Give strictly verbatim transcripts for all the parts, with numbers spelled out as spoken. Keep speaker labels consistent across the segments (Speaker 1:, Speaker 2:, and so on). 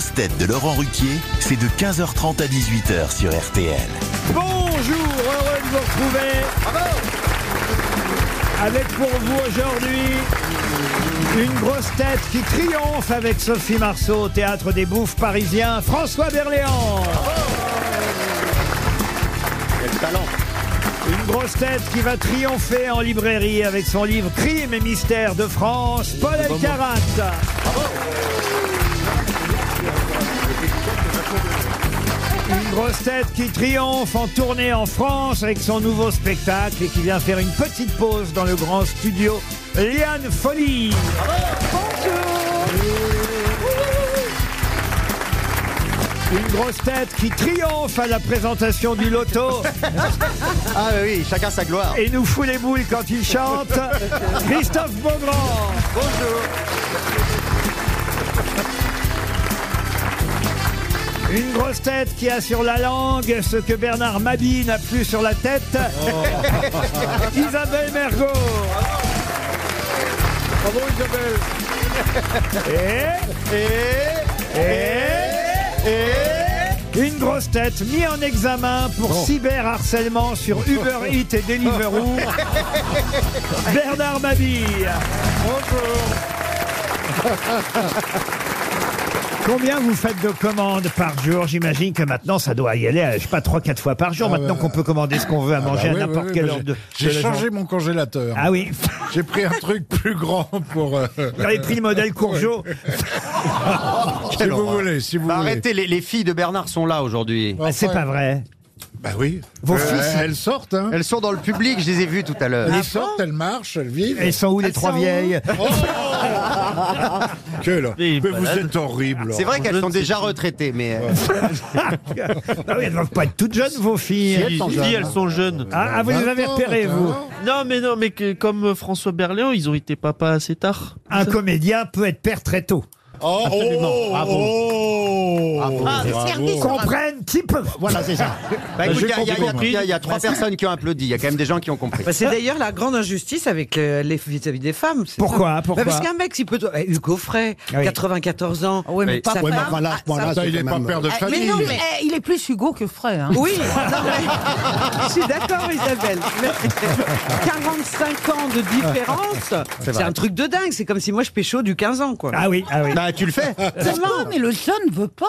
Speaker 1: grosses têtes de Laurent Ruquier, c'est de quinze heures trente à dix-huit heures sur R T L.
Speaker 2: Bonjour, heureux de vous retrouver. Bravo. Avec pour vous aujourd'hui une grosse tête qui triomphe avec Sophie Marceau au Théâtre des Bouffes parisiens, François Berléand.
Speaker 3: Quel talent.
Speaker 2: Une grosse tête qui va triompher en librairie avec son livre Crimes et mystères de France, Paul Elkarat. Une grosse tête qui triomphe en tournée en France avec son nouveau spectacle et qui vient faire une petite pause dans le grand studio, Liane Folly. Une grosse tête qui triomphe à la présentation du loto
Speaker 3: Ah oui, chacun sa gloire.
Speaker 2: et nous fout les boules quand il chante, Christophe Beaugrand.
Speaker 3: Bonjour.
Speaker 2: Une grosse tête qui a sur la langue ce que Bernard Mabie n'a plus sur la tête, Isabelle Mergo.
Speaker 3: Bravo Isabelle.
Speaker 2: Et,
Speaker 3: Et...
Speaker 2: et, et une grosse tête mise en examen pour cyberharcèlement sur Uber Eats et Deliveroo, Bernard Mabie.
Speaker 3: Bonjour.
Speaker 2: Combien vous faites de commandes par jour? J'imagine que maintenant ça doit y aller, je sais pas, trois quatre fois par jour,
Speaker 4: Ah
Speaker 2: maintenant
Speaker 4: ouais.
Speaker 2: qu'on peut commander ce qu'on veut à
Speaker 4: Ah
Speaker 2: manger
Speaker 4: bah
Speaker 2: à
Speaker 4: oui,
Speaker 2: n'importe
Speaker 4: oui,
Speaker 2: quelle
Speaker 4: oui,
Speaker 2: heure de
Speaker 4: J'ai
Speaker 2: de la
Speaker 4: changé
Speaker 2: journée.
Speaker 4: mon congélateur.
Speaker 2: Ah oui,
Speaker 4: J'ai pris un truc plus grand pour... euh,
Speaker 2: vous avez pris le modèle Courgeot.
Speaker 4: si vous
Speaker 3: horreur.
Speaker 4: voulez, si vous
Speaker 3: Bah,
Speaker 4: voulez.
Speaker 3: arrêtez, les, les filles de Bernard sont là aujourd'hui.
Speaker 4: Enfin,
Speaker 2: C'est pas vrai.
Speaker 4: Bah oui.
Speaker 2: Vos
Speaker 4: Euh,
Speaker 2: fils
Speaker 4: Elles sortent, hein.
Speaker 3: Elles sont dans le public, je les ai vues tout à l'heure.
Speaker 4: Elles sortent, elles marchent, elles vivent.
Speaker 2: Elles sont où les trois vieilles?
Speaker 4: Que là. Mais vous êtes horrible.
Speaker 3: C'est vrai qu'elles sont déjà retraitées, mais... euh,
Speaker 2: Ah oui, elles doivent pas être toutes jeunes, vos filles.
Speaker 4: elles sont
Speaker 5: Si,
Speaker 4: jeunes,
Speaker 5: elles
Speaker 4: hein.
Speaker 5: sont jeunes.
Speaker 2: Ah, ah, vous les avez
Speaker 4: vingt ans,
Speaker 2: repérées,
Speaker 4: vingt
Speaker 2: vous.
Speaker 4: ans.
Speaker 5: Non, mais non, mais que, comme François Berléand, ils ont été papa assez tard.
Speaker 2: Un comédien peut être père très tôt.
Speaker 4: Oh, oh,
Speaker 5: Bravo.
Speaker 4: oh,
Speaker 5: Ah,
Speaker 4: bravo.
Speaker 2: Comprennent qui peut.
Speaker 6: Voilà, c'est ça.
Speaker 3: Bah, écoute,
Speaker 4: j'ai
Speaker 3: il y a- il y a-
Speaker 4: compris.
Speaker 3: il y a- il y a trois personnes qui ont applaudi. Il y a quand même des gens qui ont compris.
Speaker 6: Bah, c'est d'ailleurs la grande injustice avec euh, les vis-à-vis des femmes. c'est
Speaker 2: Pourquoi
Speaker 6: ça.
Speaker 2: Pourquoi
Speaker 6: Bah, Parce qu'un mec, s'il peut. Eh, Hugo Frey,
Speaker 2: Oui.
Speaker 6: quatre-vingt-quatorze ans.
Speaker 7: Oui, mais
Speaker 3: Oui.
Speaker 7: pas
Speaker 6: sa
Speaker 7: Frey.
Speaker 6: femme-
Speaker 7: Enfin, là, à ce point-là,
Speaker 4: Ça,
Speaker 7: c'est
Speaker 4: il n'est
Speaker 7: quand
Speaker 4: pas
Speaker 7: même-
Speaker 4: père de
Speaker 7: Eh,
Speaker 4: famille.
Speaker 7: Mais non, mais eh, il est plus Hugo que Frey. Hein.
Speaker 6: Oui, non, mais- je suis d'accord, Isabelle. Mais quarante-cinq ans de différence, c'est un truc de dingue. C'est comme si moi je pécho du quinze ans, quoi.
Speaker 2: Ah oui, ah oui.
Speaker 3: Bah, tu le fais.
Speaker 7: Non, mais le son ne veut pas.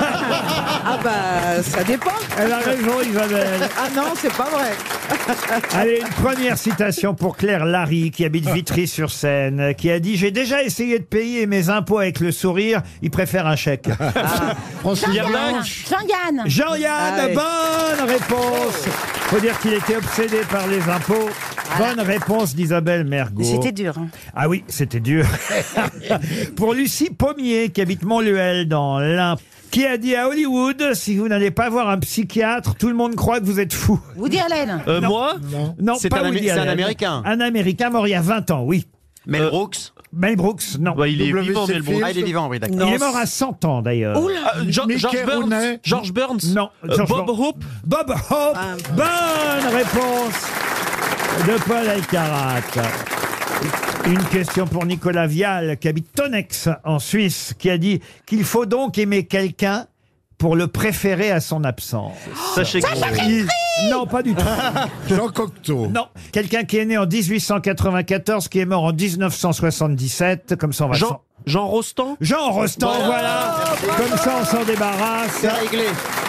Speaker 6: Ah bah, ça dépend.
Speaker 2: Elle a raison, Isabelle.
Speaker 6: Ah non, c'est pas vrai.
Speaker 2: Allez, une première citation pour Claire Larry, qui habite Vitry-sur-Seine, qui a dit « J'ai déjà essayé de payer mes impôts avec le sourire, il préfère un chèque.
Speaker 7: Jean-Yann. Jean-Yann. »
Speaker 2: Jean-Yann,
Speaker 6: Ah oui.
Speaker 2: bonne réponse. Faut dire qu'il était obsédé par les impôts. Bonne réponse d'Isabelle Mergo.
Speaker 7: C'était dur. Hein.
Speaker 2: Ah oui, c'était dur. Pour Lucie Pommier, qui habite Montluel dans l'Ain, qui a dit à Hollywood, si vous n'allez pas voir un psychiatre, tout le monde croit que vous êtes fou.
Speaker 7: Woody Allen.
Speaker 5: Euh, moi
Speaker 2: Non,
Speaker 3: C'est
Speaker 2: pas
Speaker 3: un Amé-
Speaker 2: Woody
Speaker 3: c'est un
Speaker 2: Allen.
Speaker 3: Américain.
Speaker 2: Un Américain mort il y a vingt ans, oui.
Speaker 3: Mel
Speaker 5: Euh,
Speaker 3: Brooks.
Speaker 2: Mel Brooks, non.
Speaker 5: Bah, il est
Speaker 4: W C
Speaker 5: vivant, Mel Brooks.
Speaker 4: Fields.
Speaker 3: Ah, il est vivant, oui, d'accord.
Speaker 2: Il est mort à cent ans, d'ailleurs.
Speaker 5: Ah, Jo-
Speaker 4: Mickey
Speaker 5: George Burns.
Speaker 4: Rooney.
Speaker 5: George Burns.
Speaker 2: Non,
Speaker 5: Euh,
Speaker 2: George
Speaker 5: Bob
Speaker 2: Burns.
Speaker 5: Hope.
Speaker 2: Bob Hope. Bonne réponse de Paul Elkarat. Une question pour Nicolas Vial, qui habite Tonex, en Suisse, qui a dit qu'il faut donc aimer quelqu'un pour le préférer à son absence.
Speaker 5: Sachez que
Speaker 2: Non, pas du tout.
Speaker 4: Jean Cocteau.
Speaker 2: Non, quelqu'un qui est né en dix-huit cent quatre-vingt-quatorze, qui est mort en dix-neuf cent soixante-dix-sept, comme ça on va
Speaker 5: Jean,
Speaker 2: s'en...
Speaker 5: Jean Rostand.
Speaker 2: Jean Rostand, voilà. Comme ça on s'en débarrasse.
Speaker 3: C'est réglé.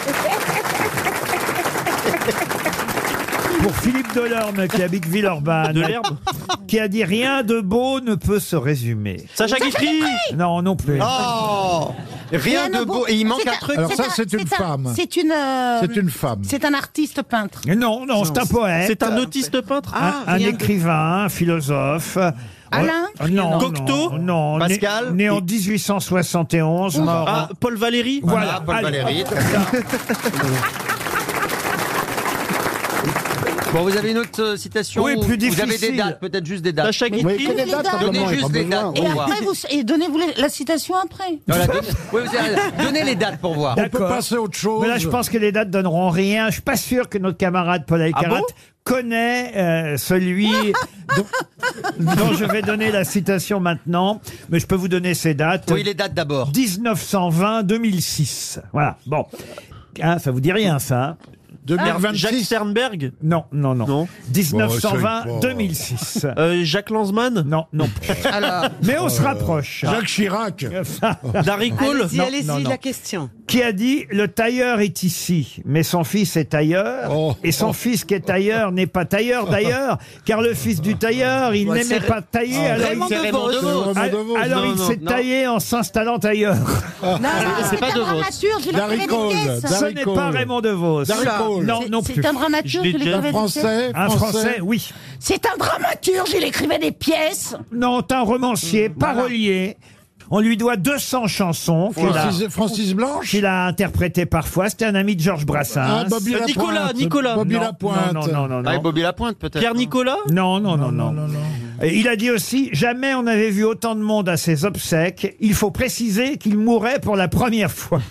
Speaker 2: Pour Philippe Delorme, qui habite Villeurbanne,
Speaker 5: De l'herbe.
Speaker 2: qui a dit rien de beau ne peut se résumer.
Speaker 5: Sacha Guitry.
Speaker 2: Non, non plus.
Speaker 3: Oh, rien de beau. Et il manque
Speaker 7: C'est
Speaker 3: un truc.
Speaker 4: Alors ça,
Speaker 7: un-
Speaker 4: c'est une
Speaker 7: un-
Speaker 4: femme.
Speaker 7: C'est une. euh,
Speaker 4: C'est une femme.
Speaker 7: C'est un artiste peintre.
Speaker 2: Non, non, c'est un poète.
Speaker 5: C'est un autiste peintre.
Speaker 2: un,
Speaker 6: Ah,
Speaker 2: un
Speaker 6: rien de-
Speaker 2: écrivain, un philosophe.
Speaker 7: Alain
Speaker 2: Euh, Non,
Speaker 5: Cocteau.
Speaker 2: non, non. Né-
Speaker 3: Pascal.
Speaker 2: Né, en dix-huit cent soixante et onze, mort. en-
Speaker 5: Ah, Paul Valéry.
Speaker 2: Voilà,
Speaker 3: Paul
Speaker 2: allez.
Speaker 3: Valéry. Bon, vous avez une autre euh, citation
Speaker 2: Oui,
Speaker 3: ou
Speaker 2: plus
Speaker 3: vous avez
Speaker 2: difficile.
Speaker 3: des dates, peut-être juste des dates.
Speaker 5: Sacha
Speaker 7: Mais
Speaker 5: Guitry.
Speaker 7: que des dates,
Speaker 3: Donnez
Speaker 7: comment,
Speaker 3: juste des dates
Speaker 7: Et
Speaker 3: pour voir.
Speaker 7: après, vous, et donnez-vous les- la citation après.
Speaker 3: Voilà, donnez, oui, vous avez- donnez les dates pour voir.
Speaker 4: On peut
Speaker 2: D'accord.
Speaker 4: passer à autre chose.
Speaker 2: Mais là, je pense que les dates donneront rien. Je suis pas sûr que notre camarade Paul Alcarat
Speaker 5: bon
Speaker 2: connaît euh, celui dont, dont je vais donner la citation maintenant. Mais je peux vous donner ces dates.
Speaker 3: Oui, les dates d'abord.
Speaker 2: dix-neuf cent vingt deux mille six. Voilà. Bon. Hein, ça vous dit rien, ça hein
Speaker 5: Jacques
Speaker 4: deux mille vingt-six.
Speaker 5: Sternberg.
Speaker 2: Non, non, non.
Speaker 5: Non.
Speaker 2: dix-neuf cent vingt
Speaker 4: Bon,
Speaker 2: deux mille six.
Speaker 5: Euh, Jacques Lanzmann.
Speaker 2: Non, non.
Speaker 7: Alors,
Speaker 2: Mais on se rapproche.
Speaker 4: Jacques Chirac.
Speaker 5: Darry Cole.
Speaker 6: Allez-y,
Speaker 2: Non,
Speaker 6: allez-y,
Speaker 2: non, non.
Speaker 6: la question.
Speaker 2: Qui a dit « Le tailleur est ici, mais son fils est ailleurs,
Speaker 4: Oh.
Speaker 2: et son fils qui est tailleur n'est pas tailleur d'ailleurs, car le fils du tailleur, il
Speaker 6: Ouais,
Speaker 2: n'aimait
Speaker 6: c'est
Speaker 2: pas tailler,
Speaker 4: Ah,
Speaker 2: alors
Speaker 6: Raymond
Speaker 2: il,
Speaker 3: C'est Raymond
Speaker 6: Devos.
Speaker 3: Devos.
Speaker 4: Raymond
Speaker 2: al-
Speaker 4: Devos.
Speaker 2: alors
Speaker 5: Non,
Speaker 2: il
Speaker 5: non,
Speaker 2: s'est
Speaker 3: non.
Speaker 2: taillé en s'installant ailleurs.
Speaker 7: non, non,
Speaker 5: c'est pas
Speaker 7: un
Speaker 5: De Vos.
Speaker 7: dramaturge, il
Speaker 4: Darry
Speaker 7: écrivait
Speaker 4: Cole,
Speaker 7: des pièces.
Speaker 4: Darry
Speaker 2: Ce n'est
Speaker 4: Cole.
Speaker 2: pas Raymond DeVos.
Speaker 4: Darry Cole.
Speaker 2: Non,
Speaker 7: C'est-
Speaker 2: non
Speaker 7: C'est
Speaker 2: plus.
Speaker 7: un dramaturge,
Speaker 5: Je l'ai
Speaker 7: il
Speaker 5: déjà-
Speaker 7: écrivait des pièces.
Speaker 4: Français.
Speaker 2: Un français, oui.
Speaker 7: C'est un dramaturge, il écrivait des pièces.
Speaker 2: Non, un romancier, parolier. On lui doit deux cents chansons qu'il a,
Speaker 4: Francis, Francis Blanche.
Speaker 2: qu'il a interprétées parfois. C'était un ami de Georges
Speaker 4: Ah,
Speaker 2: Brassens.
Speaker 4: Bobby
Speaker 5: Euh,
Speaker 4: Lapointe.
Speaker 5: Nicolas, Nicolas.
Speaker 4: Bobby
Speaker 2: non,
Speaker 4: Lapointe.
Speaker 2: non, non, non, non.
Speaker 3: Ah, et Bobby Lapointe, peut-être.
Speaker 5: Pierre Nicolas.
Speaker 2: Non, non, non, non. Et il a dit aussi, jamais on n'avait vu autant de monde à ses obsèques. Il faut préciser qu'il mourait pour la première fois.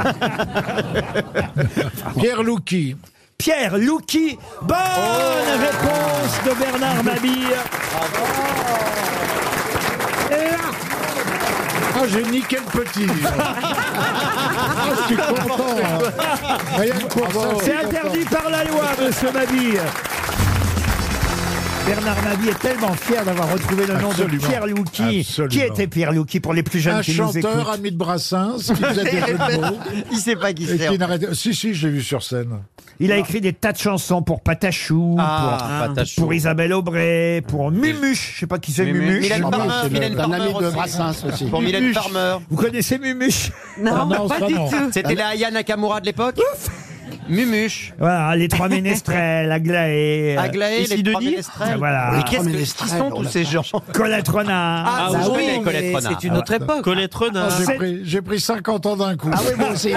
Speaker 4: Pierre Louki.
Speaker 2: Pierre Louki. Bonne réponse de Bernard Mabille.
Speaker 4: Ah, j'ai niqué le petit. Ah, je suis content. hein. Rien que pour ça, je suis
Speaker 2: C'est interdit par la loi, monsieur Mabille. Bernard Mabille est tellement fier d'avoir retrouvé le nom de
Speaker 4: Absolument.
Speaker 2: Pierre Louki.
Speaker 4: Absolument.
Speaker 2: Qui était Pierre Louki pour les plus jeunes
Speaker 4: Un
Speaker 2: qui nous
Speaker 4: chanteur,
Speaker 2: écoutent?
Speaker 4: ami de Brassens, qui faisait des jeux de mots.
Speaker 3: Il sait pas qui
Speaker 4: Et
Speaker 3: c'est.
Speaker 4: qui n'arrêtait... Si, si, je l'ai vu sur scène.
Speaker 2: Il a écrit des tas de chansons pour Patachou,
Speaker 3: Ah,
Speaker 2: pour,
Speaker 3: Patachou.
Speaker 2: pour Isabelle Aubray, pour Mumuche. Je sais pas qui c'est
Speaker 3: Mumuche.
Speaker 2: Mumuche.
Speaker 3: Mylène
Speaker 4: Ah,
Speaker 3: Farmer,
Speaker 4: c'est le-
Speaker 3: Mylène
Speaker 4: un
Speaker 3: Farmer
Speaker 4: ami de
Speaker 3: aussi.
Speaker 4: Brassens aussi.
Speaker 3: Pour Mylène
Speaker 2: Mumuche.
Speaker 3: Farmer.
Speaker 2: Vous connaissez Mumuche?
Speaker 6: Non,
Speaker 4: Ah non,
Speaker 6: pas
Speaker 4: ça
Speaker 6: du
Speaker 4: non.
Speaker 6: tout.
Speaker 3: C'était la Aya Nakamura de l'époque. Mumuche.
Speaker 2: Voilà, les trois ménestrels, Aglaé, euh,
Speaker 3: Aglaé,
Speaker 5: Ici
Speaker 3: les trois
Speaker 5: Denis.
Speaker 3: ménestrels.
Speaker 2: Voilà.
Speaker 3: Mais qu'est-ce que- qui sont tous ces gens?
Speaker 2: Colette Renard.
Speaker 3: Ah,
Speaker 6: Ah
Speaker 3: je
Speaker 6: oui,
Speaker 3: connais
Speaker 6: mais
Speaker 3: Colette Renard.
Speaker 6: c'est une autre époque.
Speaker 5: Colette Renard.
Speaker 4: Ah, j'ai
Speaker 2: C'est-
Speaker 4: pris, j'ai pris cinquante ans d'un coup. Ah oui, moi aussi.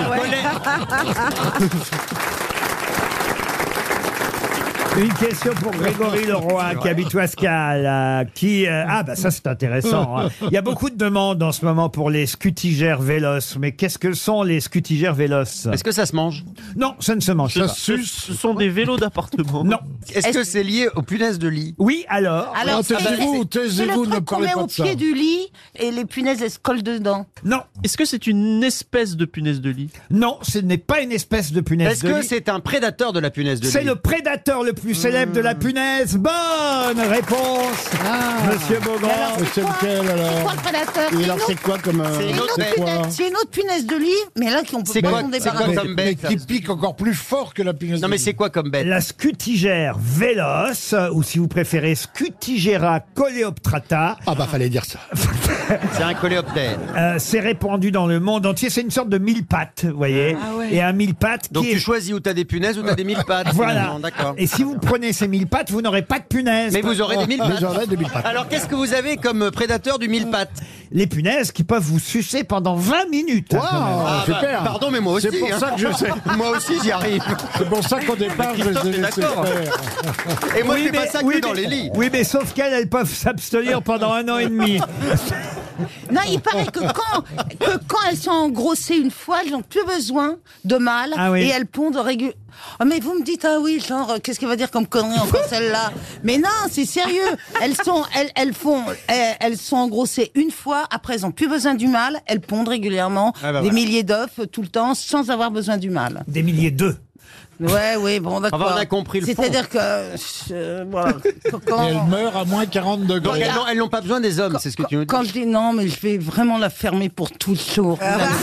Speaker 2: Une question pour Grégory Leroy, qui habite Ouascal, euh, qui... euh, ah, bah ça, c'est intéressant. hein. Il y a beaucoup de demandes en ce moment pour les scutigères vélos. Mais qu'est-ce que sont les scutigères vélos?
Speaker 3: Est-ce que ça se mange?
Speaker 2: Non, ça ne se mange
Speaker 4: Ça
Speaker 2: pas.
Speaker 4: suce.
Speaker 5: Ce sont des vélos d'appartement.
Speaker 2: Non.
Speaker 3: Est-ce que c'est lié aux punaises de lit?
Speaker 2: Oui, alors?
Speaker 7: Alors,
Speaker 4: Ah,
Speaker 7: c'est
Speaker 4: taisez-vous,
Speaker 7: c'est
Speaker 4: taisez-vous,
Speaker 7: le
Speaker 4: ne
Speaker 7: truc qu'on
Speaker 4: parlez
Speaker 7: met
Speaker 4: pas
Speaker 7: au
Speaker 4: de ça.
Speaker 7: pied du lit et les punaises, elles se collent dedans.
Speaker 2: Non,
Speaker 5: Est-ce que c'est une espèce de punaise de lit?
Speaker 2: non, ce n'est pas une espèce de punaise
Speaker 3: Est-ce
Speaker 2: de
Speaker 3: que
Speaker 2: lit.
Speaker 3: c'est un prédateur de la punaise de lit?
Speaker 2: C'est le prédateur le plus célèbre de la punaise. Bonne réponse, Monsieur Beaugrand.
Speaker 7: Mais alors,
Speaker 4: Mais c'est
Speaker 7: quoi
Speaker 4: lequel, alors
Speaker 7: C'est quoi le prédateur
Speaker 4: Et
Speaker 7: C'est
Speaker 4: alors,
Speaker 7: une
Speaker 4: c'est
Speaker 7: autre-
Speaker 4: quoi comme. euh,
Speaker 3: C'est une
Speaker 7: une
Speaker 3: autre
Speaker 7: autre
Speaker 3: bête.
Speaker 7: punaise- C'est une autre punaise de lit, mais là, qu'on peut
Speaker 3: C'est
Speaker 7: pas
Speaker 3: quoi-
Speaker 7: s'en
Speaker 3: c'est quoi
Speaker 7: débarrasser.
Speaker 3: comme
Speaker 4: mais
Speaker 3: bête,
Speaker 4: qui
Speaker 3: ça
Speaker 4: pique encore plus fort que la punaise
Speaker 3: Non
Speaker 4: de
Speaker 3: mais
Speaker 4: lit.
Speaker 3: c'est quoi comme bête?
Speaker 2: La scutigère véloce, euh, ou si vous préférez Scutigera coleoptrata,
Speaker 4: Ah bah fallait dire ça.
Speaker 3: C'est un coléoptère.
Speaker 2: euh, c'est répandu dans le monde entier. C'est une sorte de mille pattes, vous voyez.
Speaker 6: Ah ouais.
Speaker 2: Et un mille pattes
Speaker 3: Donc
Speaker 2: qui
Speaker 3: tu
Speaker 2: est...
Speaker 3: choisis où t'as des punaises ou t'as des mille pattes.
Speaker 2: Voilà.
Speaker 3: finalement, D'accord.
Speaker 2: Et si vous prenez ces mille pattes, vous n'aurez pas de punaises.
Speaker 3: Mais vous aurez des mille
Speaker 4: Mais
Speaker 3: pattes.
Speaker 4: j'aurais des mille pattes.
Speaker 3: Alors qu'est-ce que vous avez comme prédateur du mille pattes?
Speaker 2: Les punaises qui peuvent vous sucer pendant vingt minutes. hein, quand même.
Speaker 4: Waouh,
Speaker 3: Ah, bah,
Speaker 4: super.
Speaker 3: pardon mais moi aussi.
Speaker 4: C'est pour
Speaker 3: hein.
Speaker 4: ça que je sais.
Speaker 3: Moi aussi j'y arrive.
Speaker 4: C'est pour ça qu'au départ, je
Speaker 3: Christophe
Speaker 4: les ai
Speaker 3: est
Speaker 4: laissés
Speaker 3: d'accord.
Speaker 4: faire.
Speaker 3: Et moi je
Speaker 2: Oui,
Speaker 3: fais pas ça
Speaker 2: oui,
Speaker 3: que dans
Speaker 2: mais-
Speaker 3: les lits.
Speaker 2: Oui, mais sauf qu'elles, elles peuvent s'abstenir pendant un an et demi.
Speaker 7: Non, il paraît que quand, que quand elles sont engrossées une fois, elles n'ont plus besoin de mâle
Speaker 2: Ah oui.
Speaker 7: et elles pondent régulièrement. Oh, mais vous me dites, ah oui, genre, euh, qu'est-ce qu'elle va dire comme connerie encore celle-là? Mais non, c'est sérieux. Elles sont, elles, elles font, elles, elles sont engrossées une fois, après elles n'ont plus besoin du mâle, elles pondent régulièrement
Speaker 3: Ah bah
Speaker 7: des
Speaker 3: voilà.
Speaker 7: milliers d'œufs euh, tout le temps sans avoir besoin du mâle.
Speaker 2: Des milliers d'œufs.
Speaker 7: Ouais, oui, bon, d'accord.
Speaker 3: Enfin, on a compris le fond.
Speaker 7: C'est-à-dire que, euh, voilà, quand,
Speaker 4: Et elle meurt à moins quarante
Speaker 3: Donc
Speaker 4: degrés.
Speaker 3: elles n'ont- elles n'ont pas besoin des hommes, c'est ce que tu nous dis.
Speaker 7: quand je dis non, mais je vais vraiment la fermer pour toujours.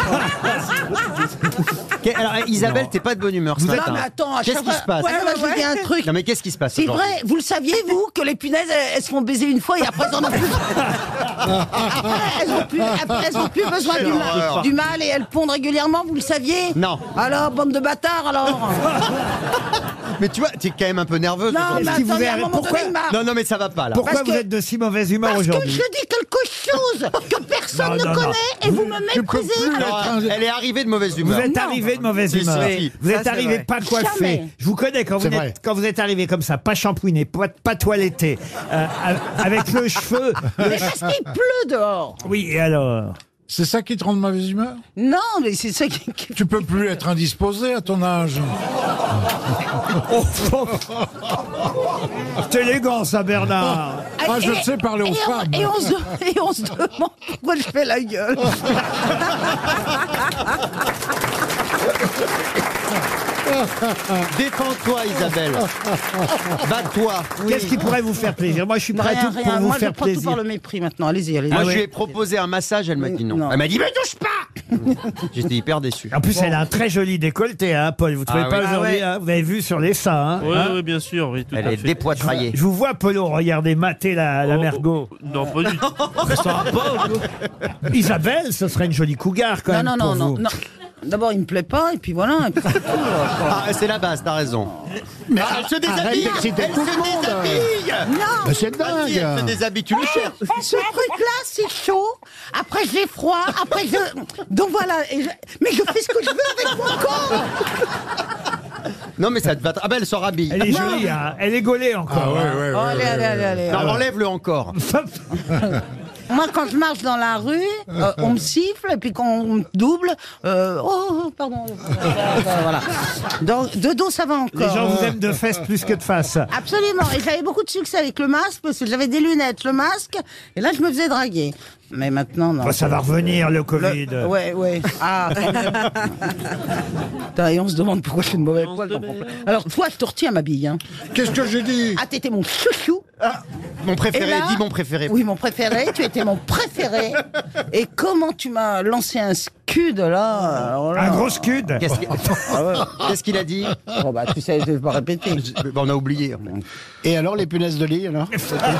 Speaker 3: Ok, alors Isabelle, t'es pas de bonne humeur ce
Speaker 7: Non,
Speaker 3: matin.
Speaker 7: mais attends, à
Speaker 3: Qu'est-ce
Speaker 7: chaque
Speaker 3: qui
Speaker 7: fois-
Speaker 3: se passe?
Speaker 7: Ouais, ouais, je vous dis un truc.
Speaker 3: Non mais qu'est-ce qui se passe
Speaker 7: C'est
Speaker 3: aujourd'hui
Speaker 7: vrai, vous le saviez, vous, que les punaises, elles, elles se font baiser une fois et après, elles n'en ont plus. Après, elles n'ont plus, après, elles ont plus besoin du, ma- du mâle et elles pondent régulièrement, vous le saviez?
Speaker 3: Non.
Speaker 7: Alors, bande de bâtards, alors.
Speaker 3: Mais tu vois, t'es quand même un peu nerveuse
Speaker 7: Non,
Speaker 3: aujourd'hui.
Speaker 7: mais
Speaker 2: Est-ce qu'il vous
Speaker 7: attendez,
Speaker 2: est
Speaker 7: à un
Speaker 2: arrêté-
Speaker 7: moment
Speaker 2: pourquoi-
Speaker 7: donné, il m'a-
Speaker 3: Non, non, mais ça va pas là.
Speaker 2: Pourquoi
Speaker 7: Parce
Speaker 2: vous
Speaker 7: que-
Speaker 2: êtes de si mauvaise humeur
Speaker 7: Parce que je
Speaker 2: aujourd'hui?
Speaker 7: dis quelque chose. chose que personne
Speaker 2: Non,
Speaker 7: ne
Speaker 2: non, non.
Speaker 7: connaît et vous me
Speaker 4: Tu peux
Speaker 7: méprisez.
Speaker 4: plus
Speaker 3: Alors,
Speaker 4: être un-
Speaker 3: elle est arrivée de mauvaise
Speaker 2: Vous
Speaker 3: humeur.
Speaker 2: êtes
Speaker 7: Non.
Speaker 2: arrivé de mauvaise
Speaker 3: Si,
Speaker 2: humeur.
Speaker 3: si.
Speaker 2: Vous
Speaker 6: Ça,
Speaker 2: êtes
Speaker 6: c'est
Speaker 2: arrivé
Speaker 6: vrai.
Speaker 2: pas coiffé.
Speaker 7: Jamais.
Speaker 2: Je vous connais quand vous,
Speaker 4: C'est
Speaker 2: êtes,
Speaker 4: vrai.
Speaker 2: quand vous êtes arrivé comme ça, pas shampooiné, pas, pas toiletté, euh, avec le cheveu. le
Speaker 7: Mais parce qu'il pleut dehors.
Speaker 2: Oui, et alors
Speaker 4: C'est ça qui te rend de mauvaise humeur?
Speaker 7: Non, mais c'est ça qui... qui-
Speaker 4: Tu peux plus être indisposé à ton âge.
Speaker 2: Oh, oh. C'est élégant ça, Bernard.
Speaker 4: Ah, je
Speaker 7: Et-
Speaker 4: sais parler aux
Speaker 7: et on-
Speaker 4: femmes.
Speaker 7: Et on, se, et on se demande pourquoi je fais la gueule.
Speaker 3: Défends-toi, Isabelle. Bats-toi.
Speaker 2: Qu'est-ce qui pourrait vous faire plaisir? Moi, je suis prêt à
Speaker 7: Rien,
Speaker 2: tout pour
Speaker 7: rien.
Speaker 2: vous
Speaker 7: Moi, je
Speaker 2: faire
Speaker 7: prends tout
Speaker 2: plaisir.
Speaker 7: par le mépris maintenant. Allez-y, allez-y.
Speaker 3: Moi,
Speaker 2: Ah
Speaker 3: je
Speaker 2: ouais.
Speaker 3: lui ai proposé un massage, elle m'a dit non.
Speaker 7: Non.
Speaker 3: Elle m'a dit, mais touche pas. J'étais hyper déçu.
Speaker 2: En plus, elle a un très joli décolleté, hein, Paul. Vous trouvez
Speaker 3: Ah
Speaker 2: pas
Speaker 3: oui.
Speaker 2: aujourd'hui,
Speaker 6: Ah ouais.
Speaker 2: hein, vous avez vu sur les seins, hein,
Speaker 5: Oui,
Speaker 2: hein
Speaker 5: oui, bien sûr, oui, tout
Speaker 3: Elle
Speaker 5: à
Speaker 3: est
Speaker 5: fait.
Speaker 3: dépoitraillée.
Speaker 2: Je vous vois, Polo, regardez, mater la, la
Speaker 5: Oh,
Speaker 2: mergot.
Speaker 5: oh, Non, pas du tout. Ça va pas, quoi.
Speaker 2: Isabelle, ce serait une jolie cougar quand
Speaker 7: Non,
Speaker 2: même
Speaker 7: non,
Speaker 2: pour
Speaker 7: non, non,
Speaker 2: vous.
Speaker 7: non. D'abord, il me plaît pas, et puis voilà. Et puis c'est tout, quoi.
Speaker 3: Ah, c'est la base, t'as raison.
Speaker 8: Mais
Speaker 3: Ah, elle se déshabille.
Speaker 8: d'exciter
Speaker 3: Elle
Speaker 8: tout le
Speaker 3: se
Speaker 8: monde.
Speaker 3: déshabille.
Speaker 7: Non,
Speaker 8: Mais c'est
Speaker 3: Vas-y, elle se
Speaker 8: dingue.
Speaker 3: déshabille, tu le cherches.
Speaker 7: ce truc-là, c'est chaud. Après, j'ai froid. Après, je. Donc voilà. Et je- Mais je fais ce que je veux avec mon corps.
Speaker 3: Non, mais ça te va. Ah, ben, elle se rhabille.
Speaker 2: Elle est jolie, hein. Elle est gaulée encore.
Speaker 4: Ah ouais,
Speaker 2: hein.
Speaker 4: ouais, ouais.
Speaker 7: Oh, allez,
Speaker 4: ouais,
Speaker 7: allez,
Speaker 4: ouais.
Speaker 7: allez, allez.
Speaker 3: Non, enlève-le encore.
Speaker 7: Moi, quand je marche dans la rue, euh, on me siffle, et puis quand on me double, euh, oh, pardon. Voilà. Donc, de dos, ça va encore.
Speaker 2: Les gens vous aiment de fesses plus que de face.
Speaker 7: Absolument. Et j'avais beaucoup de succès avec le masque, parce que j'avais des lunettes, le masque, et là, je me faisais draguer. Mais maintenant, non.
Speaker 2: Bah, ça va revenir, le
Speaker 7: Le-
Speaker 2: Covid.
Speaker 7: Ouais, ouais. Ah, quand même. Putain, et on se demande pourquoi je suis de mauvais poil. dans mon plat. Alors, toi, je te retiens ma bille. Hein.
Speaker 4: Qu'est-ce que j'ai dit?
Speaker 7: Ah, t'étais mon chouchou.
Speaker 3: Mon préféré,
Speaker 7: Et là-
Speaker 3: dis mon préféré.
Speaker 7: Oui, mon préféré. Tu étais mon préféré. Et comment tu m'as lancé un scud, là. alors là.
Speaker 2: Un gros scud.
Speaker 3: Qu'est-ce qu'il Qu'est-ce qu'il a dit?
Speaker 7: Oh, bah, tu sais, je vais pas répéter.
Speaker 3: Bah, on a oublié.
Speaker 8: Et alors, les punaises de lit, alors?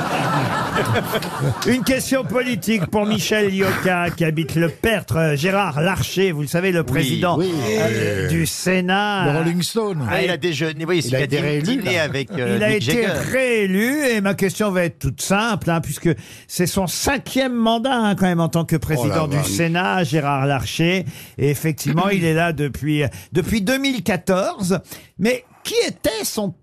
Speaker 2: Une question politique pour Michel Yoka qui habite le Pertre. Euh, Gérard Larcher, vous le savez, le président
Speaker 8: oui.
Speaker 2: euh, du Sénat.
Speaker 4: Le Rolling Stone.
Speaker 3: Ah, il a déjeuné. Oui,
Speaker 8: Il a été réélu,
Speaker 3: dîné
Speaker 8: là.
Speaker 3: avec euh,
Speaker 2: Il a
Speaker 3: Mick
Speaker 2: été
Speaker 3: Jagger.
Speaker 2: réélu et ma question va être toute simple, hein, puisque c'est son cinquième mandat hein, quand même en tant que président
Speaker 4: Oh la
Speaker 2: du
Speaker 4: vache.
Speaker 2: Sénat, Gérard Larcher. Et effectivement, il est là depuis depuis deux mille quatorze. Mais qui était son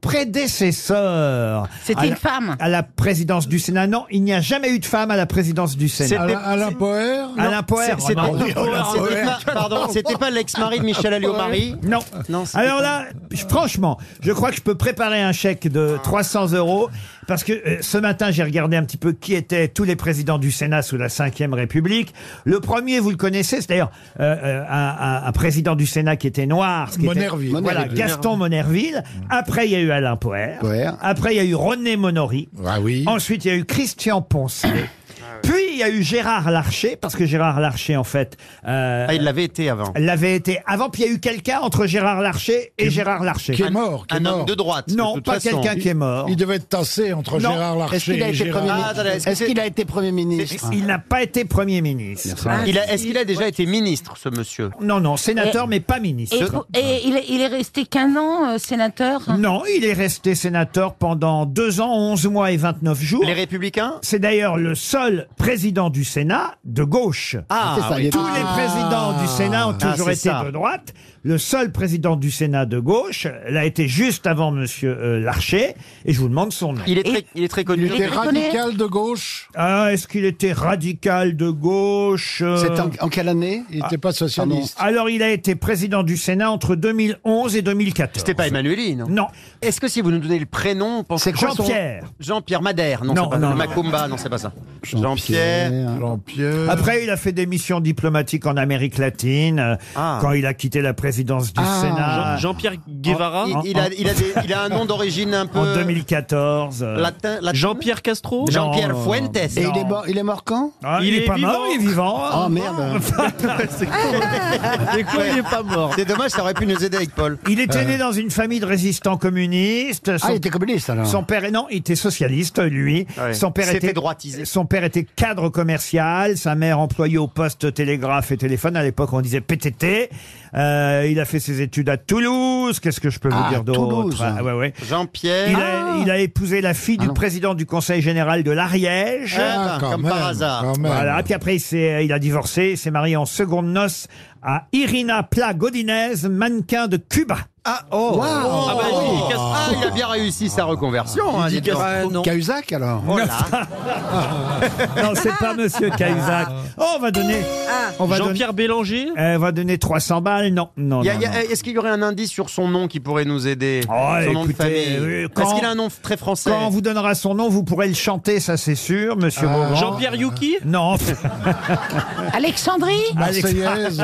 Speaker 2: prédécesseur
Speaker 7: C'était
Speaker 2: à
Speaker 7: une
Speaker 2: la-
Speaker 7: femme.
Speaker 2: à la présidence du Sénat? Non, il n'y a jamais eu de femme à la présidence du Sénat.
Speaker 4: Alain, Alain Poher.
Speaker 2: Alain Poher,
Speaker 3: C'est- C'était
Speaker 2: oh non.
Speaker 3: c'était pas, pardon, c'était pas l'ex-mari de Michel Alliot-Marie.
Speaker 2: Non.
Speaker 3: Non, c'était
Speaker 2: Alors
Speaker 3: pas-
Speaker 2: là, je- franchement, je crois que je peux préparer un chèque de trois cents euros parce que euh, ce matin, j'ai regardé un petit peu qui étaient tous les présidents du Sénat sous la cinquième République. Le premier, vous le connaissez, c'est d'ailleurs euh, euh, un, un- un président du Sénat qui était noir. ce qui était-
Speaker 4: Monerville.
Speaker 2: Voilà,
Speaker 8: Monerville.
Speaker 2: Gaston Monerville. Après, il y a eu Alain Poher.
Speaker 8: Poher.
Speaker 2: Après, il y a eu René Monory.
Speaker 4: Ah oui.
Speaker 2: Ensuite, il y a eu Christian Poncelet. Puis, il y a eu Gérard Larcher, parce que Gérard Larcher, en fait, euh,
Speaker 3: Ah, il l'avait été avant.
Speaker 2: l'avait été avant. Puis, il y a eu quelqu'un entre Gérard Larcher et Gérard Larcher.
Speaker 4: Qui est mort. Qui est
Speaker 3: Un
Speaker 4: mort.
Speaker 3: homme de droite.
Speaker 2: Non,
Speaker 3: de toute
Speaker 2: pas
Speaker 3: façon.
Speaker 2: quelqu'un qui est mort.
Speaker 4: Il devait être tassé entre
Speaker 2: Non.
Speaker 4: Gérard
Speaker 8: Est-ce
Speaker 4: Larcher
Speaker 8: qu'il a
Speaker 4: et
Speaker 8: été
Speaker 4: Gérard.
Speaker 8: Premier
Speaker 3: Ah,
Speaker 8: ministre?
Speaker 3: attendez, est-ce que
Speaker 8: Est-ce
Speaker 3: c'est-
Speaker 8: qu'il a été Premier ministre?
Speaker 2: Il n'a pas été Premier ministre.
Speaker 3: Il a- Est-ce qu'il a déjà été ministre, ce monsieur?
Speaker 2: Non, non, sénateur,
Speaker 7: Et-
Speaker 2: mais pas ministre.
Speaker 7: Et, et il, est, il est resté qu'un an, euh, sénateur.
Speaker 2: Non, il est resté sénateur pendant deux ans, onze mois et vingt-neuf jours.
Speaker 3: Les Républicains?
Speaker 2: C'est d'ailleurs le seul président du Sénat de gauche.
Speaker 3: Ah,
Speaker 8: C'est ça,
Speaker 3: oui.
Speaker 8: il est-
Speaker 2: Tous les présidents du Sénat ont
Speaker 3: Ah,
Speaker 2: toujours
Speaker 3: c'est
Speaker 2: été
Speaker 3: ça.
Speaker 2: de droite. Le seul président du Sénat de gauche l'a été juste avant Monsieur euh, Larcher. Et je vous demande son nom.
Speaker 3: Il est très, il est très connu.
Speaker 4: Il était
Speaker 7: très connu.
Speaker 4: radical de gauche.
Speaker 2: Ah, est-ce qu'il était radical de gauche euh,
Speaker 8: C'est en, en quelle année?
Speaker 4: Il n'était pas socialiste.
Speaker 2: Alors, il a été président du Sénat entre deux mille onze et deux mille quatorze.
Speaker 3: C'était pas Emmanueli, non?
Speaker 2: Non.
Speaker 3: Est-ce que si vous nous donnez le prénom, pensez
Speaker 8: C'est quoi son-
Speaker 2: Jean-Pierre.
Speaker 3: Jean-Pierre Madère? Non,
Speaker 2: Non,
Speaker 3: c'est pas
Speaker 2: non,
Speaker 3: ça.
Speaker 2: non.
Speaker 3: Macumba, non, c'est pas ça. Jean-Pierre.
Speaker 4: Jean-Pierre.
Speaker 2: Après, il a fait des missions diplomatiques en Amérique latine, euh,
Speaker 3: Ah.
Speaker 2: quand il a quitté la présidence du
Speaker 8: Ah.
Speaker 2: Sénat
Speaker 5: Jean- Jean-Pierre Guevara,
Speaker 3: Il, il a, il, a des- il a un nom d'origine un peu
Speaker 2: en deux mille quatorze. euh.
Speaker 3: latin. latin-
Speaker 5: Jean-Pierre Castro.
Speaker 3: Jean-Pierre
Speaker 2: Non.
Speaker 3: Fuentes.
Speaker 8: Et il est mort, il est mort quand?
Speaker 2: Ah, il,
Speaker 5: Il
Speaker 2: est,
Speaker 5: est
Speaker 2: pas
Speaker 5: vivant.
Speaker 2: mort, il est vivant.
Speaker 8: Oh merde.
Speaker 5: C'est quoi, c'est quoi, il est pas mort.
Speaker 3: C'est dommage, ça aurait pu nous aider avec Paul.
Speaker 2: Il était né dans une famille de résistants communistes. Son,
Speaker 8: Ah, il était communiste alors.
Speaker 2: son père, non, il était socialiste, lui.
Speaker 3: Ouais.
Speaker 2: Son père
Speaker 3: C'était
Speaker 2: était
Speaker 3: droitisé.
Speaker 2: Son père était cadre commercial, sa mère employée au poste télégraphe et téléphone. À l'époque, on disait P T T. Euh, il a fait ses études à Toulouse. Qu'est-ce que je peux vous
Speaker 8: Ah,
Speaker 2: dire d'autre?
Speaker 8: Toulouse.
Speaker 2: Ah, ouais, ouais.
Speaker 3: Jean-Pierre.
Speaker 2: Il a, il a épousé la fille
Speaker 8: Ah
Speaker 2: du
Speaker 8: non.
Speaker 2: président du conseil général de l'Ariège. belge.
Speaker 4: Ah, quand
Speaker 3: comme
Speaker 4: même,
Speaker 3: par hasard.
Speaker 4: quand même.
Speaker 2: Voilà, puis après il, s'est- il a divorcé, il s'est marié en seconde noces à Irina Pla Godinez, mannequin de Cuba.
Speaker 3: Ah, oh, ah, bah, il, ah, il a bien réussi sa reconversion. Hein, dis donc.
Speaker 6: Euh, non.
Speaker 8: Cahuzac, alors
Speaker 3: Oh là.
Speaker 2: Non, c'est pas Monsieur Cahuzac. Oh, on va donner... On va donner,
Speaker 5: Jean-Pierre Bélanger.
Speaker 2: euh, on va donner trois cents balles. Non, non,
Speaker 3: Il y a-
Speaker 2: non,
Speaker 3: il y a-
Speaker 2: non.
Speaker 3: Est-ce qu'il y aurait un indice sur son nom qui pourrait nous aider?
Speaker 2: Oh,
Speaker 3: Son nom de
Speaker 2: écoutez,
Speaker 3: famille.
Speaker 2: euh, quand-
Speaker 3: Est-ce qu'il a un nom très français?
Speaker 2: Quand on vous donnera son nom, vous pourrez le chanter, ça c'est sûr, Monsieur
Speaker 4: Ah.
Speaker 2: Beaugrand.
Speaker 5: Jean-Pierre Yuki.
Speaker 2: Non.
Speaker 7: Alexandrie
Speaker 4: Marseillaise.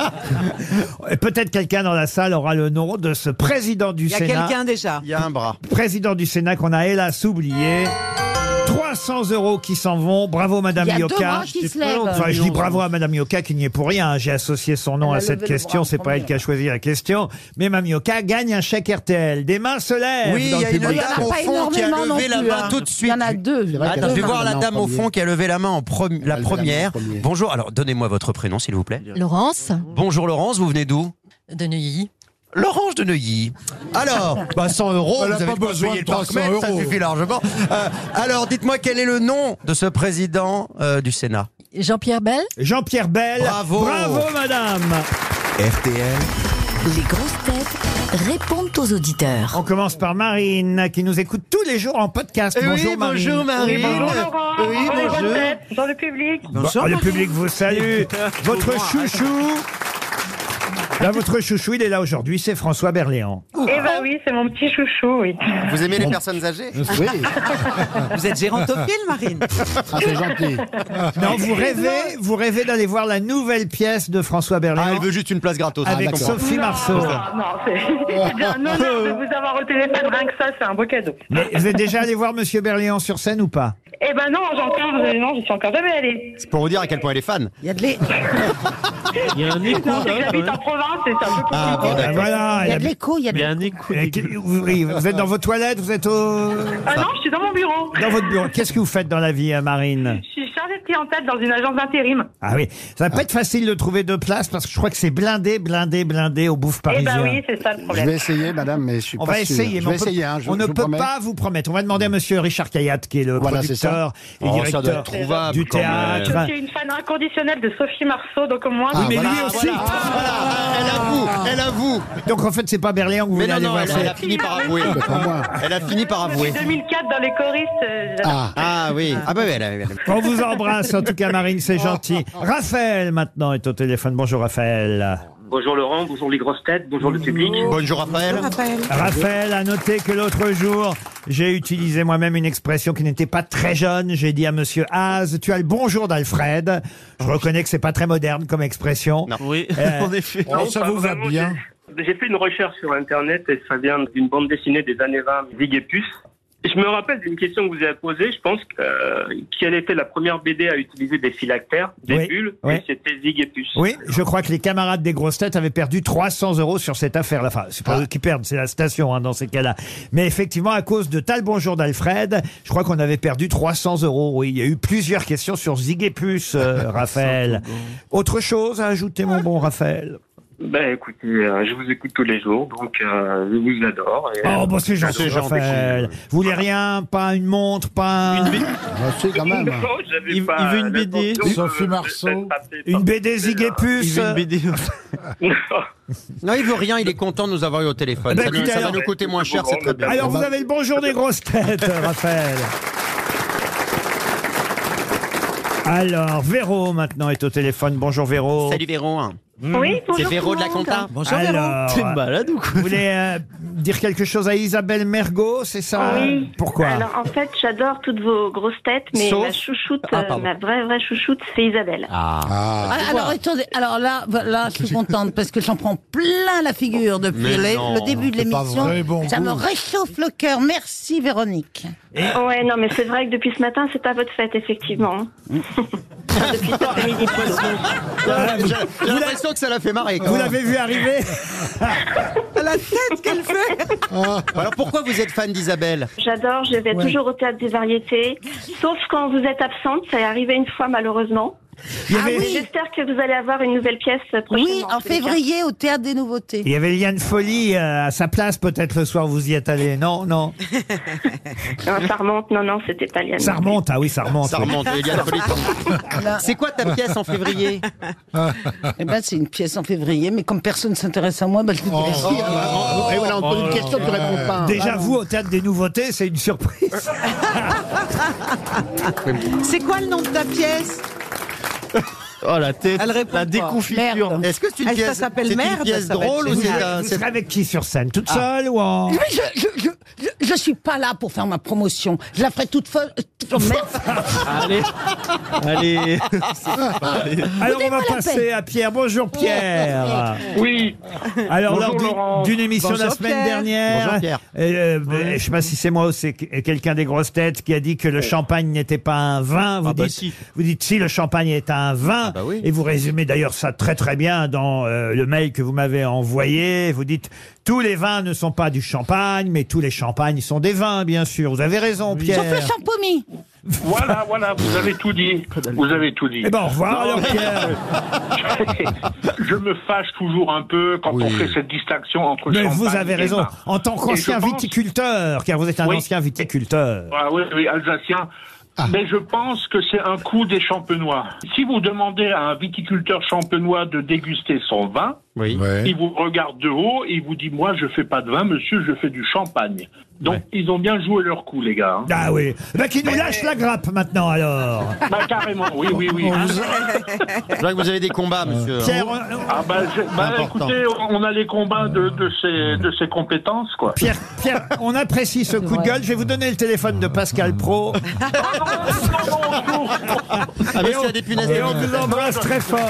Speaker 2: Et peut-être quelqu'un dans la salle aura le nom de ce président du
Speaker 6: Il y a
Speaker 2: Sénat.
Speaker 6: quelqu'un déjà.
Speaker 3: Il y a un bras.
Speaker 2: Président du Sénat qu'on a hélas oublié. trois cents euros qui s'en vont. Bravo Madame
Speaker 7: Il y a deux
Speaker 2: Yoka.
Speaker 7: bras qui se lèvent.
Speaker 2: Enfin, je dis bravo à Madame Yoka qui n'y est pour rien. J'ai associé son nom
Speaker 7: Elle a
Speaker 2: à cette
Speaker 7: levé le
Speaker 2: question.
Speaker 7: bras en
Speaker 2: C'est pas
Speaker 7: premier.
Speaker 2: elle qui a choisi la question. Mais Mme Yoka gagne un chèque R T L. Des mains se lèvent
Speaker 3: Oui,
Speaker 2: dans
Speaker 3: il y
Speaker 2: le
Speaker 3: a une
Speaker 2: public.
Speaker 7: Il y en a
Speaker 3: dame au
Speaker 7: pas
Speaker 3: fond qui a
Speaker 7: énormément
Speaker 3: levé
Speaker 7: non
Speaker 3: la
Speaker 7: plus,
Speaker 3: main
Speaker 7: hein.
Speaker 3: tout de suite.
Speaker 7: Il y en a deux.
Speaker 8: C'est vrai
Speaker 3: Attends,
Speaker 8: qu'elle
Speaker 3: je vais
Speaker 8: a
Speaker 3: voir la
Speaker 8: levé
Speaker 3: dame
Speaker 8: en
Speaker 3: au
Speaker 8: premier.
Speaker 3: fond qui a levé la main en premi- la
Speaker 8: Elle levait la main en
Speaker 3: première.
Speaker 8: premier.
Speaker 3: Bonjour, alors donnez-moi votre prénom s'il vous plaît.
Speaker 9: Laurence
Speaker 3: Bonjour Laurence, vous venez d'où?
Speaker 9: de Neuilly.
Speaker 3: Laurence de Neuilly. Alors, bah cent euros,
Speaker 4: Elle a
Speaker 3: vous avez
Speaker 4: pas besoin
Speaker 3: payé
Speaker 4: de
Speaker 3: le
Speaker 4: trois cents
Speaker 3: parc-mètre, ça
Speaker 4: euros.
Speaker 3: suffit largement. Euh, alors, dites-moi quel est le nom de ce président euh, du Sénat?
Speaker 9: Jean-Pierre Bell.
Speaker 2: Jean-Pierre Bell.
Speaker 3: Bravo.
Speaker 2: Bravo Madame.
Speaker 1: R T L,
Speaker 10: Les grosses têtes répondent aux auditeurs.
Speaker 2: On commence par Marine qui nous écoute tous les jours en podcast.
Speaker 3: Eh
Speaker 2: Bonjour
Speaker 3: oui,
Speaker 2: Marine.
Speaker 3: bonjour Marine.
Speaker 2: Oui, bonjour.
Speaker 3: Oui, bonjour.
Speaker 11: Bonjour le public.
Speaker 2: Bon, le public vous salue. Votre chouchou. Là, votre chouchou, il est là aujourd'hui, c'est François Berléand.
Speaker 11: Eh ben oui, c'est mon petit chouchou, oui.
Speaker 3: Vous aimez les personnes âgées?
Speaker 8: Oui,
Speaker 6: Vous êtes gérantophile, Marine?
Speaker 8: ah, c'est gentil.
Speaker 2: Non, vous rêvez, vous rêvez d'aller voir la nouvelle pièce de François Berléand
Speaker 3: Ah, elle veut juste une place gratos.
Speaker 2: avec
Speaker 3: Ah, d'accord.
Speaker 2: Sophie Marceau.
Speaker 11: Non, non, c'est c'est bien un honneur de vous avoir au téléphone, rien que ça, c'est un beau cadeau.
Speaker 2: Mais vous êtes déjà allé voir Monsieur Berléand sur scène ou pas?
Speaker 11: Eh ben non, j'ai encore, non, j'y suis encore jamais allée.
Speaker 3: C'est pour vous dire à quel point elle est fan.
Speaker 7: Il y a de l'é-
Speaker 5: Il y a un écho
Speaker 11: Non, c'est que
Speaker 5: là. quand
Speaker 11: j'habite
Speaker 5: même.
Speaker 11: en province et c'est un peu compliqué.
Speaker 3: Ah, bon,
Speaker 2: Ah,
Speaker 3: d'accord.
Speaker 2: voilà.
Speaker 7: il y a
Speaker 2: elle
Speaker 7: de l'écho, il y a de
Speaker 5: Il y a
Speaker 7: l'écho.
Speaker 5: un écho.
Speaker 2: a-
Speaker 5: des-
Speaker 2: vous, oui, vous êtes dans vos toilettes, vous êtes au...
Speaker 11: Ah non, je suis dans mon bureau.
Speaker 2: dans votre bureau. Qu'est-ce que vous faites dans la vie, euh, Marine?
Speaker 11: Je suis chargée de clientèle dans une agence d'intérim.
Speaker 2: Ah oui, ça va pas être facile de trouver deux places parce que je crois que c'est blindé, blindé, blindé au bouffe
Speaker 11: Eh
Speaker 2: parisien.
Speaker 11: ben oui, c'est ça le
Speaker 8: Je
Speaker 11: problème.
Speaker 8: vais essayer, madame, mais je suis
Speaker 2: On
Speaker 8: pas
Speaker 2: va
Speaker 8: sûr.
Speaker 2: essayer,
Speaker 8: Je
Speaker 2: mais
Speaker 8: vais
Speaker 2: on, peut-
Speaker 8: essayer, hein, je,
Speaker 2: on ne
Speaker 8: je vous
Speaker 2: peut
Speaker 8: promets.
Speaker 2: pas vous promettre. On va demander à Monsieur Richard Caillat, qui est le
Speaker 8: Voilà, c'est
Speaker 2: producteur et
Speaker 3: Oh, ça doit
Speaker 2: directeur
Speaker 3: être trouvable,
Speaker 2: du
Speaker 3: quand même.
Speaker 2: théâtre.
Speaker 11: Je suis une fan inconditionnelle de Sophie Marceau, donc au moins...
Speaker 2: Oui, mais
Speaker 3: Voilà,
Speaker 2: lui aussi.
Speaker 3: voilà, voilà, elle avoue, elle avoue.
Speaker 2: Donc en fait, c'est pas Berléand que vous
Speaker 3: Mais
Speaker 2: voulez
Speaker 3: non,
Speaker 2: aller
Speaker 3: non,
Speaker 2: voir.
Speaker 3: elle,
Speaker 2: c'est-
Speaker 3: elle a fini par avouer.
Speaker 8: C'est pas moi.
Speaker 3: Elle a fini par avouer.
Speaker 11: Depuis deux mille quatre, dans les choristes, euh, j'adore.
Speaker 8: Ah,
Speaker 3: Ah oui. Ah bah oui, elle a... elle a-
Speaker 2: On vous embrasse, en tout cas, Marine, c'est gentil. Raphaël, maintenant, est au téléphone. Bonjour, Raphaël.
Speaker 11: Bonjour Laurent, bonjour les grosses têtes, bonjour le public.
Speaker 3: Bonjour Raphaël.
Speaker 2: Raphaël a noté que l'autre jour, j'ai utilisé moi-même une expression qui n'était pas très jeune. J'ai dit à Monsieur Haas, tu as le bonjour d'Alfred. Je reconnais que c'est pas très moderne comme expression.
Speaker 3: Non.
Speaker 5: Oui,
Speaker 2: Euh,
Speaker 5: en effet.
Speaker 4: Oh, ça vous va bien.
Speaker 11: J'ai fait une recherche sur Internet et ça vient d'une bande dessinée des années vingt, Zig et Puce. Je me rappelle d'une question que vous avez posée, je pense, que, euh, quelle était la première B D à utiliser des phylactères, des
Speaker 2: Oui,
Speaker 11: bulles,
Speaker 2: oui.
Speaker 11: et c'était Zig et Puce.
Speaker 2: Oui, je crois que les camarades des grosses têtes avaient perdu trois cents euros sur cette affaire-là. Enfin, c'est pas eux qui perdent, c'est la station hein, dans ces cas-là. Mais effectivement, à cause de Tal Bonjour d'Alfred, je crois qu'on avait perdu trois cents euros. Oui, il y a eu plusieurs questions sur Zig et Puce, euh, Raphaël. Autre chose à ajouter, mon bon Raphaël?
Speaker 11: Ben écoutez, euh, je vous écoute tous les jours, donc euh, je vous adore. Et,
Speaker 2: Oh, bah c'est gentil,
Speaker 3: C'est gentil.
Speaker 2: Raphaël. Vous voulez rien? Pas une montre? Pas un-
Speaker 5: Une, B-
Speaker 8: bah, si, quand même.
Speaker 11: Non, j'avais
Speaker 5: Il-
Speaker 11: pas
Speaker 5: il veut une B D.
Speaker 11: l'intention de-
Speaker 4: Sophie
Speaker 11: de-
Speaker 4: Marceau.
Speaker 11: d'être tapé
Speaker 2: une
Speaker 11: par-
Speaker 2: B D Zig et
Speaker 5: il
Speaker 2: Puce?
Speaker 5: veut une B D.
Speaker 3: Non, il veut rien, il est content de nous avoir eu au téléphone.
Speaker 2: Ben,
Speaker 3: ça, nous-
Speaker 2: écoutez,
Speaker 3: ça va
Speaker 2: alors-
Speaker 3: nous coûter moins cher, c'est très bien.
Speaker 2: Alors, vous avez le bonjour des grosses têtes, Raphaël. Alors, Véro, maintenant, est au téléphone. Bonjour, Véro.
Speaker 3: Salut Véro.
Speaker 11: Oui,
Speaker 3: C'est
Speaker 11: bonjour
Speaker 3: Véro
Speaker 11: tout
Speaker 3: de la
Speaker 11: le monde.
Speaker 3: compta.
Speaker 6: Bonjour, Véro.
Speaker 2: Alors,
Speaker 5: T'es malade ou quoi?
Speaker 2: vous voulez euh, dire quelque chose à Isabelle Mergot, c'est ça?
Speaker 11: Oui.
Speaker 2: Pourquoi?
Speaker 11: Alors en fait, j'adore toutes vos grosses têtes, mais
Speaker 3: Sauf-
Speaker 11: ma chouchoute,
Speaker 3: Ah,
Speaker 11: euh,
Speaker 3: pardon.
Speaker 11: ma vraie vraie chouchoute, c'est Isabelle.
Speaker 3: Ah.
Speaker 7: Ah, alors attendez, alors là, là, je suis contente parce que j'en prends plein la figure depuis
Speaker 3: Mais
Speaker 7: les-
Speaker 3: non,
Speaker 7: le début de
Speaker 4: c'est pas
Speaker 7: l'émission.
Speaker 4: vrai, bon
Speaker 7: Ça me
Speaker 4: goût.
Speaker 7: réchauffe le cœur. Merci Véronique.
Speaker 11: Ouais, non, mais c'est vrai que depuis ce matin, c'est pas votre fête, effectivement. Depuis cet après-midi.
Speaker 2: Ah, vous
Speaker 3: J'ai l'impression que ça l'a fait marrer. quand
Speaker 2: vous
Speaker 3: même.
Speaker 2: l'avez vu arriver?
Speaker 6: La tête qu'elle fait.
Speaker 3: Alors pourquoi vous êtes fan d'Isabelle?
Speaker 11: J'adore, je vais toujours au théâtre des variétés, sauf quand vous êtes absente, ça est arrivé une fois malheureusement.
Speaker 2: Il y
Speaker 7: Ah
Speaker 2: avait,
Speaker 7: oui.
Speaker 12: J'espère que vous allez avoir une nouvelle pièce prochainement.
Speaker 7: Oui, en
Speaker 12: tous les cas.
Speaker 7: février, au Théâtre des Nouveautés.
Speaker 2: il y avait Liane Folly euh, à sa place, peut-être le soir, vous y êtes allé. Non, non.
Speaker 12: Non, ça remonte. Non, non, c'était pas Liane.
Speaker 2: Ça remonte, ah oui, ça remonte.
Speaker 3: Ça
Speaker 2: oui.
Speaker 3: remonte, il y a la folie. C'est quoi ta pièce en février?
Speaker 7: Eh ben, c'est une pièce en février, mais comme personne ne s'intéresse à moi, ben, je vous dirai.
Speaker 8: Oh, oh, et voilà, on te pose une question, tu réponds pas.
Speaker 2: Déjà, vous, au Théâtre des Nouveautés, c'est une surprise.
Speaker 6: C'est quoi le nom de ta pièce?
Speaker 5: Oh la tête,
Speaker 6: Elle répond
Speaker 5: la
Speaker 6: pas.
Speaker 5: déconfiture.
Speaker 6: Merde.
Speaker 3: Est-ce que c'est une
Speaker 6: Ah, ça
Speaker 3: pièce,
Speaker 6: s'appelle
Speaker 3: c'est une
Speaker 6: Merde,
Speaker 3: pièce
Speaker 6: ça va
Speaker 3: drôle
Speaker 6: être
Speaker 3: ou c'est
Speaker 6: génial.
Speaker 3: un...
Speaker 2: Vous
Speaker 3: c'est-
Speaker 2: serez avec qui sur scène? Toute seule ou en...
Speaker 7: Mais je, je, je, je, je suis pas là pour faire ma promotion. Je la ferai toute folle. Oh, merde.
Speaker 5: Allez, allez.
Speaker 2: Alors, on va
Speaker 7: Donnez-moi la
Speaker 2: passer
Speaker 7: paix.
Speaker 2: à Pierre. Bonjour, Pierre.
Speaker 11: Oui.
Speaker 2: Alors,
Speaker 11: Bonjour,
Speaker 2: lors d'une-
Speaker 11: Laurent.
Speaker 2: d'une émission
Speaker 6: Bonjour,
Speaker 2: la semaine
Speaker 6: Pierre.
Speaker 2: dernière,
Speaker 3: Bonjour, Pierre.
Speaker 2: euh, euh, je sais pas si c'est moi ou c'est quelqu'un des grosses têtes qui a dit que le champagne n'était pas un vin. Vous,
Speaker 5: Ah bah
Speaker 2: dites,
Speaker 5: si.
Speaker 2: vous dites si le champagne est un vin.
Speaker 3: Ah bah oui.
Speaker 2: Et vous résumez d'ailleurs ça très très bien dans euh, le mail que vous m'avez envoyé. Vous dites tous les vins ne sont pas du champagne, mais tous les champagnes sont des vins, bien sûr. Vous avez raison, Pierre.
Speaker 7: Sauf le champomis.
Speaker 11: Voilà, voilà, vous avez tout dit. Vous avez tout dit.
Speaker 2: Eh ben, au revoir, alors, Pierre.
Speaker 11: Je me fâche toujours un peu quand on fait cette distinction entre
Speaker 2: Mais
Speaker 11: champagne
Speaker 2: vous avez
Speaker 11: et
Speaker 2: raison.
Speaker 11: vin.
Speaker 2: En tant qu'ancien
Speaker 11: Et je pense-
Speaker 2: viticulteur, car vous êtes un
Speaker 11: Oui.
Speaker 2: ancien viticulteur.
Speaker 11: Ah oui, oui, alsacien. Mais je pense que c'est un coup des champenois. Si vous demandez à un viticulteur champenois de déguster son vin,
Speaker 3: Oui.
Speaker 11: il vous regarde de haut et il vous dit « Moi, je fais pas de vin, monsieur, je fais du champagne. » Donc,
Speaker 2: Ouais.
Speaker 11: ils ont bien joué leur coup, les gars. hein.
Speaker 2: Ah oui. Ben, qui nous lâche la grappe maintenant, alors.
Speaker 11: Bah, carrément, oui, oui, oui.
Speaker 3: Je vois que vous avez des combats, monsieur.
Speaker 2: Pierre, on-
Speaker 11: Ah bah, je- bah,
Speaker 3: important.
Speaker 11: écoutez, on a les combats de, de, ses, de ses compétences, quoi.
Speaker 2: Pierre, Pierre, on apprécie ce coup de gueule. Je vais vous donner le téléphone de Pascal Pro.
Speaker 3: Ah, monsieur a des punaises de
Speaker 2: Et on
Speaker 3: lit.
Speaker 2: vous embrasse très fort.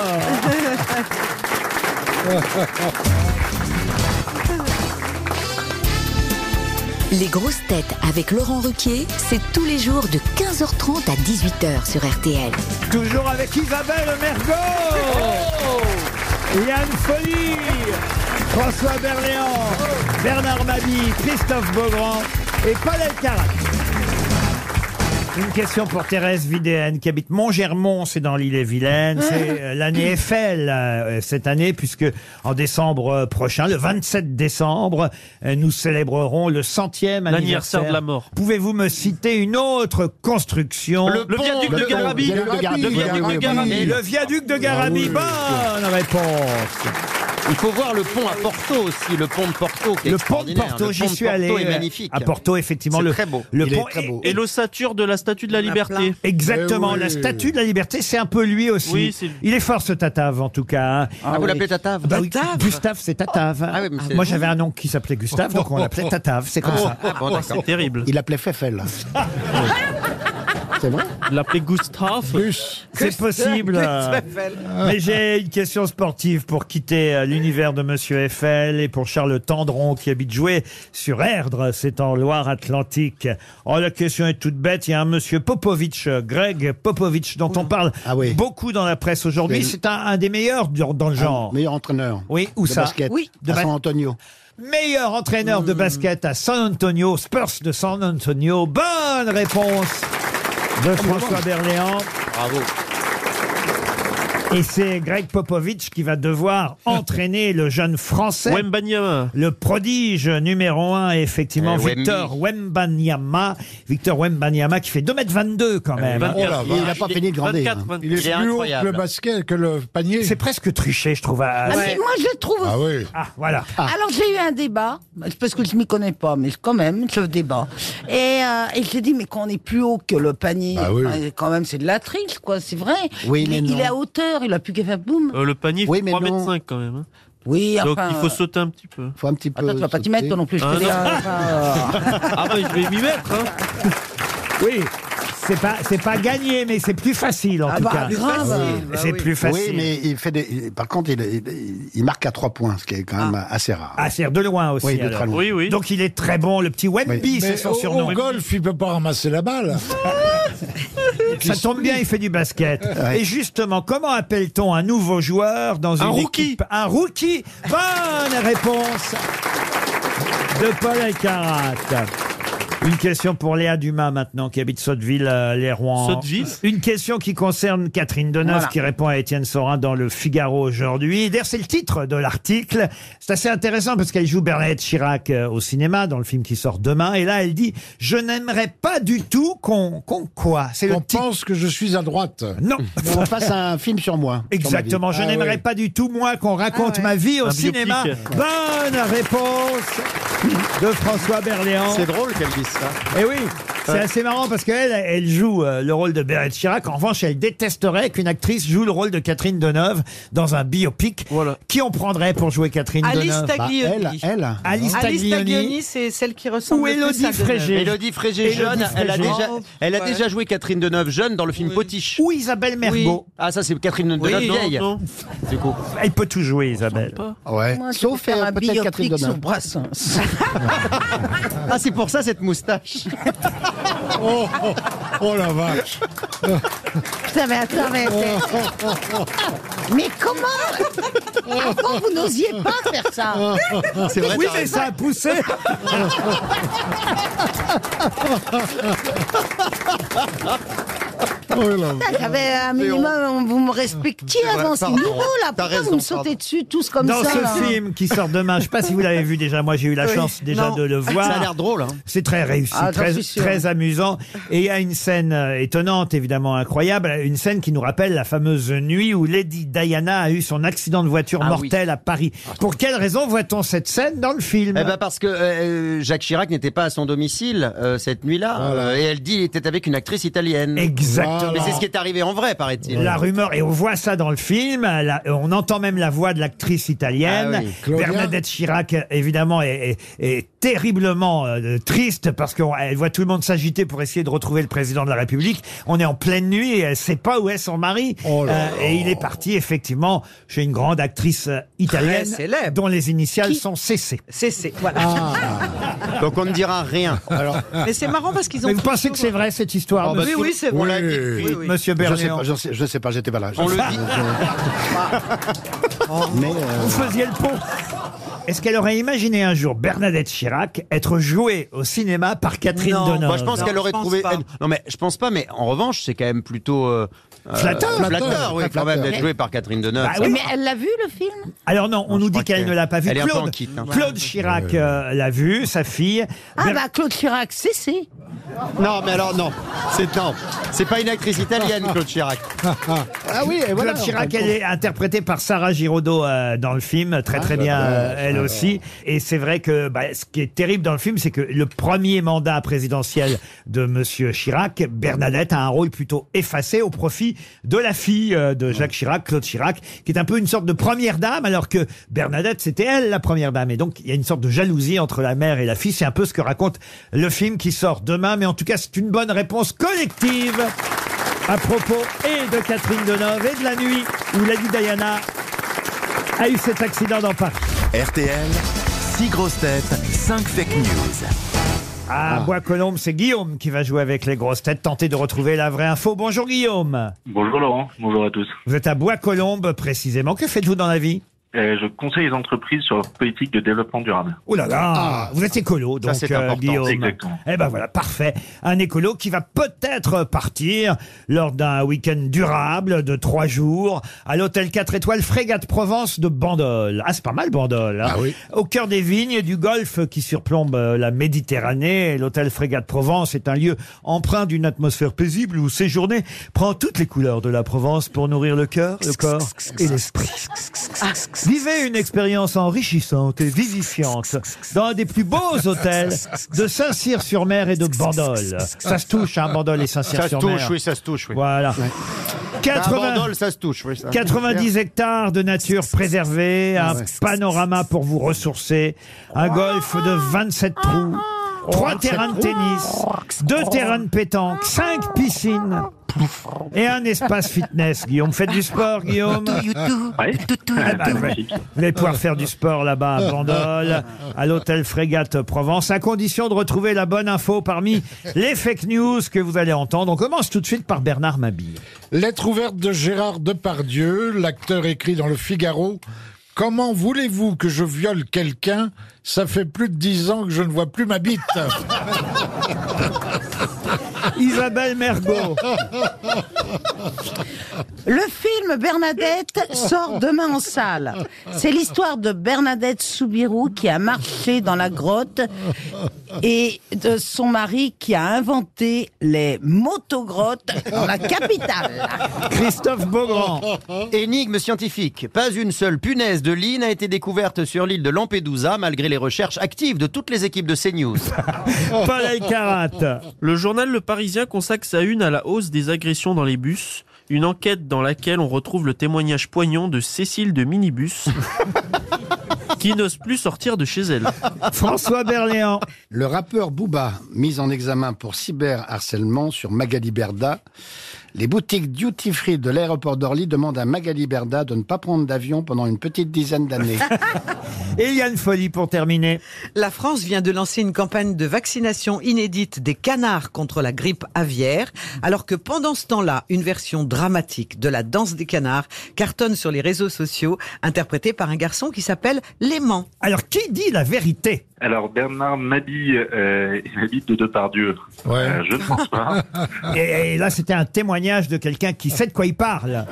Speaker 10: Les grosses têtes avec Laurent Ruquier, c'est tous les jours de quinze heures trente à dix-huit heures sur R T L.
Speaker 2: Toujours avec Isabelle Mergo, Yann Folly, François Berléand, Bernard Mabie, Christophe Beaugrand et Paul Elkarat. Une question pour Thérèse Vidéenne qui habite Montgermont, c'est dans l'île-et-Vilaine. C'est euh, l'année Eiffel euh, cette année puisque en décembre euh, prochain, le vingt-sept décembre, euh, nous célébrerons le centième anniversaire
Speaker 5: L'anniversaire de la mort.
Speaker 2: Pouvez-vous me citer une autre construction?
Speaker 3: Le
Speaker 5: Le
Speaker 3: pont,
Speaker 5: viaduc
Speaker 3: le
Speaker 5: de
Speaker 3: pont,
Speaker 5: Garabi.
Speaker 8: viaduc de Garabi.
Speaker 5: Le viaduc de Garabi.
Speaker 2: Et le viaduc de Garabi. Bonne réponse.
Speaker 3: Il faut voir le pont à Porto aussi, le pont de Porto qui est
Speaker 2: Le pont de
Speaker 3: extraordinaire.
Speaker 2: Porto,
Speaker 3: Le
Speaker 2: j'y
Speaker 3: pont de
Speaker 2: suis
Speaker 3: Porto
Speaker 2: allé.
Speaker 3: est
Speaker 2: euh,
Speaker 3: magnifique.
Speaker 2: À Porto, effectivement,
Speaker 3: C'est
Speaker 2: le
Speaker 3: très beau.
Speaker 2: Le
Speaker 8: Il est
Speaker 2: pont
Speaker 8: très beau.
Speaker 5: Et l'ossature de la statue de la liberté.
Speaker 2: Exactement,
Speaker 8: Eh oui.
Speaker 2: la statue de la liberté, c'est un peu lui aussi.
Speaker 5: Oui, c'est-
Speaker 2: Il est fort ce Tatave en tout cas. hein.
Speaker 3: Ah, vous l'appelez Tatave?
Speaker 2: Bah oui,
Speaker 6: Tatave.
Speaker 2: Gustave, c'est Tatave.
Speaker 3: Ah oui, mais c'est-
Speaker 2: Moi j'avais un nom qui s'appelait Gustave, donc on l'appelait Tatave, c'est comme ça.
Speaker 3: Ah, bon,
Speaker 5: Oh,
Speaker 3: d'accord.
Speaker 5: c'est terrible.
Speaker 8: Il appelait Feffel. C'est vrai
Speaker 5: L'appeler Gustave.
Speaker 8: Plus.
Speaker 2: C'est possible. Mais j'ai une question sportive pour quitter euh, l'univers de Monsieur Eiffel et pour Charles Tendron qui habite Joué sur Erdre, c'est en Loire-Atlantique. Oh, la question est toute bête. Il y a un Monsieur Popovitch, euh, Greg Popovitch, dont on parle
Speaker 8: Ah oui.
Speaker 2: beaucoup dans la presse aujourd'hui.
Speaker 8: C'est-
Speaker 2: C'est un, un des meilleurs dans, dans le genre.
Speaker 8: Meilleur entraîneur.
Speaker 2: Oui, où
Speaker 8: de
Speaker 2: ça
Speaker 8: basket.
Speaker 7: Oui.
Speaker 2: De
Speaker 8: À
Speaker 2: ba-
Speaker 8: San Antonio.
Speaker 2: Meilleur entraîneur de basket à San Antonio, Spurs de San Antonio. Bonne réponse de François Berléand.
Speaker 3: Bravo.
Speaker 2: Et c'est Greg Popovitch qui va devoir entraîner le jeune Français.
Speaker 5: Wembanyama.
Speaker 2: Le prodige numéro un, effectivement,
Speaker 3: Eh,
Speaker 2: Victor Wembanyama. Victor Wembanyama qui fait deux mètres vingt-deux quand même.
Speaker 5: vingt-
Speaker 8: Oh là, il n'a pas
Speaker 5: Il est
Speaker 8: fini de grandir.
Speaker 5: vingt-quatre,
Speaker 8: hein.
Speaker 5: vingt-
Speaker 4: Il est
Speaker 3: Il est
Speaker 4: plus haut que
Speaker 3: incroyable.
Speaker 4: le basket, que le panier.
Speaker 2: C'est presque triché, je trouve. à-
Speaker 7: Ah, mais moi, je trouve.
Speaker 4: Ah oui.
Speaker 2: Ah, voilà.
Speaker 7: Alors j'ai eu un débat, parce que je m'y connais pas, mais quand même, je débat. Et, euh, et j'ai dit, mais quand on est plus haut que le panier,
Speaker 4: Ah oui.
Speaker 7: euh, quand même, c'est de la triche, quoi, c'est vrai.
Speaker 8: Oui,
Speaker 7: il,
Speaker 8: mais
Speaker 7: est, il
Speaker 8: non.
Speaker 7: est à hauteur, il a plus qu'à faire boum.
Speaker 5: Euh, le panier
Speaker 8: Oui,
Speaker 5: fait
Speaker 8: mais
Speaker 5: trois
Speaker 8: non.
Speaker 5: mètres cinq quand même. hein.
Speaker 7: Oui,
Speaker 5: Donc
Speaker 7: enfin.
Speaker 5: il faut
Speaker 7: euh,
Speaker 5: sauter un petit peu.
Speaker 8: Faut un petit peu.
Speaker 7: Attends, tu vas pas t'y
Speaker 8: sauter.
Speaker 7: mettre, toi non plus, je te
Speaker 5: Ah,
Speaker 7: dis,
Speaker 5: non.
Speaker 7: hein, enfin, euh,
Speaker 5: Ah bah je vais m'y mettre. Hein.
Speaker 2: Oui, c'est pas, c'est pas gagné, mais c'est plus facile en
Speaker 7: Ah
Speaker 2: tout
Speaker 7: bah,
Speaker 2: cas.
Speaker 7: grave.
Speaker 2: C'est plus facile.
Speaker 8: Oui, mais il fait des. il- Par contre, il, il, il marque à trois points, ce qui est quand même assez rare.
Speaker 2: Ah, c'est de loin aussi.
Speaker 8: Oui, de
Speaker 2: alors.
Speaker 8: très loin.
Speaker 5: Oui, oui.
Speaker 2: Donc il est très bon, le petit Wemby,
Speaker 4: Mais
Speaker 2: c'est son
Speaker 4: au,
Speaker 2: surnom.
Speaker 4: au golf, il peut pas ramasser la balle.
Speaker 2: Ça tombe bien, il fait du basket.
Speaker 8: Ouais.
Speaker 2: Et justement, comment appelle-t-on un nouveau joueur dans une
Speaker 5: rookie.
Speaker 2: équipe? Un rookie. Bonne réponse de Paul Elkarat. Une question pour Léa Dumas maintenant, qui habite Sotteville-les-Rouen.
Speaker 5: Sotteville
Speaker 2: Une question qui concerne Catherine Deneuve,
Speaker 7: Voilà.
Speaker 2: qui répond à Étienne Sorin dans le Figaro aujourd'hui. D'ailleurs, c'est le titre de l'article. C'est assez intéressant parce qu'elle joue Bernadette Chirac euh, au cinéma, dans le film qui sort demain. Et là, elle dit « Je n'aimerais pas du tout qu'on... qu'on quoi ?» C'est le
Speaker 4: On
Speaker 2: titre.
Speaker 4: pense que je suis à droite.
Speaker 2: Non.
Speaker 8: On fasse un film sur moi.
Speaker 2: Exactement. Je
Speaker 4: Ah
Speaker 2: n'aimerais
Speaker 4: ouais.
Speaker 2: pas du tout, moi, qu'on raconte
Speaker 7: Ah ouais.
Speaker 2: ma vie au
Speaker 5: Un
Speaker 2: cinéma.
Speaker 5: biopic.
Speaker 2: Bonne réponse de François Berléand.
Speaker 3: C'est drôle qu'elle dise ça.
Speaker 2: Et oui, c'est assez marrant parce qu'elle, elle joue euh, le rôle de Bernadette Chirac. En revanche, elle détesterait qu'une actrice joue le rôle de Catherine Deneuve dans un biopic.
Speaker 5: Voilà.
Speaker 2: Qui on prendrait pour jouer Catherine
Speaker 6: Alice
Speaker 2: Deneuve
Speaker 8: Bah,
Speaker 6: Taglioni.
Speaker 8: elle, elle.
Speaker 2: Alice
Speaker 6: Alice
Speaker 2: Taglioni
Speaker 6: Taglioni, c'est celle qui ressemble
Speaker 2: ou
Speaker 6: le plus
Speaker 2: Élodie
Speaker 6: à Deneuve.
Speaker 2: Frégé.
Speaker 3: Élodie Frégé
Speaker 2: Élodie
Speaker 3: jeune, elle a
Speaker 2: Frégé.
Speaker 3: déjà,
Speaker 6: Oh,
Speaker 3: elle a
Speaker 6: ouais.
Speaker 3: déjà joué Catherine Deneuve jeune dans le film
Speaker 6: Oui.
Speaker 3: Potiche.
Speaker 2: Ou Isabelle Mergo.
Speaker 3: Ah ça c'est Catherine Deneuve
Speaker 6: Oui, non,
Speaker 3: vieille.
Speaker 5: non.
Speaker 3: Du coup.
Speaker 2: Elle peut tout jouer, Isabelle.
Speaker 8: Ouais.
Speaker 7: Moi, je
Speaker 8: Sauf
Speaker 7: peux faire
Speaker 8: euh,
Speaker 7: un
Speaker 8: peut-être Catherine
Speaker 7: biopic sur
Speaker 8: Deneuve.
Speaker 7: Brassens.
Speaker 3: Ah c'est pour ça cette moustache.
Speaker 4: Oh, oh, oh la vache.
Speaker 7: Putain, mais attends, mais... Mais comment Avant, vous n'osiez pas faire ça.
Speaker 3: C'est vrai.
Speaker 2: Oui,
Speaker 3: t'as
Speaker 2: mais
Speaker 3: raison.
Speaker 2: ça a poussé.
Speaker 4: Oh la vache.
Speaker 7: Putain, J'avais un minimum, vous me respectiez
Speaker 3: C'est vrai,
Speaker 7: avant, c'est
Speaker 3: pardon.
Speaker 7: nouveau là.
Speaker 3: T'as
Speaker 7: Pourquoi
Speaker 3: raison,
Speaker 7: vous me sautez
Speaker 3: pardon.
Speaker 7: dessus tous comme
Speaker 2: Dans
Speaker 7: ça
Speaker 2: ce
Speaker 7: là
Speaker 2: film qui sort demain, je ne sais pas si vous l'avez vu déjà, moi j'ai eu la
Speaker 6: Oui.
Speaker 2: chance déjà
Speaker 6: Non.
Speaker 2: de le voir.
Speaker 3: Ça a l'air drôle. Hein.
Speaker 2: C'est très réussi,
Speaker 7: Ah, j'en
Speaker 2: très,
Speaker 7: suis sûr.
Speaker 2: très amusant. Et il y a une scène euh, étonnante, évidemment incroyable, une scène qui nous rappelle la fameuse nuit où Lady Diana a eu son accident de voiture
Speaker 3: Ah
Speaker 2: mortel à Paris. Pour quelle raison voit-on cette scène dans le film
Speaker 3: Eh ben parce que euh, Jacques Chirac n'était pas à son domicile euh, cette nuit-là.
Speaker 4: Voilà.
Speaker 3: Euh, et elle dit qu'il était avec une actrice italienne.
Speaker 2: Exactement.
Speaker 3: Mais c'est ce qui est arrivé en vrai, paraît-il.
Speaker 2: La rumeur, et on voit ça dans le film, la- on entend même la voix de l'actrice italienne.
Speaker 3: Ah oui.
Speaker 4: Claudia.
Speaker 2: Bernadette Chirac, évidemment, est, est- est terriblement euh, triste parce qu'elle voit tout le monde s'agiter pour essayer de retrouver le président de la République. On est en pleine nuit et elle sait pas où est son mari.
Speaker 4: Oh là là.
Speaker 2: et il est parti, effectivement, chez une grande actrice euh, italienne
Speaker 6: Très célèbre.
Speaker 2: dont les initiales
Speaker 6: Qui
Speaker 2: sont C C.
Speaker 6: C'est, c'est, voilà.
Speaker 3: Donc on ne dira rien.
Speaker 4: Alors,
Speaker 6: Mais c'est marrant parce qu'ils ont.
Speaker 2: Mais vous pensez que c'est
Speaker 6: toujours-
Speaker 2: vrai, cette histoire,
Speaker 3: Oh, bah,
Speaker 2: monsieur,
Speaker 6: Oui, oui, c'est
Speaker 3: On
Speaker 6: vrai.
Speaker 3: l'a dit.
Speaker 4: oui.
Speaker 6: Oui, oui.
Speaker 2: monsieur
Speaker 8: Je sais
Speaker 2: Berléand?
Speaker 8: pas, je sais, je sais pas, j'étais pas là.
Speaker 3: On le dit.
Speaker 8: Mais euh,
Speaker 2: Vous faisiez le pont. Est-ce qu'elle aurait imaginé un jour Bernadette Chirac être jouée au cinéma par Catherine
Speaker 6: Non.
Speaker 2: Deneuve?
Speaker 3: Moi, je pense
Speaker 6: Non,
Speaker 3: qu'elle aurait
Speaker 6: je pense
Speaker 3: trouvé.
Speaker 6: pas.
Speaker 3: elle- Non, mais je pense pas. Mais en revanche, c'est quand même plutôt euh, euh,
Speaker 2: Flatteur.
Speaker 3: flatteur, oui,
Speaker 4: Flatteur.
Speaker 3: quand même d'être joué par Catherine Deneuve.
Speaker 2: Bah
Speaker 3: ça
Speaker 2: oui,
Speaker 3: va.
Speaker 7: Mais elle l'a vu le film
Speaker 2: Alors non, on
Speaker 3: Non,
Speaker 2: nous
Speaker 3: je
Speaker 2: dit
Speaker 3: crois
Speaker 2: qu'elle
Speaker 3: qu'elle-
Speaker 2: ne l'a pas vu.
Speaker 3: elle est un peu en
Speaker 2: Claude,
Speaker 3: kit, hein.
Speaker 2: Claude Chirac euh, l'a vu, sa fille.
Speaker 7: Ah
Speaker 2: Ber-
Speaker 7: bah Claude Chirac, c'est c'est.
Speaker 3: Non, mais alors non, c'est non, c'est pas une actrice italienne, Claude Chirac.
Speaker 8: ah oui, et voilà.
Speaker 2: Claude Chirac, elle est interprétée par Sarah Giraudot euh, dans le film, très très bien euh, elle aussi. Et c'est vrai que bah, ce qui est terrible dans le film, c'est que le premier mandat présidentiel de Monsieur Chirac, Bernadette a un rôle plutôt effacé au profit de la fille euh, de Jacques Chirac, Claude Chirac, qui est un peu une sorte de première dame, alors que Bernadette, c'était elle la première dame. Et donc il y a une sorte de jalousie entre la mère et la fille. C'est un peu ce que raconte le film qui sort demain. Mais en tout cas, c'est une bonne réponse collective à propos et de Catherine Deneuve et de la nuit où Lady Diana a eu cet accident dans Paris.
Speaker 1: R T L, six grosses têtes, cinq fake news.
Speaker 2: À Bois-Colombes, c'est Guillaume qui va jouer avec les grosses têtes, tenter de retrouver la vraie info. Bonjour Guillaume.
Speaker 11: Bonjour Laurent, bonjour à tous.
Speaker 2: Vous êtes à Bois-Colombes précisément. Que faites-vous dans la vie?
Speaker 11: Euh, je conseille les entreprises sur leur politique de développement durable.
Speaker 2: Oh là là, vous êtes écolo, donc
Speaker 3: c'est
Speaker 2: euh,
Speaker 3: important.
Speaker 2: Guillaume.
Speaker 11: Exactement.
Speaker 2: Eh ben voilà, parfait. Un écolo qui va peut-être partir lors d'un week-end durable de trois jours à l'hôtel quatre étoiles Frégate Provence de Bandol. Ah, c'est pas mal Bandol. Hein.
Speaker 4: Ah oui.
Speaker 2: Au cœur des vignes du Golfe qui surplombe euh, la Méditerranée, l'hôtel Frégate Provence est un lieu empreint d'une atmosphère paisible où séjourner prend toutes les couleurs de la Provence pour nourrir le cœur, le corps et l'esprit. Vivez une expérience enrichissante et vivifiante dans un des plus beaux hôtels de Saint-Cyr-sur-Mer et de Bandol. Ça se touche, hein, Bandol et
Speaker 3: Ça se
Speaker 2: Saint-Cyr-sur-Mer.
Speaker 3: touche, oui, ça se touche, oui.
Speaker 2: Voilà.
Speaker 3: Un
Speaker 2: quatre-vingts
Speaker 3: bandol, ça se touche, oui. ça.
Speaker 2: quatre-vingt-dix hectares de nature préservée, un panorama pour vous ressourcer, un golf de vingt-sept trous, trois terrains de tennis, deux terrains de pétanque, cinq piscines et un espace fitness. Guillaume, faites du sport, Guillaume?
Speaker 11: Ouais.
Speaker 2: Ah bah, ouais. Vous allez pouvoir faire du sport là-bas à Bandol, à l'hôtel Frégate Provence, à condition de retrouver la bonne info parmi les fake news que vous allez entendre. On commence tout de suite par Bernard Mabille.
Speaker 4: lettre ouverte de Gérard Depardieu, l'acteur écrit dans le Figaro. comment voulez-vous que je viole quelqu'un? Ça fait plus de dix ans que je ne vois plus ma bite.
Speaker 2: Isabelle Mergo.
Speaker 7: Le film Bernadette sort demain en salle. C'est l'histoire de Bernadette Soubirous qui a marché dans la grotte et de son mari qui a inventé les motogrottes dans la capitale.
Speaker 2: Christophe Beaugrand.
Speaker 3: Énigme scientifique. Pas une seule punaise de lit n'a été découverte sur l'île de Lampedusa malgré les recherches actives de toutes les équipes de CNews.
Speaker 2: Paul Elkarat.
Speaker 5: Le journal Le Parisien consacre sa une à la hausse des agressions dans les bus. Une enquête dans laquelle on retrouve le témoignage poignant de Cécile de Minibus, qui n'ose plus sortir de chez elle.
Speaker 2: François Berléand.
Speaker 8: Le rappeur Booba, mis en examen pour cyberharcèlement sur Magali Berda. Les boutiques duty-free de l'aéroport d'Orly demandent à Magali Berda de ne pas prendre d'avion pendant une petite dizaine d'années.
Speaker 2: Eliane Folly pour terminer.
Speaker 6: La France vient de lancer une campagne de vaccination inédite des canards contre la grippe aviaire, alors que pendant ce temps-là, une version dramatique de la danse des canards cartonne sur les réseaux sociaux, interprétée par un garçon qui s'appelle Léman.
Speaker 2: Alors, qui dit la vérité?
Speaker 13: Alors Bernard Mabille euh, habite de Depardieu.
Speaker 4: Ouais.
Speaker 13: Euh, je ne pense pas.
Speaker 2: Et, et là, c'était un témoignage de quelqu'un qui sait de quoi il parle.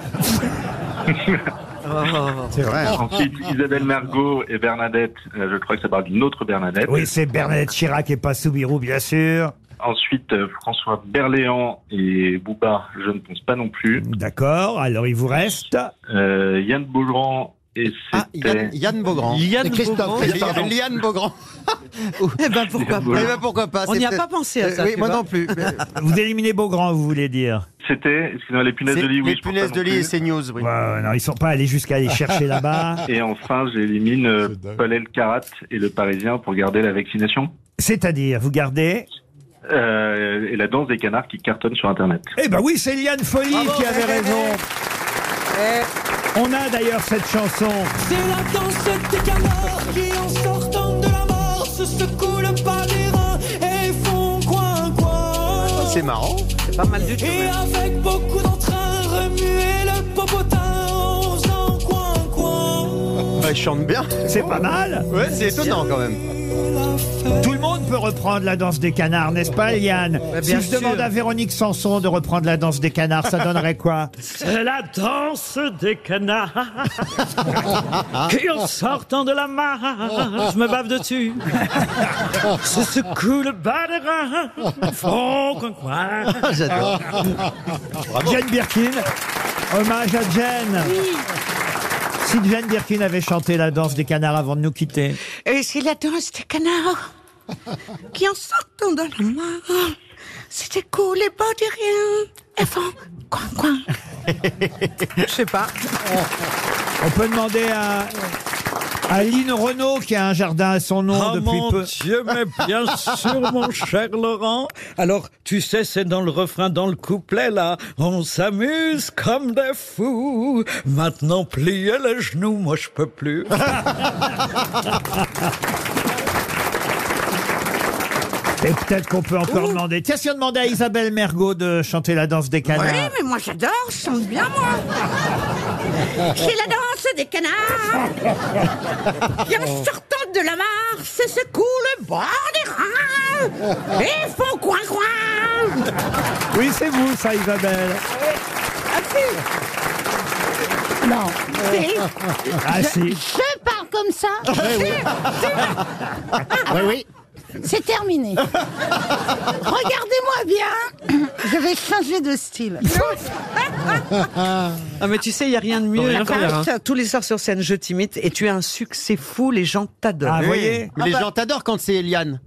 Speaker 8: C'est vrai.
Speaker 13: Ensuite, Isabelle Mergo et Bernadette, euh, je crois que ça parle d'une autre Bernadette.
Speaker 2: Oui, c'est Bernadette Chirac et pas Soubirous, bien sûr.
Speaker 13: Ensuite, euh, François Berléand et Booba, je ne pense pas non plus.
Speaker 2: D'accord, alors il vous reste
Speaker 13: Euh, Yann Beaugrand et
Speaker 3: Ah,
Speaker 13: c'était...
Speaker 3: Yann, Yann Beaugrand.
Speaker 5: Yann
Speaker 3: Christophe,
Speaker 5: Beaugrand.
Speaker 3: Christophe. Yann Beaugrand.
Speaker 6: Eh ben pourquoi
Speaker 13: Voilà.
Speaker 3: Eh
Speaker 6: pas
Speaker 3: ben, pourquoi pas.
Speaker 6: On n'y a
Speaker 3: c'est
Speaker 6: pas
Speaker 3: peut-être-
Speaker 6: pensé à ça,
Speaker 3: Euh, oui,
Speaker 6: tu
Speaker 3: moi
Speaker 6: vois.
Speaker 3: non plus.
Speaker 2: Vous éliminez Beaugrand, vous voulez dire?
Speaker 13: C'était, excusez-moi, les punaises
Speaker 3: C'est
Speaker 13: de lit, oui,
Speaker 3: les
Speaker 13: je pense
Speaker 3: punaises
Speaker 13: pas
Speaker 3: de
Speaker 13: non
Speaker 3: lit et
Speaker 13: plus.
Speaker 3: CNews, oui.
Speaker 2: Ouais, non, ils sont pas allés jusqu'à aller chercher là-bas.
Speaker 13: Et enfin, j'élimine euh, Paul Elkarat et le Parisien pour garder la vaccination.
Speaker 2: C'est-à-dire, vous gardez?
Speaker 13: Euh, et la danse des canards qui cartonne sur Internet.
Speaker 2: Eh ben oui, c'est Eliane Folly
Speaker 6: Bravo,
Speaker 2: qui avait
Speaker 6: eh, eh,
Speaker 2: raison.
Speaker 6: Eh,
Speaker 2: On a d'ailleurs cette chanson.
Speaker 14: C'est la danse des canards qui en sortant de la mort se secouent le pas des reins et font coin coin.
Speaker 3: C'est marrant.
Speaker 6: c'est pas mal du tout.
Speaker 14: Et
Speaker 6: même.
Speaker 14: avec beaucoup d'entrain remuer le popotin en faisant coin coin.
Speaker 3: Bah, il chante bien.
Speaker 2: C'est pas mal.
Speaker 3: Ouais, c'est étonnant quand même.
Speaker 2: Tout le monde peut reprendre la danse des canards, n'est-ce pas, Eliane?
Speaker 6: Bah,
Speaker 2: Si
Speaker 6: bien
Speaker 2: je
Speaker 6: sûr.
Speaker 2: demande à Véronique Sanson de reprendre la danse des canards, ça donnerait quoi?
Speaker 14: C'est la danse des canards qui en sortant de la mare, je me bave dessus, se secouent le bas des reins, font coin coin.
Speaker 3: J'adore.
Speaker 2: Jane Birkin, hommage à Jane. Si Jane Birkin avait chanté la danse des canards avant de nous quitter.
Speaker 6: Et c'est la danse des canards qui en sortant de la mare, c'était cool les bas des rien et font coin coin. Je sais pas.
Speaker 2: On peut demander à, à Lynn Renaud qui a un jardin à son nom
Speaker 14: Oh
Speaker 2: depuis
Speaker 14: mon
Speaker 2: peu.
Speaker 14: Dieu, mais bien sûr, mon cher Laurent. Alors, tu sais, c'est dans le refrain, dans le couplet, là. On s'amuse comme des fous. Maintenant, pliez les genoux, moi, je peux plus.
Speaker 2: Et peut-être qu'on peut encore demander. Tiens, si on demandait à Isabelle Mergo de chanter la danse des canards.
Speaker 6: Oui, mais moi j'adore, je chante bien moi. C'est la danse des canards qui en sortant de la mare, se secouent le bas des reins et font coin coin.
Speaker 2: Oui, c'est vous, ça, Isabelle.
Speaker 6: Ah si.
Speaker 7: Non.
Speaker 2: Ah,
Speaker 7: je,
Speaker 2: si.
Speaker 7: je parle comme ça.
Speaker 8: Oui, oui.
Speaker 7: C'est terminé. Regardez-moi bien. Je vais changer de style.
Speaker 6: Ah mais tu sais, il n'y a rien de
Speaker 5: Faut
Speaker 6: mieux.
Speaker 5: rien
Speaker 6: Quand
Speaker 5: faire, hein.
Speaker 6: tu- tous les soirs sur scène, je t'imite et tu as un succès fou, les gens t'adorent.
Speaker 2: Ah, vous
Speaker 3: Oui.
Speaker 2: voyez.
Speaker 3: Mais les gens t'adorent quand c'est Eliane.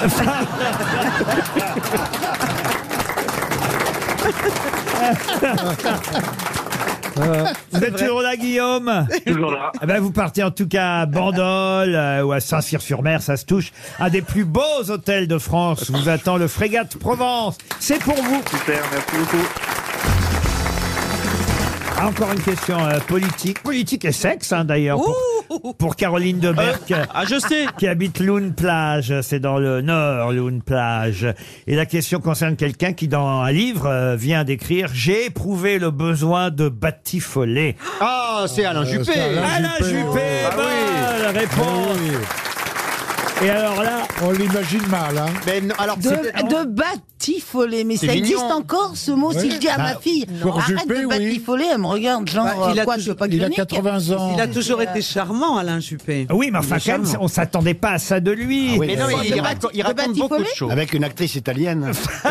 Speaker 2: Vous êtes toujours là, Guillaume?
Speaker 13: Toujours là.
Speaker 2: Eh ben, vous partez en tout cas à Bandol euh, ou à Saint-Cyr-sur-Mer, ça se touche. Un des plus beaux hôtels de France vous attend, le Frégate Provence. C'est pour vous.
Speaker 13: Super, merci beaucoup.
Speaker 2: Ah, encore une question euh, politique. Politique et sexe, hein, d'ailleurs. Pour, pour Caroline Deberck.
Speaker 5: Ah, je sais.
Speaker 2: Qui habite Loun Plage. C'est dans le Nord, Loun Plage. Et la question concerne quelqu'un qui, dans un livre, euh, vient d'écrire « J'ai éprouvé le besoin de batifoler ».
Speaker 3: Ah, c'est Alain Juppé.
Speaker 2: Alain Juppé,
Speaker 3: Ah
Speaker 2: bonne
Speaker 3: oui.
Speaker 2: réponse. Et alors là,
Speaker 4: on l'imagine mal. Hein.
Speaker 3: Mais non, alors,
Speaker 7: De,
Speaker 3: c'est-
Speaker 7: de batifoler, mais
Speaker 3: C'est
Speaker 7: ça
Speaker 3: mignon.
Speaker 7: existe encore ce mot.
Speaker 4: Oui.
Speaker 7: Si je dis à
Speaker 4: Bah,
Speaker 7: ma fille,
Speaker 4: pour
Speaker 7: arrête
Speaker 4: Juppé,
Speaker 7: de
Speaker 4: oui.
Speaker 7: batifoler, elle me regarde genre
Speaker 6: Bah, il a
Speaker 7: quoi,
Speaker 6: toujours-
Speaker 7: tu veux pas
Speaker 4: Il a
Speaker 7: clinique
Speaker 4: quatre-vingts ans.
Speaker 6: Il a toujours été charmant, Alain Juppé.
Speaker 2: oui, mais enfin,
Speaker 6: Il est
Speaker 2: quand même,
Speaker 6: charmant.
Speaker 2: on s'attendait pas à ça de lui.
Speaker 3: Mais non, mais il,
Speaker 7: De
Speaker 3: raconte,
Speaker 7: bati-
Speaker 3: il
Speaker 7: de
Speaker 3: raconte beaucoup de
Speaker 7: batifoler
Speaker 3: choses.
Speaker 8: Avec une actrice italienne.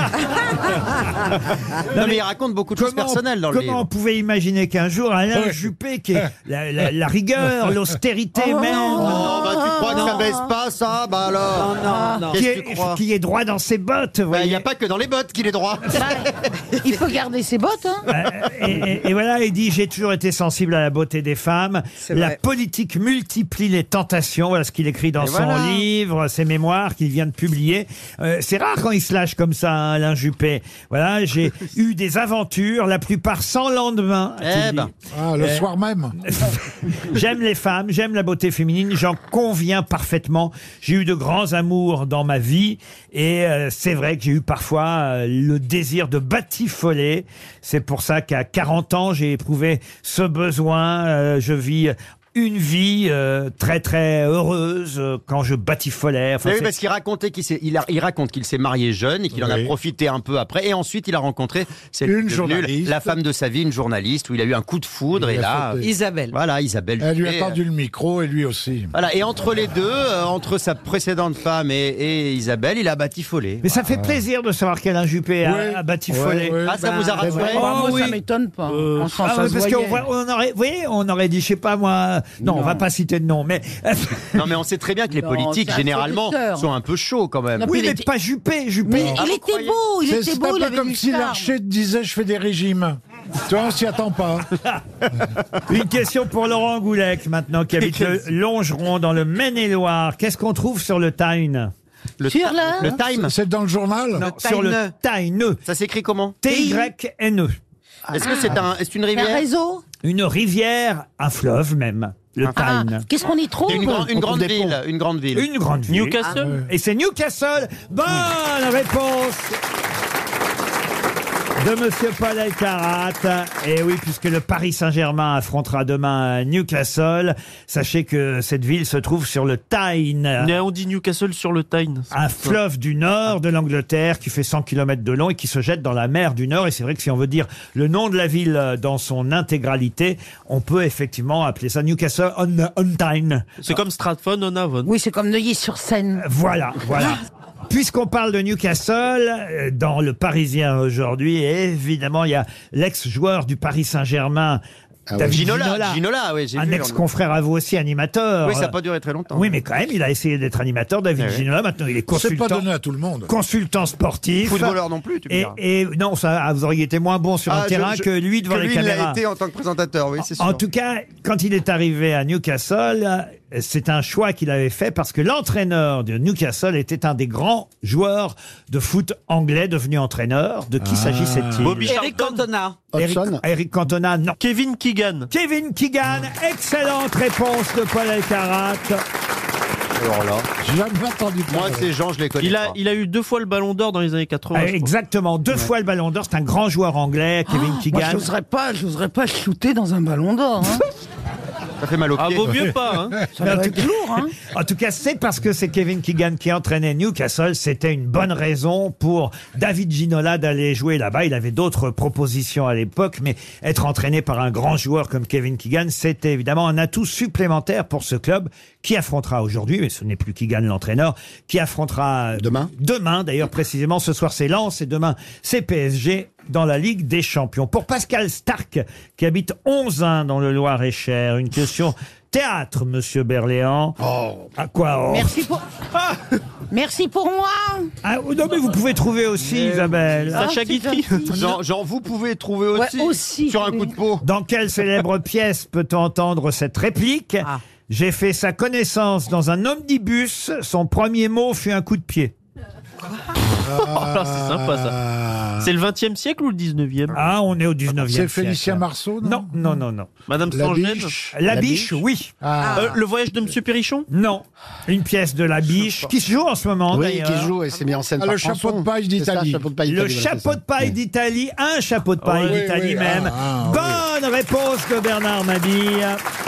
Speaker 3: Non, mais il raconte beaucoup de choses
Speaker 2: Comment,
Speaker 3: personnelles dans le
Speaker 2: comment on
Speaker 3: livre.
Speaker 2: pouvait imaginer qu'un jour Alain
Speaker 4: Ouais.
Speaker 2: Juppé, qui est la, la- la rigueur, l'austérité
Speaker 7: Oh,
Speaker 2: même,
Speaker 3: Oh, bah, tu crois que ça
Speaker 6: non.
Speaker 3: baisse pas, ça? Bah alors.
Speaker 6: Non, non, non.
Speaker 2: qui,
Speaker 3: Qu'est-ce que tu
Speaker 2: est,
Speaker 3: crois?
Speaker 2: qui est droit dans ses bottes, vous
Speaker 3: Bah, il
Speaker 2: voyez.
Speaker 3: n'y a pas que dans les bottes qu'il est droit.
Speaker 7: Il faut garder ses bottes, hein.
Speaker 2: Euh, et, et- et voilà, il dit j'ai toujours été sensible à la beauté des femmes.
Speaker 6: C'est
Speaker 2: La
Speaker 6: vrai.
Speaker 2: politique multiplie les tentations. Voilà ce qu'il écrit dans
Speaker 3: Et
Speaker 2: son
Speaker 3: voilà.
Speaker 2: livre, ses mémoires qu'il vient de publier. Euh, c'est rare quand il se lâche comme ça, hein, Alain Juppé. Voilà, j'ai eu des aventures, la plupart sans lendemain. a-t-il
Speaker 3: Eh
Speaker 2: dit.
Speaker 3: ben.
Speaker 4: Ah, le
Speaker 2: Euh,
Speaker 4: soir même.
Speaker 2: J'aime les femmes, j'aime la beauté féminine, j'en conviens parfaitement. J'ai eu de grands amours dans ma vie et euh, c'est vrai que j'ai eu parfois euh, le désir de batifoler. C'est pour ça qu'à quarante ans, j'ai éprouvé ce besoin. Euh, je vis une vie euh, très très heureuse euh, quand je batifolais. Enfin,
Speaker 3: Mais oui,
Speaker 2: c'est-
Speaker 3: parce qu'il racontait qu'il s'est, il, a- il raconte qu'il s'est marié jeune et qu'il en a
Speaker 4: Oui.
Speaker 3: profité un peu après. Et ensuite, il a rencontré c'est
Speaker 4: Une
Speaker 3: devenu
Speaker 4: journaliste.
Speaker 3: la femme de sa vie, une journaliste, où il a eu un coup de foudre.
Speaker 4: Il
Speaker 3: Et
Speaker 4: a
Speaker 3: là,
Speaker 4: sauté.
Speaker 6: Isabelle.
Speaker 3: voilà, Isabelle.
Speaker 4: Elle lui a
Speaker 3: Juppé,
Speaker 4: tendu le micro et lui aussi.
Speaker 3: Voilà, et entre les deux, euh, entre sa précédente femme et, et Isabelle, il a batifolé.
Speaker 2: Mais ça fait plaisir de savoir qu'Alain Juppé a,
Speaker 4: Ouais.
Speaker 2: a batifolé.
Speaker 4: Ouais, ouais.
Speaker 3: Ah, ça
Speaker 6: Ben,
Speaker 3: vous a rassuré
Speaker 2: Oh,
Speaker 7: Bah, moi,
Speaker 2: oui.
Speaker 7: ça m'étonne pas.
Speaker 5: Euh,
Speaker 7: Franchement,
Speaker 2: Ah
Speaker 7: ça
Speaker 2: ouais,
Speaker 7: se
Speaker 2: parce qu'on
Speaker 7: voyait.
Speaker 2: voit- on aurait, vous voyez, on aurait dit, je sais pas moi, non, on va pas citer de nom, mais
Speaker 3: Non, mais on sait très bien que les
Speaker 7: Non,
Speaker 3: politiques,
Speaker 7: c'est un
Speaker 3: généralement,
Speaker 7: séducteur.
Speaker 3: sont un peu chauds quand même.
Speaker 7: Non,
Speaker 2: oui,
Speaker 7: il
Speaker 2: mais
Speaker 7: était-
Speaker 2: pas Juppé, Juppé.
Speaker 7: Mais
Speaker 3: Ah,
Speaker 7: il
Speaker 3: vous
Speaker 7: était
Speaker 3: croyez
Speaker 7: beau, il
Speaker 4: C'est
Speaker 7: était
Speaker 4: c'est
Speaker 7: beau,
Speaker 4: un
Speaker 7: il
Speaker 4: peu
Speaker 7: avait
Speaker 4: comme
Speaker 7: du
Speaker 4: si
Speaker 7: charme.
Speaker 4: l'archer te disait je fais des régimes. Toi, on s'y attend pas.
Speaker 2: Une question pour Laurent Goulec, maintenant, qui habite le Longeron, dans le Maine-et-Loire. Qu'est-ce qu'on trouve sur le Tyne?
Speaker 3: Le,
Speaker 7: Sur la-
Speaker 3: le Time,
Speaker 4: C'est dans le journal.
Speaker 2: Non, sur le Tyne.
Speaker 3: ça s'écrit comment?
Speaker 2: T Y N E.
Speaker 3: Est-ce que c'est un, est une
Speaker 7: Un
Speaker 3: rivière?
Speaker 7: réseau.
Speaker 2: Une rivière, un fleuve même, le
Speaker 7: Ah,
Speaker 2: Tyne.
Speaker 7: qu'est-ce qu'on y trouve?
Speaker 3: Une, grande- une
Speaker 8: On
Speaker 3: grande
Speaker 8: trouve des
Speaker 3: ville,
Speaker 8: ponts.
Speaker 3: une grande ville.
Speaker 2: Une grande ville.
Speaker 5: Newcastle.
Speaker 2: Et c'est Newcastle. Bonne réponse de Monsieur Paul Elkarat. Et oui, puisque le Paris Saint-Germain affrontera demain Newcastle, sachez que cette ville se trouve sur le Tyne.
Speaker 5: Mais on dit Newcastle sur le Tyne.
Speaker 2: Un fleuve du nord de l'Angleterre qui fait cent kilomètres de long et qui se jette dans la mer du Nord. Et c'est vrai que si on veut dire le nom de la ville euh, dans son intégralité, on peut effectivement appeler ça Newcastle on, on Tyne.
Speaker 5: C'est comme Stratford on Avon.
Speaker 7: Oui, c'est comme Neuilly-sur-Seine.
Speaker 2: Voilà, voilà. Puisqu'on parle de Newcastle, euh, dans le Parisien aujourd'hui, et évidemment, il y a l'ex-joueur du Paris Saint-Germain,
Speaker 8: Ah
Speaker 2: David
Speaker 8: oui.
Speaker 3: Ginola,
Speaker 2: Ginola.
Speaker 3: Ginola, oui, j'ai
Speaker 2: Un
Speaker 3: vu.
Speaker 2: ex-confrère à vous aussi, animateur.
Speaker 3: Oui, ça n'a pas duré très longtemps.
Speaker 2: Oui, mais quand même, il a essayé d'être animateur, David
Speaker 3: Eh oui.
Speaker 2: Ginola. Maintenant, il est
Speaker 4: C'est pas
Speaker 2: consultant,
Speaker 4: donné à tout le monde.
Speaker 2: consultant sportif.
Speaker 3: Footballeur non plus, tu me
Speaker 2: Et,
Speaker 3: diras.
Speaker 2: et non, ça, ah, vous auriez été moins bon sur
Speaker 3: Ah,
Speaker 2: un
Speaker 3: je-
Speaker 2: terrain
Speaker 3: je-
Speaker 2: que lui devant
Speaker 3: que
Speaker 2: les
Speaker 3: lui, il
Speaker 2: caméras.
Speaker 3: l'a été en tant que présentateur, oui, c'est sûr.
Speaker 2: En tout cas, quand il est arrivé à Newcastle, euh, c'est un choix qu'il avait fait parce que l'entraîneur de Newcastle était un des grands joueurs de foot anglais devenu entraîneur. De qui s'agissait-il?
Speaker 5: Bobby
Speaker 6: Eric
Speaker 5: Charlton.
Speaker 6: Cantona.
Speaker 2: Eric,
Speaker 8: Hodgson.
Speaker 2: Eric Cantona, non.
Speaker 5: Kevin Keegan.
Speaker 2: Kevin Keegan, excellente réponse de Paul Elkarat.
Speaker 3: Alors là,
Speaker 4: J'ai jamais entendu
Speaker 3: moi,
Speaker 4: parler.
Speaker 3: ces gens, je les connais
Speaker 5: Il a,
Speaker 3: pas.
Speaker 5: il a eu deux fois le ballon d'or dans les années quatre-vingts.
Speaker 2: Euh,
Speaker 5: je crois.
Speaker 2: Exactement, deux fois le Ballon d'Or. C'est un grand joueur anglais, Kevin
Speaker 7: Moi,
Speaker 2: Keegan.
Speaker 7: j'oserais pas, j'oserais pas shooter dans un ballon d'or. Hein.
Speaker 3: Ça fait mal au
Speaker 5: Ah,
Speaker 3: pied.
Speaker 5: vaut mieux pas, hein.
Speaker 7: Ça va être lourd, hein.
Speaker 2: En tout cas, c'est parce que c'est Kevin Keegan qui entraînait Newcastle. C'était une bonne raison pour David Ginola d'aller jouer là-bas. Il avait d'autres propositions à l'époque, mais être entraîné par un grand joueur comme Kevin Keegan, c'était évidemment un atout supplémentaire pour ce club qui affrontera aujourd'hui, mais ce n'est plus Keegan l'entraîneur, qui affrontera
Speaker 8: Demain.
Speaker 2: Demain, d'ailleurs, précisément, ce soir c'est Lens et demain c'est P S G dans la Ligue des Champions. Pour Pascal Stark, qui habite Onzain dans le Loir-et-Cher, une question théâtre, monsieur Berléand.
Speaker 8: Oh.
Speaker 2: À quoi oh.
Speaker 7: Merci pour. Merci pour moi.
Speaker 2: Ah, non, mais vous pouvez trouver aussi, Isabelle.
Speaker 7: Ah,
Speaker 5: Sacha
Speaker 7: c'est
Speaker 5: Guitry.
Speaker 7: gentil.
Speaker 3: Jean, Jean, vous pouvez trouver
Speaker 7: Ouais,
Speaker 3: aussi,
Speaker 7: aussi,
Speaker 3: sur un
Speaker 7: oui.
Speaker 3: coup de peau.
Speaker 2: Dans quelle célèbre pièce peut-on entendre cette réplique?
Speaker 6: Ah.
Speaker 2: J'ai fait sa connaissance dans un omnibus. Son premier mot fut un coup de pied.
Speaker 5: Oh là, c'est sympa ça. C'est le vingtième siècle ou le dix-neuvième?
Speaker 2: Ah, on est au dix-neuvième
Speaker 4: C'est
Speaker 2: siècle.
Speaker 4: Félicien Marceau,
Speaker 2: Non, non, non, non.
Speaker 5: Madame
Speaker 4: La
Speaker 5: Strangène.
Speaker 4: biche.
Speaker 2: La,
Speaker 8: La
Speaker 2: biche,
Speaker 8: biche
Speaker 2: oui.
Speaker 4: Ah.
Speaker 5: Euh, le voyage de Monsieur Perrichon.
Speaker 2: Non. Une pièce de La Biche qui se joue en ce moment
Speaker 8: Oui,
Speaker 2: d'ailleurs.
Speaker 8: qui joue et c'est mis en scène
Speaker 4: Ah,
Speaker 8: par
Speaker 4: le chapeau
Speaker 8: Françon.
Speaker 4: de paille
Speaker 8: C'est ça,
Speaker 4: d'Italie.
Speaker 8: chapeau de paille
Speaker 2: Le
Speaker 8: d'Italie, voilà,
Speaker 2: chapeau
Speaker 8: c'est
Speaker 2: de
Speaker 8: ça.
Speaker 2: paille d'Italie, un chapeau de paille
Speaker 4: Oui,
Speaker 2: d'Italie
Speaker 4: oui,
Speaker 2: même.
Speaker 4: ah, ah,
Speaker 2: Bonne réponse de Bernard Mabille.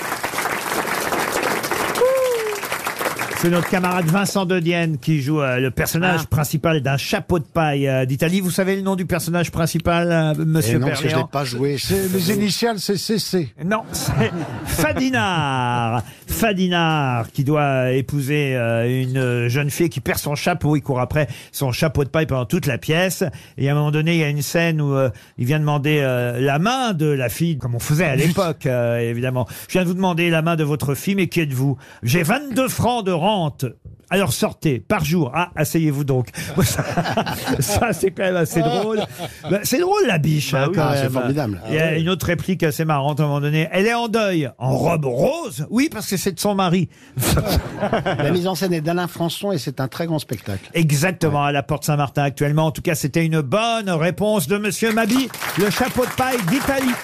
Speaker 2: C'est notre camarade Vincent de Dienne qui joue euh, le personnage
Speaker 6: Ah.
Speaker 2: principal d'un chapeau de paille euh, d'Italie. Vous savez le nom du personnage principal, euh, Monsieur
Speaker 8: Et non, parce que je l'ai
Speaker 2: Perriand?
Speaker 8: pas joué.
Speaker 4: C'est- Les initiales, c'est C C.
Speaker 2: Non, c'est Fadinard. Fadinard qui doit épouser euh, une jeune fille qui perd son chapeau. Il court après son chapeau de paille pendant toute la pièce. Et à un moment donné, il y a une scène où euh, il vient demander euh, la main de la fille, comme on faisait à l'époque, euh, évidemment. Je viens de vous demander la main de votre fille, mais qui êtes-vous? J'ai vingt-deux francs de rente. Alors sortez, par jour. Ah, asseyez-vous donc. Ça, ça, c'est quand même assez drôle. Bah, c'est drôle, La Biche, hein,
Speaker 8: oui.
Speaker 2: quand
Speaker 8: Ah, c'est
Speaker 2: même.
Speaker 8: formidable.
Speaker 2: Il y a une autre réplique assez marrante à un moment donné. Elle est en deuil, en robe rose. Oui, parce que c'est de son mari.
Speaker 8: La mise en scène est d'Alain Françon et c'est un très grand spectacle.
Speaker 2: Exactement, à la Porte Saint-Martin actuellement. En tout cas, c'était une bonne réponse de Monsieur Mabi, le chapeau de paille d'Italie.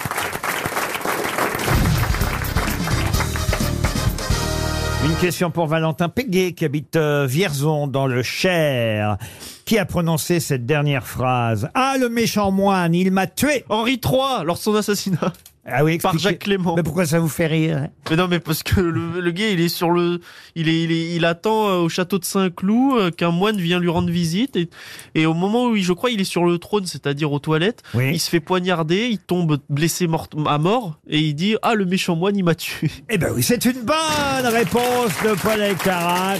Speaker 2: Une question pour Valentin Péguet, qui habite euh, Vierzon, dans le Cher. Qui a prononcé cette dernière phrase? Ah, le méchant moine, il m'a tué.
Speaker 5: Henri trois, lors de son assassinat.
Speaker 2: Ah oui,
Speaker 5: Par
Speaker 2: expliquez.
Speaker 5: Jacques Clément.
Speaker 2: Mais pourquoi ça vous fait rire?
Speaker 5: Mais non, mais parce que le, le gars, il est sur le, il est, il est, il attend euh, au château de Saint-Cloud euh, qu'un moine vient lui rendre visite et, et au moment où il, je crois, il est sur le trône, c'est-à-dire aux toilettes,
Speaker 2: Oui.
Speaker 5: il se fait poignarder, il tombe blessé mort, à mort et il dit ah le méchant moine il m'a tué.
Speaker 2: Eh ben oui, c'est une bonne réponse de Paul Elkarat.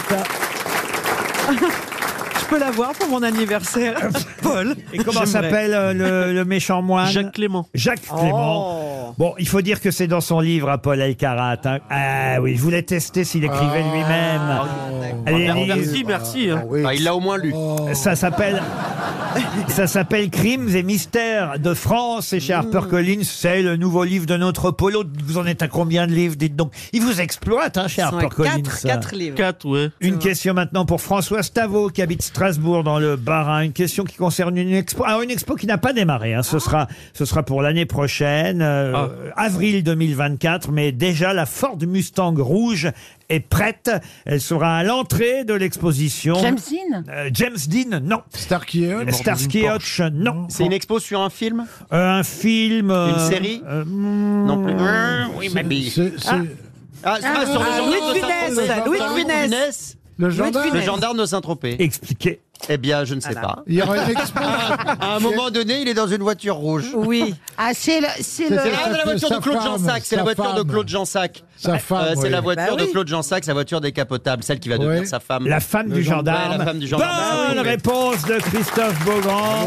Speaker 6: Je peux l'avoir pour mon anniversaire, Paul.
Speaker 2: Et comment
Speaker 6: J'aimerais.
Speaker 2: s'appelle euh, le, le méchant moine?
Speaker 5: Jacques Clément.
Speaker 2: Jacques Clément. Bon, il faut dire que c'est dans son livre à Paul Elkarat. Hein. Ah oui, je voulais tester s'il écrivait lui-même. Allez,
Speaker 5: Ah,
Speaker 2: allez,
Speaker 5: merci, merci. hein.
Speaker 8: Ah, il l'a au moins lu.
Speaker 2: ça s'appelle... Ça s'appelle Crimes et mystères de France et chez HarperCollins, c'est le nouveau livre de notre Polo. Vous en êtes à combien de livres, dites donc? Il vous exploite, hein, chez
Speaker 6: Ils sont à
Speaker 2: HarperCollins.
Speaker 6: quatre, quatre livres.
Speaker 5: Quatre, ouais.
Speaker 2: Une question maintenant pour François Stavo qui habite Strasbourg dans le Bas-Rhin. Une question qui concerne une expo. Alors une expo qui n'a pas démarré. Hein. Ce sera, ce sera pour l'année prochaine, euh,
Speaker 5: Ah.
Speaker 2: avril deux mille vingt-quatre. Mais déjà la Ford Mustang rouge est prête. Elle sera à l'entrée de l'exposition.
Speaker 7: James Dean.
Speaker 2: Euh, James Dean, non.
Speaker 4: Starsky et Hutch.
Speaker 2: Starsky et Hutch, non.
Speaker 3: C'est une expo sur un film?
Speaker 2: Euh, un film. euh,
Speaker 3: Une série?
Speaker 2: euh,
Speaker 3: Non plus. Oui, ma bille.
Speaker 4: C'est c'est-
Speaker 3: Ah, c'est pas sur le
Speaker 6: Ah,
Speaker 3: gendarme
Speaker 6: Louis
Speaker 3: de
Speaker 6: de
Speaker 3: Saint-Tropez.
Speaker 6: Funès, Louis de
Speaker 3: Sur
Speaker 6: Funès.
Speaker 4: le gendarme.
Speaker 3: Le gendarme de Saint-Tropez.
Speaker 2: Expliquez.
Speaker 3: Eh bien, je ne sais pas.
Speaker 4: Il y aura une expo.
Speaker 3: À un moment donné, il est dans une voiture rouge.
Speaker 6: Oui.
Speaker 7: Ah, c'est le, c'est
Speaker 4: C'est
Speaker 7: le.
Speaker 3: C'est la, la voiture
Speaker 4: sa
Speaker 3: de Claude
Speaker 4: femme,
Speaker 3: Jansac. C'est la
Speaker 4: sa
Speaker 3: voiture de
Speaker 4: femme.
Speaker 3: Claude Jansac.
Speaker 4: Sa femme,
Speaker 3: Euh, c'est
Speaker 4: oui.
Speaker 3: la voiture
Speaker 6: Bah oui.
Speaker 3: de Claude Jansac, sa voiture décapotable, celle qui va devenir
Speaker 4: Oui.
Speaker 3: sa femme.
Speaker 2: La femme
Speaker 3: Le
Speaker 2: du
Speaker 3: gendarme.
Speaker 2: gendarme.
Speaker 3: Ouais, la femme du gendarme.
Speaker 2: Bonne
Speaker 3: Ah oui.
Speaker 2: réponse de Christophe Beaugrand.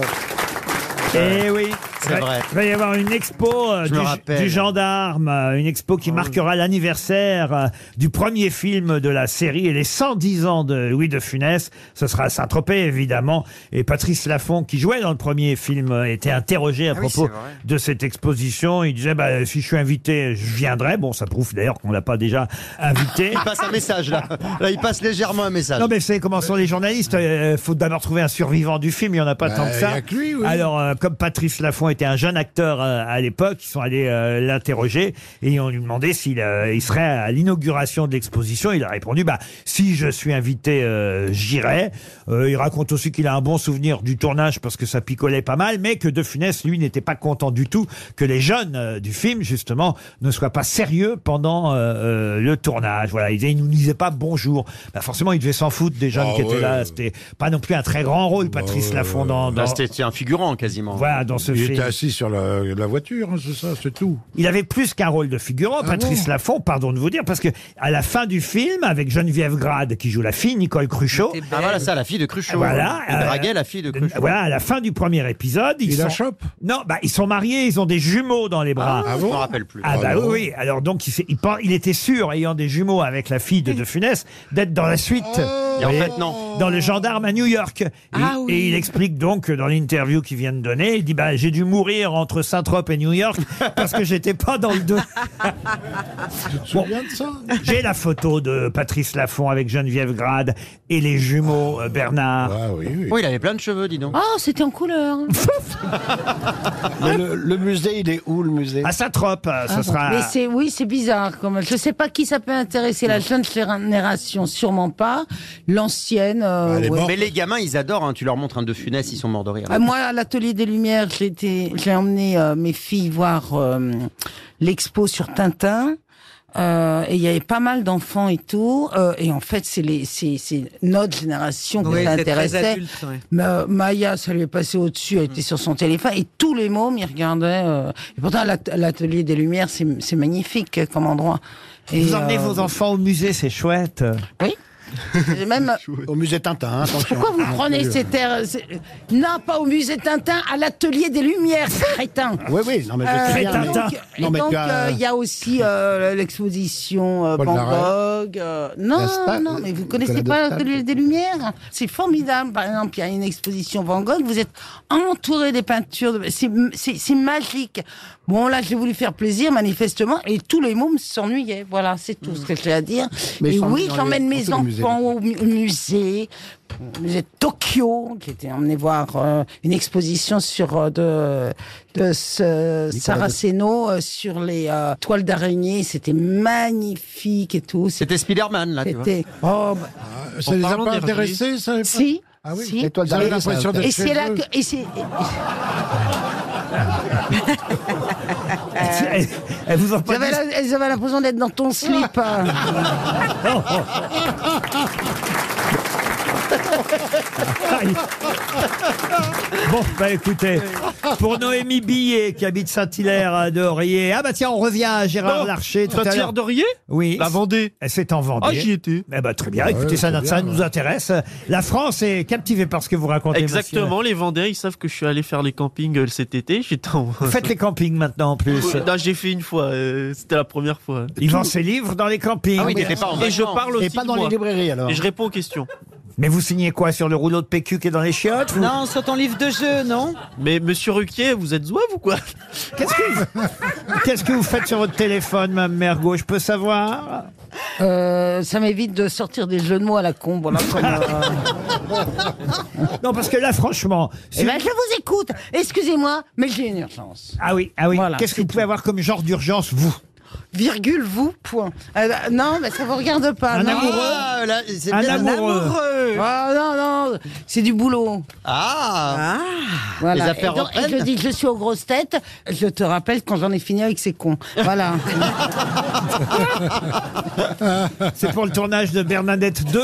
Speaker 2: Eh oui,
Speaker 3: C'est vrai.
Speaker 2: Il va y avoir une expo euh,
Speaker 3: Je
Speaker 2: du,
Speaker 3: me rappelle.
Speaker 2: du gendarme, euh, une expo qui marquera l'anniversaire euh, du premier film de la série et les cent dix ans de Louis de Funès. Ce sera à Saint-Tropez, évidemment. Et Patrice Laffont, qui jouait dans le premier film, euh, était interrogé à
Speaker 3: Ah oui,
Speaker 2: propos
Speaker 3: c'est vrai.
Speaker 2: de cette exposition. Il disait, bah, si je suis invité, je viendrai. Bon, ça prouve d'ailleurs qu'on l'a pas déjà invité.
Speaker 3: Il passe un message là. Là, il passe légèrement un message.
Speaker 2: Non, mais vous savez comment sont les journalistes. Il faut d'abord trouver un survivant du film. Il n'y en a pas
Speaker 4: Bah,
Speaker 2: tant que ça.
Speaker 4: il y a que lui, oui.
Speaker 2: Alors, euh, comme Patrice Laffont était un jeune acteur euh, à l'époque, ils sont allés euh, l'interroger et ils ont lui demandé s'il euh, il serait à l'inauguration de l'exposition. Il a répondu, bah, si je suis invité, euh, j'irai. Euh, il raconte aussi qu'il a un bon souvenir du tournage parce que ça picolait pas mal, mais que De Funès, lui, n'était pas content du tout que les jeunes euh, du film, justement, ne soient pas sérieux pendant euh, euh, le tournage. Voilà, il, disait, il nous disait pas bonjour. Bah, forcément, il devait s'en foutre des jeunes
Speaker 4: Ah
Speaker 2: qui étaient
Speaker 4: ouais.
Speaker 2: là. C'était pas non plus un très grand rôle, Patrice
Speaker 4: ouais,
Speaker 2: Laffont, dans, dans-
Speaker 3: Là, c'était un figurant quasiment.
Speaker 2: voilà, dans ce
Speaker 4: Il
Speaker 2: film.
Speaker 4: était assis sur la, la voiture, hein, c'est ça, c'est tout.
Speaker 2: Il avait plus qu'un rôle de figurant,
Speaker 4: Ah
Speaker 2: Patrice
Speaker 4: bon
Speaker 2: Laffont, pardon de vous dire, parce que à la fin du film, avec Geneviève Grade qui joue la fille, Nicole Cruchot,
Speaker 3: Ah voilà ça, la fille de Cruchot.
Speaker 2: Voilà,
Speaker 3: Il
Speaker 2: euh,
Speaker 3: draguait la fille de Cruchot.
Speaker 2: voilà, à la fin du premier épisode, ils
Speaker 4: Il
Speaker 2: sont...
Speaker 4: la chope.
Speaker 2: Non, bah ils sont mariés, ils ont des jumeaux dans les bras.
Speaker 3: Ah, je me rappelle plus.
Speaker 2: Ah bah
Speaker 4: Ah
Speaker 2: oui,
Speaker 4: bon
Speaker 2: oui. Alors donc il, s'est- il, pen- il était sûr, ayant des jumeaux avec la fille de De Funès, d'être dans la suite.
Speaker 3: Et en
Speaker 2: Vous voyez,
Speaker 3: fait, non.
Speaker 2: Dans le gendarme à New York. Et,
Speaker 6: Ah oui.
Speaker 2: et il explique donc dans l'interview qu'il vient de donner, il dit bah j'ai dû mourir entre Saint-Trope et New York parce que j'étais pas dans le deux.
Speaker 4: Tu te souviens de ça?
Speaker 2: J'ai la photo de Patrice Laffont avec Geneviève Grade et les jumeaux euh, Bernard.
Speaker 4: Ah oui, oui.
Speaker 3: Oui, il avait plein de cheveux, dis donc.
Speaker 7: Oh, c'était en couleur.
Speaker 8: Mais le, le musée, il est où, le musée?
Speaker 2: À Saint-Trope, euh, ce
Speaker 7: Ah bon.
Speaker 2: sera...
Speaker 7: Mais c'est oui, c'est bizarre. Comme je sais pas qui ça peut intéresser, la jeune génération, sûrement pas. L'ancienne. euh,
Speaker 4: Elle est
Speaker 7: ouais.
Speaker 4: morte.
Speaker 3: Mais les gamins, ils adorent. Hein. Tu leur montres un de Funès, ils sont morts de rire.
Speaker 7: Ah, moi, à l'atelier des Lumières, j'ai été, j'ai emmené euh, mes filles voir euh, l'expo sur Tintin. Euh, et il y avait pas mal d'enfants et tout. Euh, et en fait, c'est les, c'est, c'est notre génération qui
Speaker 6: Oui, c'est très
Speaker 7: s'intéressait.
Speaker 6: adulte, ouais.
Speaker 7: Ma- Maya, ça lui est passé au-dessus. Elle était sur son téléphone et tous les mômes, ils regardaient. Euh, et pourtant, l'at- l'atelier des Lumières, c'est, c'est magnifique comme endroit. Et,
Speaker 2: Vous emmenez
Speaker 7: euh,
Speaker 2: vos enfants au musée, c'est chouette.
Speaker 7: Oui. J'ai même.
Speaker 8: Au musée Tintin, hein, attention.
Speaker 7: Pourquoi vous prenez ces terres c'est- Non, pas au musée Tintin, à l'atelier des Lumières, crétin.
Speaker 8: Oui, oui, non, mais je sais bien, mais-
Speaker 7: donc, et
Speaker 8: Non, mais
Speaker 7: donc,
Speaker 8: tu
Speaker 7: euh,
Speaker 8: as-
Speaker 7: il y a aussi euh, l'exposition euh,
Speaker 8: Paul
Speaker 7: Van
Speaker 8: Narret.
Speaker 7: Gogh. euh, non,
Speaker 8: La Sta-
Speaker 7: non, mais vous
Speaker 8: Nicolas
Speaker 7: connaissez
Speaker 8: de
Speaker 7: pas
Speaker 8: Staël.
Speaker 7: l'atelier des Lumières? C'est formidable. Par exemple, il y a une exposition Van Gogh, vous êtes entouré des peintures. de- C'est c'est- c'est magique. Bon, là, j'ai voulu faire plaisir, manifestement, et tous les mômes s'ennuyaient. Voilà, c'est tout ce que j'ai à dire.
Speaker 8: Mais
Speaker 7: et
Speaker 8: ils sont
Speaker 7: oui,
Speaker 8: dans
Speaker 7: j'emmène
Speaker 8: les-
Speaker 7: mes
Speaker 8: dans tous les musées.
Speaker 7: enfants au mu- au musée, au musée de Tokyo. J'ai été emmené voir euh, une exposition sur euh, de, de ce Saraceno euh, sur les euh, toiles d'araignée. C'était magnifique et tout.
Speaker 3: C'était Spider-Man, là, tu vois.
Speaker 7: C'était. Oh, bah,
Speaker 4: Ça les a
Speaker 5: parlant
Speaker 4: pas
Speaker 5: d'Hergé.
Speaker 4: intéressés, ça? les pas-
Speaker 7: si.
Speaker 4: Ah oui.
Speaker 7: si.
Speaker 8: Les toiles
Speaker 4: J'avais
Speaker 8: d'araignée,
Speaker 4: l'impression
Speaker 8: ça-
Speaker 4: d'être
Speaker 7: Et c'est
Speaker 4: chez
Speaker 7: là
Speaker 4: eux.
Speaker 7: que. Et c'est-
Speaker 2: Elle, elle vous en pas
Speaker 7: J'avais
Speaker 2: dit-
Speaker 7: la- elles avaient l'impression d'être dans ton slip. hein.
Speaker 2: Aïe. Bon, bah écoutez, pour Noémie Billet, qui habite Saint-Hilaire de Aurier. Ah bah tiens, on revient à Gérard
Speaker 5: Non,
Speaker 2: Larcher tout à
Speaker 5: Saint-Hilaire
Speaker 2: l'heure.
Speaker 5: d'Aurier?
Speaker 2: Oui.
Speaker 5: La Vendée.
Speaker 2: C'est en Vendée.
Speaker 5: Ah, j'y étais.
Speaker 2: Eh ben, très bien, écoutez,
Speaker 4: ouais,
Speaker 2: ça,
Speaker 4: c'est
Speaker 2: ça
Speaker 4: bien,
Speaker 2: nous
Speaker 4: ouais.
Speaker 2: intéresse. La France est captivée par ce que vous racontez, monsieur.
Speaker 5: Exactement, les Vendéens, ils savent que je suis allé faire les campings euh, cet été. J'étais en...
Speaker 2: Vous faites les campings maintenant en plus.
Speaker 5: Non, j'ai fait une fois, euh, c'était la première fois.
Speaker 2: Il vend ses livres dans les campings.
Speaker 3: Ah oui, t'étais pas en
Speaker 5: Et je
Speaker 3: vacances.
Speaker 5: parle aussi
Speaker 8: Et pas
Speaker 5: de
Speaker 8: dans
Speaker 5: moi.
Speaker 8: les librairies, alors.
Speaker 5: Et je réponds aux questions.
Speaker 2: Mais vous signez quoi sur le rouleau de P Q qui est dans les chiottes vous
Speaker 6: Non, sur ton livre de jeu, non?
Speaker 5: Mais monsieur Ruquier, vous êtes zouave ou quoi?
Speaker 2: Qu'est-ce que vous... Qu'est-ce que vous faites sur votre téléphone, Mme Mergo? Je peux savoir?
Speaker 7: Euh, ça m'évite de sortir des jeux de mots à la con. Voilà, comme, euh,
Speaker 2: Non, parce que là, franchement... si-
Speaker 7: Eh ben, je vous écoute. Excusez-moi, mais j'ai une urgence.
Speaker 2: Ah oui, ah oui.
Speaker 7: Voilà,
Speaker 2: Qu'est-ce que
Speaker 7: c'est
Speaker 2: vous pouvez avoir comme genre d'urgence, vous?
Speaker 7: Virgule, vous, point. Euh, non, mais ça vous regarde pas.
Speaker 2: Un
Speaker 7: non.
Speaker 2: amoureux.
Speaker 3: Ah, là, c'est
Speaker 2: Un
Speaker 3: bien.
Speaker 2: amoureux.
Speaker 7: Ah, non, non, c'est du boulot.
Speaker 3: Ah,
Speaker 7: Voilà.
Speaker 3: Les affaires
Speaker 7: et, donc, et
Speaker 3: reprennent.
Speaker 7: je dis, je suis aux grosses têtes. Je te rappelle quand j'en ai fini avec ces cons. Voilà.
Speaker 2: C'est pour le tournage de Bernadette deux.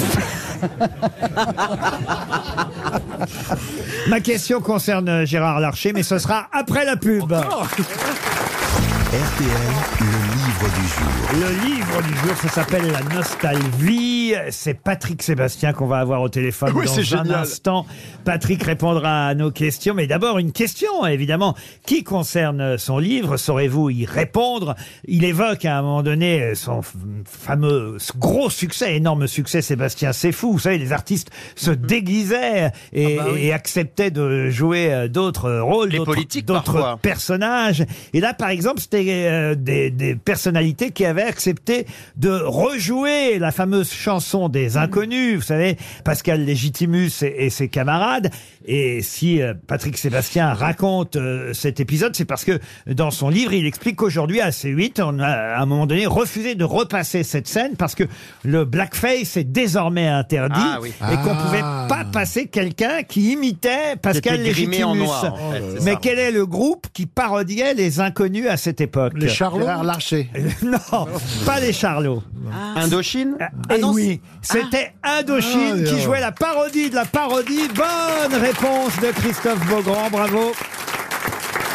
Speaker 2: Ma question concerne Gérard Larcher, mais ce sera après la pub.
Speaker 1: R T L, le livre du jour.
Speaker 2: Le livre du jour, ça s'appelle La Nostalgie. C'est Patrick Sébastien qu'on va avoir au téléphone
Speaker 5: Oui,
Speaker 2: dans
Speaker 5: c'est
Speaker 2: un
Speaker 5: génial.
Speaker 2: instant. Patrick répondra à nos questions, mais d'abord une question, évidemment, qui concerne son livre. Saurez-vous y répondre? Il évoque à un moment donné son f- fameux gros succès, énorme succès, Sébastien C'est Fou. Vous savez, les artistes se déguisaient et,
Speaker 3: Ah bah oui.
Speaker 2: et acceptaient de jouer euh, d'autres rôles,
Speaker 3: Les
Speaker 2: d'autres
Speaker 3: politiques,
Speaker 2: d'autres
Speaker 3: parfois.
Speaker 2: personnages. Et là, par exemple, c'était euh, des, des personnalités qui avaient accepté de rejouer la fameuse chanson des Inconnus. Vous savez, Pascal Légitimus et, et ses camarades. Et si euh, Patrick Sébastien raconte euh, cet épisode, c'est parce que dans son livre, il explique qu'aujourd'hui, à C huit, on a à un moment donné refusé de repasser cette scène parce que le blackface est désormais interdit
Speaker 3: Ah oui.
Speaker 2: et qu'on
Speaker 4: Ah.
Speaker 2: pouvait pas passer quelqu'un qui imitait Pascal
Speaker 3: Qui était grimé en
Speaker 2: Légitimus.
Speaker 3: noir, en fait, c'est
Speaker 2: Mais
Speaker 3: ça.
Speaker 2: quel est le groupe qui parodiait les Inconnus à cette époque?
Speaker 4: Les Charlots.
Speaker 8: Gérard Larcher.
Speaker 2: Non, pas les Charlots.
Speaker 3: Indochine.
Speaker 2: Et oui, c'était Indochine
Speaker 4: Ah,
Speaker 2: qui
Speaker 4: alors.
Speaker 2: jouait la parodie de la parodie. Bonne réponse de Christophe Beaugrand, bravo.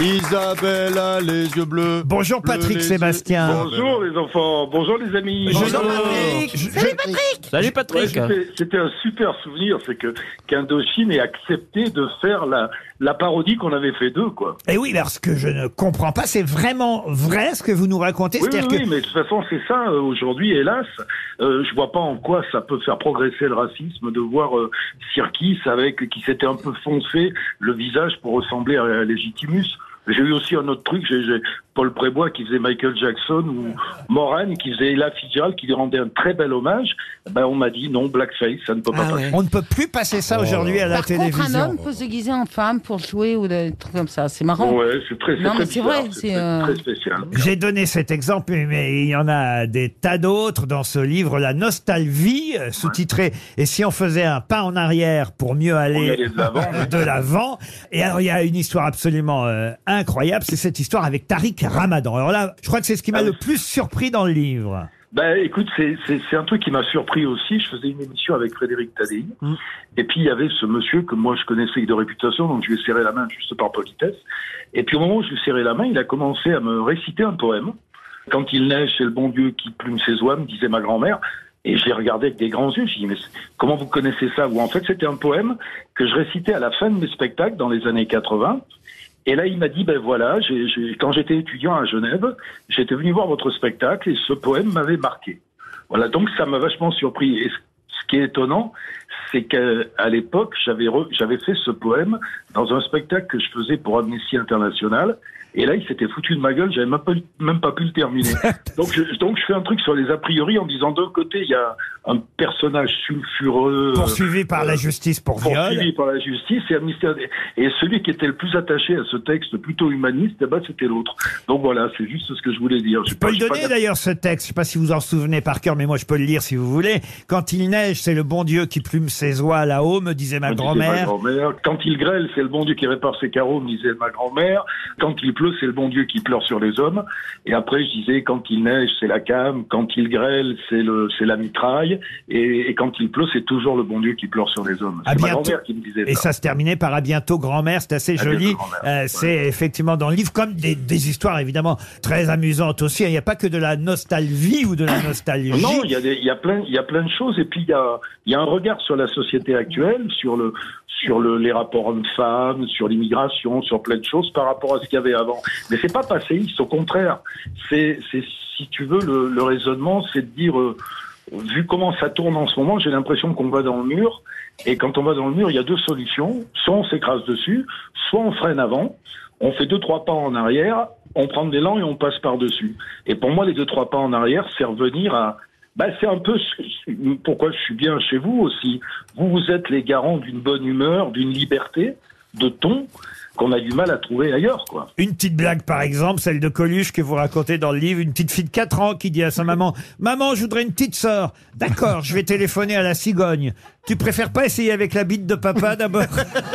Speaker 3: Isabelle a les yeux bleus.
Speaker 2: Bonjour Patrick
Speaker 3: les
Speaker 2: Sébastien.
Speaker 15: Bonjour les enfants, bonjour les amis.
Speaker 2: Bonjour
Speaker 15: Patrick.
Speaker 7: Salut Patrick.
Speaker 5: Salut Patrick.
Speaker 15: Ouais, c'était- C'était un super souvenir, c'est que qu'Indochine ait accepté de faire la, la parodie qu'on avait fait d'eux, quoi.
Speaker 2: Et oui, parce que je ne comprends pas, c'est vraiment vrai ce que vous nous racontez.
Speaker 15: Oui, oui,
Speaker 2: C'est-à-dire
Speaker 15: oui,
Speaker 2: que
Speaker 15: mais de toute façon, c'est ça, euh, aujourd'hui, hélas. Euh, je vois pas en quoi ça peut faire progresser le racisme de voir euh, Sirkis avec, qui s'était un peu foncé le visage pour ressembler à Legitimus. J'ai eu aussi un autre truc, j'ai j'ai Paul Prébois qui faisait Michael Jackson ou Moran qui faisait Ella Fitzgerald qui lui rendait un très bel hommage. Ben on m'a dit non, blackface, ça ne peut pas passer.
Speaker 2: on ne peut plus passer ça aujourd'hui à la
Speaker 7: Par
Speaker 2: télévision.
Speaker 7: contre, un homme peut se déguiser en femme pour jouer ou des trucs comme ça. C'est marrant.
Speaker 15: Ouais, c'est très, c'est
Speaker 7: Non,
Speaker 15: très
Speaker 7: mais c'est
Speaker 15: bizarre,
Speaker 7: vrai.
Speaker 15: c'est
Speaker 7: C'est
Speaker 15: très,
Speaker 7: euh,
Speaker 15: très spécial.
Speaker 2: J'ai donné cet exemple, mais il y en a des tas d'autres dans ce livre, La Nostalgie, euh, sous-titré « Et si on faisait un pas en arrière pour mieux aller
Speaker 15: aller de l'avant, oui.
Speaker 2: de l'avant ?» Et alors, il y a une histoire absolument euh, incroyable, c'est cette histoire avec Tariq Ramadan. Alors là, je crois que c'est ce qui m'a
Speaker 15: Ah
Speaker 2: le
Speaker 15: oui.
Speaker 2: plus surpris dans le livre.
Speaker 15: Ben, écoute, c'est, c'est, c'est un truc qui m'a surpris aussi. Je faisais une émission avec Frédéric Tadei.
Speaker 2: Mm.
Speaker 15: Et puis, il y avait ce monsieur que moi, je connaissais de réputation, donc je lui ai serré la main juste par politesse. Et puis, au moment où je lui ai serré la main, il a commencé à me réciter un poème. Quand il neige, c'est le bon Dieu qui plume ses oies, me disait ma grand-mère. Et j'ai regardé avec des grands yeux. J'ai dit, mais comment vous connaissez ça? Ou en fait, c'était un poème que je récitais à la fin de mes spectacles dans les années quatre-vingts. Et là, il m'a dit, ben voilà, j'ai, j'ai, quand j'étais étudiant à Genève, j'étais venu voir votre spectacle et ce poème m'avait marqué. Voilà, donc ça m'a vachement surpris. Et ce qui est étonnant, c'est qu'à l'époque, j'avais, re, j'avais fait ce poème dans un spectacle que je faisais pour Amnesty International. Et là, il s'était foutu de ma gueule, j'avais même pas, même pas pu le terminer. Donc je, donc je fais un truc sur les a priori en disant d'un côté, il y a un personnage sulfureux...
Speaker 2: Poursuivi par
Speaker 15: euh,
Speaker 2: la justice pour viol.
Speaker 15: Poursuivi par la justice et Amnesty. Et celui qui était le plus attaché à ce texte plutôt humaniste, eh ben, c'était l'autre. Donc voilà, c'est juste ce que je voulais dire.
Speaker 2: Je peux le donner d'ailleurs ce texte, je sais pas si vous en souvenez par cœur, mais moi je peux le lire si vous voulez. Quand il neige, c'est le bon Dieu qui plume ses oies là-haut, me disait ma
Speaker 15: Me disait
Speaker 2: grand-mère.
Speaker 15: ma grand-mère. Quand il grêle, c'est le bon Dieu qui répare ses carreaux, me disait ma grand-mère. Quand il pleut, c'est le bon Dieu qui pleure sur les hommes. Et après, je disais, quand il neige, c'est la came. Quand il grêle, c'est le, c'est la mitraille. Et, et quand il pleut, c'est toujours le bon Dieu qui pleure sur les hommes.
Speaker 2: À
Speaker 15: C'est ma
Speaker 2: bientôt.
Speaker 15: grand-mère qui me disait
Speaker 2: Et
Speaker 15: ça.
Speaker 2: ça se terminait par à bientôt grand-mère, c'est assez
Speaker 15: À
Speaker 2: joli.
Speaker 15: bientôt, grand-mère.
Speaker 2: Euh, c'est effectivement dans le livre comme des, des histoires évidemment très amusantes aussi. Il n'y a pas que de la nostalgie ou de la nostalgie.
Speaker 15: Non, il y a des, il y a plein, il y a plein de choses. Et puis il y a, il y a un regard sur la société actuelle, sur le, sur le, les rapports hommes-femmes, sur l'immigration, sur plein de choses par rapport à ce qu'il y avait avant. Mais c'est pas passéiste, au contraire. C'est, c'est, si tu veux, le, le raisonnement, c'est de dire, euh, vu comment ça tourne en ce moment, j'ai l'impression qu'on va dans le mur. Et quand on va dans le mur, il y a deux solutions. Soit on s'écrase dessus, soit on freine avant. On fait deux, trois pas en arrière, on prend de l'élan et on passe par-dessus. Et pour moi, les deux, trois pas en arrière, c'est revenir à... Bah, c'est un peu ce- pourquoi je suis bien chez vous aussi. Vous, vous êtes les garants d'une bonne humeur, d'une liberté, de ton, qu'on a du mal à trouver ailleurs, quoi.
Speaker 2: Une petite blague, par exemple, celle de Coluche que vous racontez dans le livre. Une petite fille de quatre ans qui dit à sa maman « Maman, je voudrais une petite sœur. »« D'accord, je vais téléphoner à la cigogne. Tu préfères pas essayer avec la bite de papa d'abord ?»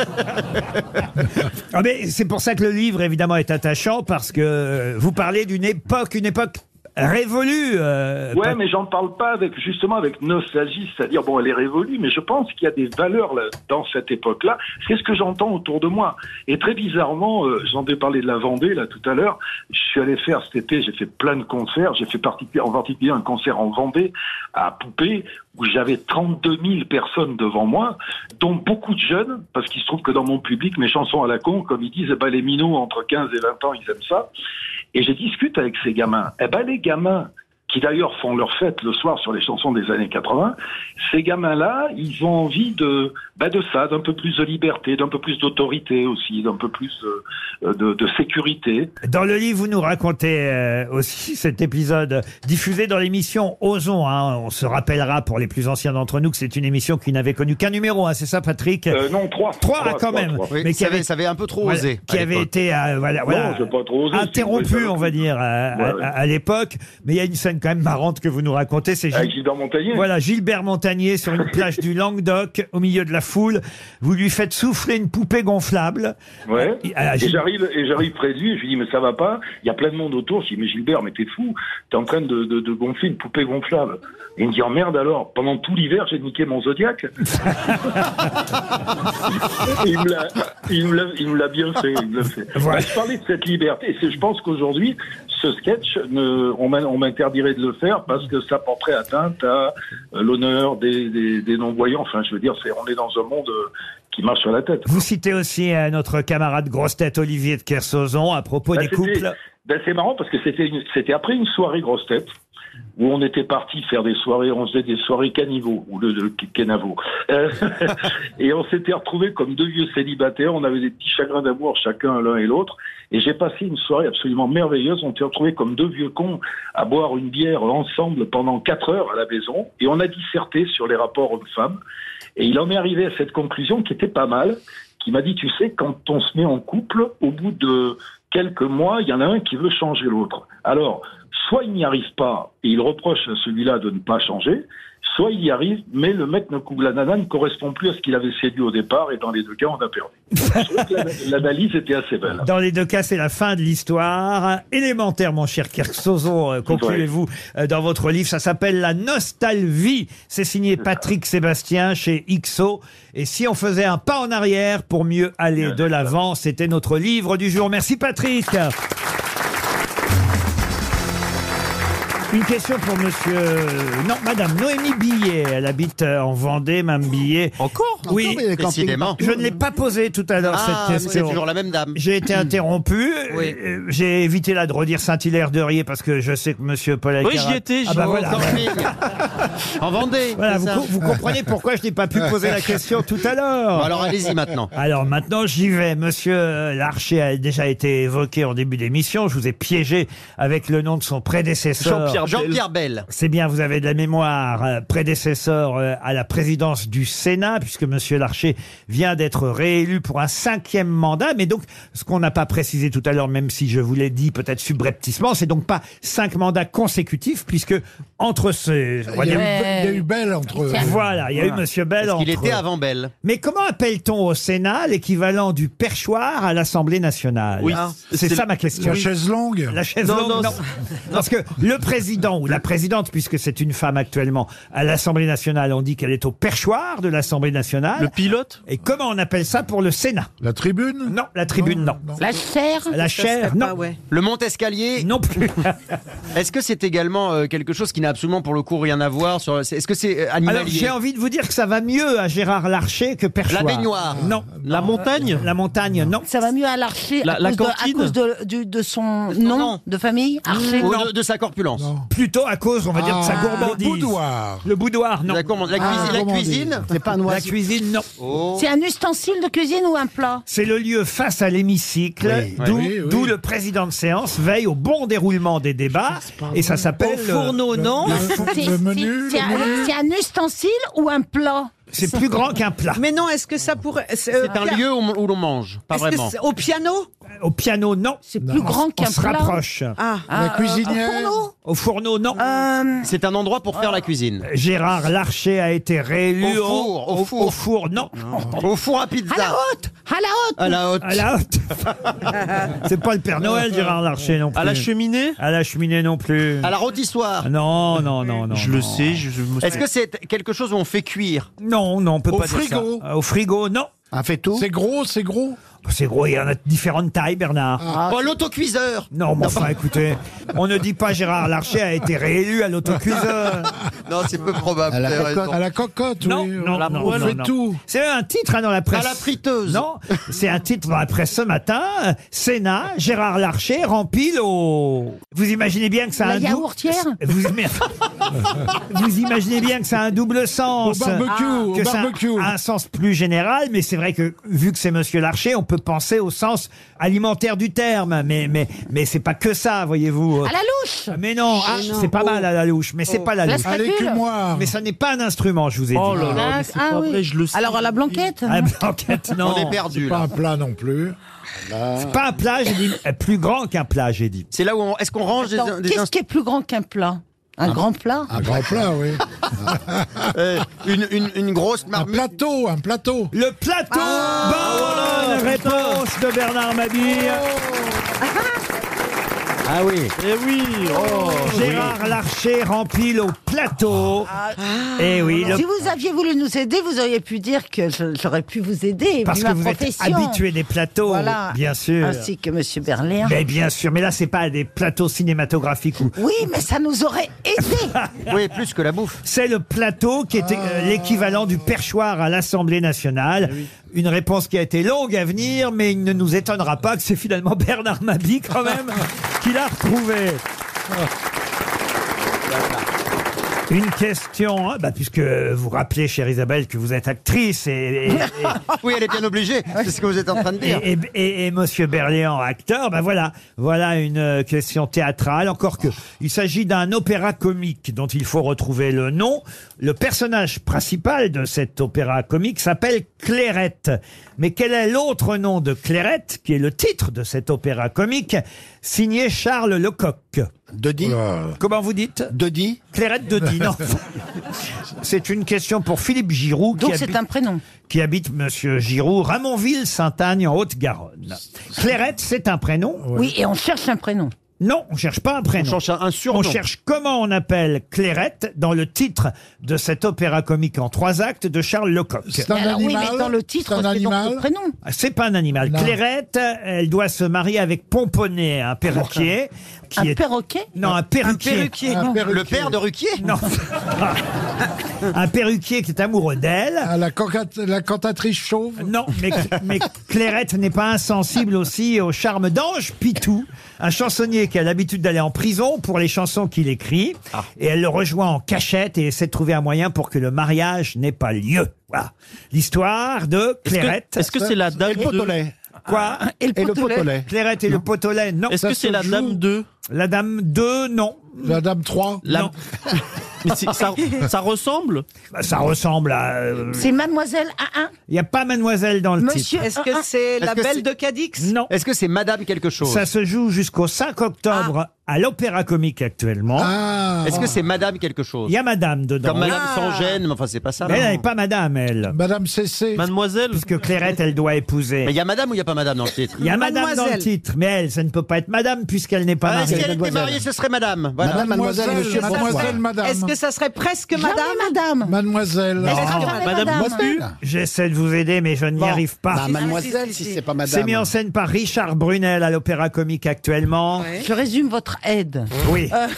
Speaker 2: Ah, mais c'est pour ça que le livre, évidemment, est attachant, parce que euh, vous parlez d'une époque, une époque révolue. euh,
Speaker 15: Ouais,
Speaker 2: pas-
Speaker 15: mais j'en parle pas avec, justement, avec nostalgie, c'est-à-dire, bon, elle est révolue, mais je pense qu'il y a des valeurs là, dans cette époque-là. C'est ce que j'entends autour de moi. Et très bizarrement, euh, j'en ai parlé de la Vendée, là, tout à l'heure. Je suis allé faire cet été, j'ai fait plein de concerts. J'ai fait partie, en particulier un concert en Vendée, à Poupée, où j'avais trente-deux mille personnes devant moi, dont beaucoup de jeunes, parce qu'il se trouve que dans mon public, mes chansons à la con, comme ils disent, eh ben, les minots entre quinze et vingt ans, ils aiment ça. Et j'ai discuté avec ces gamins. Eh ben, les gamins, qui d'ailleurs font leur fête le soir sur les chansons des années quatre-vingts, ces gamins-là, ils ont envie de, ben de ça, d'un peu plus de liberté, d'un peu plus d'autorité aussi, d'un peu plus de, de, de sécurité.
Speaker 2: Dans le livre, vous nous racontez euh, aussi cet épisode diffusé dans l'émission Osons. Hein. On se rappellera pour les plus anciens d'entre nous que c'est une émission qui n'avait connu qu'un numéro. Hein, c'est ça, Patrick?
Speaker 15: Euh, non, trois.
Speaker 2: Trois,
Speaker 15: Trois,
Speaker 2: quand
Speaker 15: trois,
Speaker 2: même.
Speaker 15: trois.
Speaker 3: Oui,
Speaker 2: Mais
Speaker 3: ça avait- ça avait un peu trop
Speaker 2: voilà,
Speaker 3: osé
Speaker 2: Qui
Speaker 3: à
Speaker 2: avait
Speaker 3: l'époque.
Speaker 2: été euh, voilà, voilà,
Speaker 15: Non, j'ai pas trop osé, si vous
Speaker 2: interrompu,
Speaker 15: voulez, ça
Speaker 2: on va dire, à,
Speaker 15: Ouais,
Speaker 2: à-
Speaker 15: ouais.
Speaker 2: à l'époque. Mais il y a une scène scène quand même marrante que vous nous racontez. C'est
Speaker 15: Avec
Speaker 2: Gilles-
Speaker 15: Gilbert Montagnier.
Speaker 2: Voilà, Gilbert Montagnier sur une plage du Languedoc, au milieu de la foule. Vous lui faites souffler une poupée gonflable.
Speaker 15: Ouais.
Speaker 2: Et, ah,
Speaker 15: Et
Speaker 2: Gilles-
Speaker 15: j'arrive, et j'arrive près de lui, et je lui dis, mais ça va pas. Il y a plein de monde autour. Je dis, mais Gilbert, mais t'es fou. T'es en train de, de, de gonfler une poupée gonflable. Et il me dit, oh merde alors. Pendant tout l'hiver, j'ai niqué mon Zodiac. il me l'a, il me l'a, il me l'a bien fait. Il me l'a fait.
Speaker 2: Voilà.
Speaker 15: Bah, je parlais de cette liberté. C'est, je pense qu'aujourd'hui, ce sketch, ne, on, m'a- on m'interdirait de le faire parce que ça porterait atteinte à euh, l'honneur des, des, des non-voyants. Enfin, je veux dire, c'est, on est dans un monde euh, qui marche sur la tête.
Speaker 2: Vous citez aussi euh, notre camarade grosse tête Olivier de Kersauzon à propos
Speaker 15: Bah,
Speaker 2: des
Speaker 15: c'était-
Speaker 2: couples.
Speaker 15: bah, c'est marrant parce que c'était une- c'était après une soirée grosse tête où on était parti faire des soirées, on faisait des soirées caniveau ou le, le kenavo. Euh, et on s'était retrouvés comme deux vieux célibataires, on avait des petits chagrins d'amour chacun l'un et l'autre. Et j'ai passé une soirée absolument merveilleuse. On s'est retrouvés comme deux vieux cons à boire une bière ensemble pendant quatre heures à la maison. Et on a disserté sur les rapports hommes-femmes. Et il en est arrivé à cette conclusion qui était pas mal, qui m'a dit, tu sais, quand on se met en couple, au bout de quelques mois, il y en a un qui veut changer l'autre. Alors, soit il n'y arrive pas et il reproche à celui-là de ne pas changer, soit il y arrive, mais le mec, ne, ou la nana ne correspond plus à ce qu'il avait séduit au départ, et dans les deux cas, on a perdu. Je trouve que la- L'analyse était assez belle.
Speaker 2: Dans les deux cas, c'est la fin de l'histoire. Élémentaire, mon cher Kersauzon, euh, concluez-vous euh, dans votre livre. Ça s'appelle La Nostalgie. C'est signé Patrick Sébastien chez X O. Et si on faisait un pas en arrière pour mieux aller de l'avant, c'était notre livre du jour. Merci Patrick. Une question pour monsieur... Non, madame Noémie Billet. Elle habite euh, en Vendée, Mme Billet.
Speaker 5: Encore
Speaker 2: Oui,
Speaker 3: Encore, mais les campings
Speaker 2: décidément.
Speaker 3: partout.
Speaker 2: Je ne l'ai pas posé tout à l'heure,
Speaker 3: Ah,
Speaker 2: cette
Speaker 3: mais
Speaker 2: question.
Speaker 3: c'est toujours la même dame.
Speaker 2: J'ai été interrompu.
Speaker 3: Oui.
Speaker 2: Euh, J'ai évité là de redire Saint-Hilaire-de-Riez parce que je sais que monsieur Paul
Speaker 5: Oui,
Speaker 2: Alcarat-
Speaker 5: j'y étais,
Speaker 2: Ah
Speaker 5: j'y
Speaker 2: bah
Speaker 5: vais au
Speaker 2: voilà.
Speaker 3: Camping. En Vendée.
Speaker 2: Voilà,
Speaker 3: c'est
Speaker 2: vous,
Speaker 3: ça.
Speaker 2: co- vous comprenez pourquoi je n'ai pas pu poser la question tout à l'heure.
Speaker 3: Bon, alors allez-y maintenant.
Speaker 2: Alors maintenant, j'y vais. Monsieur Larcher a déjà été évoqué en début d'émission. Je vous ai piégé avec le nom de son prédécesseur.
Speaker 5: Jean-Pierre Bell.
Speaker 3: Jean-Pierre Bell.
Speaker 2: C'est bien, vous avez de la mémoire. euh, Prédécesseur euh, à la présidence du Sénat, puisque Monsieur Larcher vient d'être réélu pour un cinquième mandat. Mais donc, ce qu'on n'a pas précisé tout à l'heure, même si je vous l'ai dit peut-être subrepticement, c'est donc pas cinq mandats consécutifs, puisque entre ces... on va
Speaker 4: Il y,
Speaker 2: dire-
Speaker 4: a eu, il y a eu Belle entre...
Speaker 2: Voilà, il y a eu Monsieur Bell.
Speaker 3: Parce qu'il
Speaker 2: entre-
Speaker 3: était avant Bell.
Speaker 2: Mais comment appelle-t-on au Sénat l'équivalent du perchoir à l'Assemblée nationale?
Speaker 5: Oui,
Speaker 2: c'est
Speaker 5: c'est
Speaker 2: ça
Speaker 5: le-
Speaker 2: ma question.
Speaker 4: La chaise longue.
Speaker 2: La chaise
Speaker 5: Non,
Speaker 2: longue,
Speaker 5: non,
Speaker 2: non. Parce que le président ou la présidente, puisque c'est une femme actuellement à l'Assemblée nationale, on dit qu'elle est au perchoir de l'Assemblée nationale.
Speaker 5: Le pilote
Speaker 2: Et comment on appelle ça pour le Sénat?
Speaker 4: La tribune.
Speaker 2: Non, la tribune, non.
Speaker 7: La chair.
Speaker 2: La chaire, non.
Speaker 6: Ah ouais.
Speaker 3: Le Mont-Escalier.
Speaker 2: Non plus.
Speaker 3: Est-ce que c'est également euh, quelque chose qui n'a absolument pour le coup rien à voir sur... c'est- Est-ce que c'est euh,
Speaker 2: Alors,
Speaker 3: animalier?
Speaker 2: j'ai envie de vous dire que ça va mieux à Gérard Larcher que perchoir.
Speaker 3: La baignoire.
Speaker 2: Non.
Speaker 5: La montagne
Speaker 2: La montagne, non.
Speaker 7: Ça va mieux à l'Archer
Speaker 5: La-
Speaker 7: à,
Speaker 5: la
Speaker 7: cause de- à
Speaker 5: cantine
Speaker 7: cause de, du- de son
Speaker 6: son
Speaker 7: nom
Speaker 6: nom.
Speaker 7: de famille. Archer.
Speaker 3: Ou
Speaker 2: Non.
Speaker 3: de, de sa corpulence.
Speaker 4: Non.
Speaker 2: Plutôt à cause, on va dire, de sa
Speaker 4: Ah,
Speaker 2: gourmandise.
Speaker 4: le boudoir.
Speaker 2: Le boudoir, non.
Speaker 3: La, gourmande- la
Speaker 4: Ah,
Speaker 3: cuisine, la
Speaker 4: comment on dit
Speaker 3: cuisine.
Speaker 8: C'est pas un
Speaker 2: La
Speaker 8: oiseau.
Speaker 2: cuisine, non.
Speaker 3: Oh.
Speaker 7: C'est un ustensile de cuisine ou un plat?
Speaker 2: C'est le lieu face à l'hémicycle,
Speaker 8: Oui,
Speaker 2: d'où
Speaker 4: oui, oui.
Speaker 2: d'où le président de séance veille au bon déroulement des débats. Et ça s'appelle...
Speaker 6: Au fourneau, non
Speaker 7: C'est
Speaker 4: Le menu,
Speaker 7: c'est
Speaker 4: le
Speaker 7: un,
Speaker 4: menu.
Speaker 7: c'est un ustensile ou un plat?
Speaker 2: C'est plus grand qu'un plat.
Speaker 6: Mais non, est-ce que ça pourrait... C'est euh,
Speaker 3: C'est un
Speaker 6: pia-
Speaker 3: lieu où, où l'on mange, pas
Speaker 6: Est-ce que
Speaker 3: vraiment.
Speaker 6: c'est au piano?
Speaker 2: Au piano, non.
Speaker 7: C'est plus grand
Speaker 2: On
Speaker 7: qu'un
Speaker 2: se
Speaker 7: plat.
Speaker 2: rapproche.
Speaker 6: Ah,
Speaker 7: Ah,
Speaker 4: La cuisinière.
Speaker 7: un fourneau.
Speaker 2: Au fourneau, non.
Speaker 7: Euh,
Speaker 3: C'est un endroit pour faire la cuisine.
Speaker 2: Gérard Larcher a été réélu
Speaker 3: Au four, au four.
Speaker 2: au four, non.
Speaker 3: Au four à pizza.
Speaker 7: à la haute, à la haute.
Speaker 3: À la haute.
Speaker 2: À la haute. C'est pas le Père Noël, Gérard Larcher, non plus.
Speaker 5: À la cheminée
Speaker 2: À la cheminée, non plus.
Speaker 3: À la rôtissoire.
Speaker 2: Non, non, non, non.
Speaker 5: Je le
Speaker 2: non.
Speaker 5: sais, je, je me
Speaker 3: Est-ce que c'est quelque chose où on fait cuire?
Speaker 2: Non, non, on peut
Speaker 4: Au
Speaker 2: pas dire
Speaker 4: frigo.
Speaker 2: ça. Au frigo, non.
Speaker 8: Un fait tout.
Speaker 4: C'est gros, c'est gros.
Speaker 2: C'est gros, il y en a de différentes tailles, Bernard.
Speaker 8: Ah,
Speaker 3: Oh, l'autocuiseur.
Speaker 2: Non, mais enfin, écoutez, on ne dit pas Gérard Larcher a été réélu à l'autocuiseur.
Speaker 3: Non, c'est peu probable.
Speaker 8: À la
Speaker 3: vous avez
Speaker 8: cocotte.
Speaker 3: raison.
Speaker 4: À la cocotte,
Speaker 2: Non,
Speaker 4: oui.
Speaker 2: non,
Speaker 4: on
Speaker 2: non,
Speaker 4: on
Speaker 2: non,
Speaker 4: fait
Speaker 2: non.
Speaker 4: tout.
Speaker 2: C'est un titre hein, dans la presse.
Speaker 3: À la friteuse.
Speaker 2: Non, c'est un titre dans la presse ce matin. euh, Sénat, Gérard Larcher rempile au... Vous imaginez bien que ça a
Speaker 7: La
Speaker 2: un dou-
Speaker 7: yaourtière.
Speaker 2: Vous, ima- Vous imaginez bien que ça a un double sens.
Speaker 4: Au barbecue, au
Speaker 2: que ça
Speaker 4: barbecue.
Speaker 2: a un sens plus général, mais c'est vrai que vu que c'est Monsieur Larcher, on peut penser au sens alimentaire du terme. Mais mais mais c'est pas que ça, voyez-vous.
Speaker 7: À la louche.
Speaker 2: Mais non, ah,
Speaker 6: Mais non.
Speaker 2: c'est pas
Speaker 6: Oh.
Speaker 2: mal à la louche, mais c'est
Speaker 6: Oh.
Speaker 2: pas la
Speaker 7: La
Speaker 2: louche.
Speaker 4: À
Speaker 7: spatule.
Speaker 4: l'écumoire.
Speaker 2: Mais ça n'est pas un instrument, je vous ai dit.
Speaker 5: Oh là là,
Speaker 7: Ah,
Speaker 5: mais c'est
Speaker 7: ah
Speaker 5: pas
Speaker 7: oui.
Speaker 5: vrai, je le sais.
Speaker 7: Alors à la blanquette.
Speaker 2: Ah, blanquette, non.
Speaker 3: On est perdu
Speaker 4: Pas
Speaker 3: là.
Speaker 4: un plat non plus.
Speaker 2: C'est pas un plat, j'ai dit euh, plus grand qu'un plat, j'ai dit.
Speaker 3: C'est là où on... Est-ce qu'on range des,
Speaker 7: Attends,
Speaker 3: des
Speaker 7: Qu'est-ce
Speaker 3: inst-
Speaker 7: qui est plus grand qu'un plat? Un grand plat.
Speaker 4: Un grand plat, oui.
Speaker 3: Euh, une, une, une grosse
Speaker 4: Un
Speaker 3: marmite.
Speaker 4: plateau, un plateau.
Speaker 2: Le plateau. Bonne réponse de Bernard Mabille.
Speaker 3: Ah oui.
Speaker 5: Eh oui. Oh,
Speaker 2: Gérard Larcher rempile au plateau. Eh oui, le-
Speaker 7: Si vous aviez voulu nous aider, vous auriez pu dire que je- j'aurais pu vous aider.
Speaker 2: parce
Speaker 7: vu
Speaker 2: que
Speaker 7: ma
Speaker 2: vous êtes
Speaker 7: profession.
Speaker 2: habitué des plateaux,
Speaker 7: Voilà.
Speaker 2: bien sûr.
Speaker 7: Ainsi que Monsieur Berléand.
Speaker 2: Mais bien sûr, mais là c'est pas des plateaux cinématographiques ou
Speaker 7: Oui, mais ça nous aurait aidé.
Speaker 3: Oui, plus que la bouffe.
Speaker 2: c'est le plateau qui était euh, l'équivalent du perchoir à l'Assemblée nationale. Une réponse qui a été longue à venir, mais il ne nous étonnera pas que c'est finalement Bernard Mabille quand même qui l'a retrouvé. Une question, hein, bah, puisque vous rappelez, chère Isabelle, que vous êtes actrice et, et, et-
Speaker 3: Oui, elle est bien obligée. C'est ce que vous êtes en train de dire.
Speaker 2: et, et, et- et Monsieur Berléand, acteur, bah voilà, voilà une euh, question théâtrale. Encore que, il s'agit d'un opéra comique dont il faut retrouver le nom. Le personnage principal de cet opéra comique s'appelle Clairette. Mais quel est l'autre nom de Clairette, qui est le titre de cet opéra comique, signé Charles Lecoq?
Speaker 8: Dodi.
Speaker 2: Comment vous dites?
Speaker 8: Dodi.
Speaker 2: Clairette de Die, non. C'est une question pour Philippe Giroud.
Speaker 7: Donc
Speaker 2: qui
Speaker 7: c'est
Speaker 2: habite-
Speaker 7: un prénom.
Speaker 2: qui habite Monsieur Giroud, Ramonville-Saint-Agne en Haute-Garonne. Clairette, c'est un prénom?
Speaker 7: Oui, et on cherche un prénom.
Speaker 2: Non, on cherche pas un prénom.
Speaker 3: On cherche un surnom.
Speaker 2: On cherche comment on appelle Clairette dans le titre de cet opéra comique en trois actes de Charles Lecoq.
Speaker 4: C'est un
Speaker 7: Mais alors, oui,
Speaker 4: animal.
Speaker 7: mais dans le titre,
Speaker 4: C'est un
Speaker 7: c'est donc
Speaker 4: animal.
Speaker 7: le prénom.
Speaker 2: Ah, c'est pas un animal.
Speaker 4: Non.
Speaker 2: Clairette, elle doit se marier avec Pomponnet, un perroquet. Qui
Speaker 7: Un
Speaker 2: est...
Speaker 7: perroquet.
Speaker 2: Non, un perruquier.
Speaker 6: perruquier.
Speaker 4: Un perruquier.
Speaker 3: Le père de Ruquier.
Speaker 2: Non. Un perruquier qui est amoureux d'elle.
Speaker 4: Ah, la, cantate- la cantatrice chauve.
Speaker 2: Non, mais, mais Clairette n'est pas insensible aussi au charme d'Ange Pitou, un chansonnier qui a l'habitude d'aller en prison pour les chansons qu'il écrit. Et elle le rejoint en cachette et essaie de trouver un moyen pour que le mariage n'ait pas lieu. Voilà. L'histoire de
Speaker 5: Est-ce que-
Speaker 2: Clairette.
Speaker 5: Est-ce que c'est la dame
Speaker 8: Et le
Speaker 5: de...
Speaker 8: potolet.
Speaker 2: Quoi
Speaker 7: Et le
Speaker 8: Et le
Speaker 7: potelet.
Speaker 8: potolet.
Speaker 2: Clairette et le potolet, non.
Speaker 5: Est-ce
Speaker 4: Ça
Speaker 5: que c'est
Speaker 4: se
Speaker 5: la
Speaker 4: joue.
Speaker 5: dame deux?
Speaker 2: La dame deux, non.
Speaker 4: La dame trois.
Speaker 5: La-
Speaker 2: Non.
Speaker 5: Mais c'est- ça, ça ressemble.
Speaker 2: Bah, ça ressemble à... euh,
Speaker 7: C'est Mademoiselle A un.
Speaker 2: Il n'y a pas mademoiselle dans le
Speaker 7: Monsieur-
Speaker 2: titre.
Speaker 6: Est-ce que c'est
Speaker 3: Est-ce
Speaker 6: la
Speaker 3: que
Speaker 6: belle
Speaker 3: c'est-
Speaker 6: de Cadix?
Speaker 2: Non.
Speaker 3: Est-ce que c'est Madame quelque chose?
Speaker 2: Ça se joue jusqu'au cinq octobre à l'Opéra Comique actuellement.
Speaker 4: Ah.
Speaker 3: Est-ce que c'est Madame quelque chose?
Speaker 2: Il y a madame dedans.
Speaker 3: Comme Madame
Speaker 6: Ah.
Speaker 3: sans gêne, mais enfin c'est pas ça.
Speaker 2: Mais
Speaker 3: non.
Speaker 2: elle n'est pas madame, elle.
Speaker 4: Madame Cessé.
Speaker 5: Mademoiselle.
Speaker 2: Puisque Clairette, elle doit épouser.
Speaker 3: Mais il y a Madame ou il y a pas Madame dans le titre?
Speaker 2: Il y a madame dans le
Speaker 6: Mademoiselle.
Speaker 2: titre, mais elle, ça ne peut pas être madame puisqu'elle n'est pas
Speaker 3: Ah, si
Speaker 2: mariée.
Speaker 3: elle était mariée, ce serait Madame. Voilà.
Speaker 8: Madame, mademoiselle, monsieur,
Speaker 4: Mademoiselle,
Speaker 8: bonsoir.
Speaker 4: madame.
Speaker 6: Est-ce que ça serait presque
Speaker 7: Jamais
Speaker 6: madame?
Speaker 7: madame.
Speaker 4: Mademoiselle.
Speaker 7: Elle sera
Speaker 2: Non.
Speaker 7: jamais
Speaker 5: Madame
Speaker 7: madame.
Speaker 5: Moscu.
Speaker 2: J'essaie de vous aider, mais je n'y
Speaker 8: Bon.
Speaker 2: arrive pas.
Speaker 8: Bah,
Speaker 6: Si,
Speaker 8: mademoiselle,
Speaker 6: si, si,
Speaker 8: si
Speaker 6: si.
Speaker 8: c'est pas madame.
Speaker 2: C'est mis en scène par Richard Brunel à l'Opéra Comique actuellement.
Speaker 7: Je résume votre aide.
Speaker 2: Oui.
Speaker 7: Euh,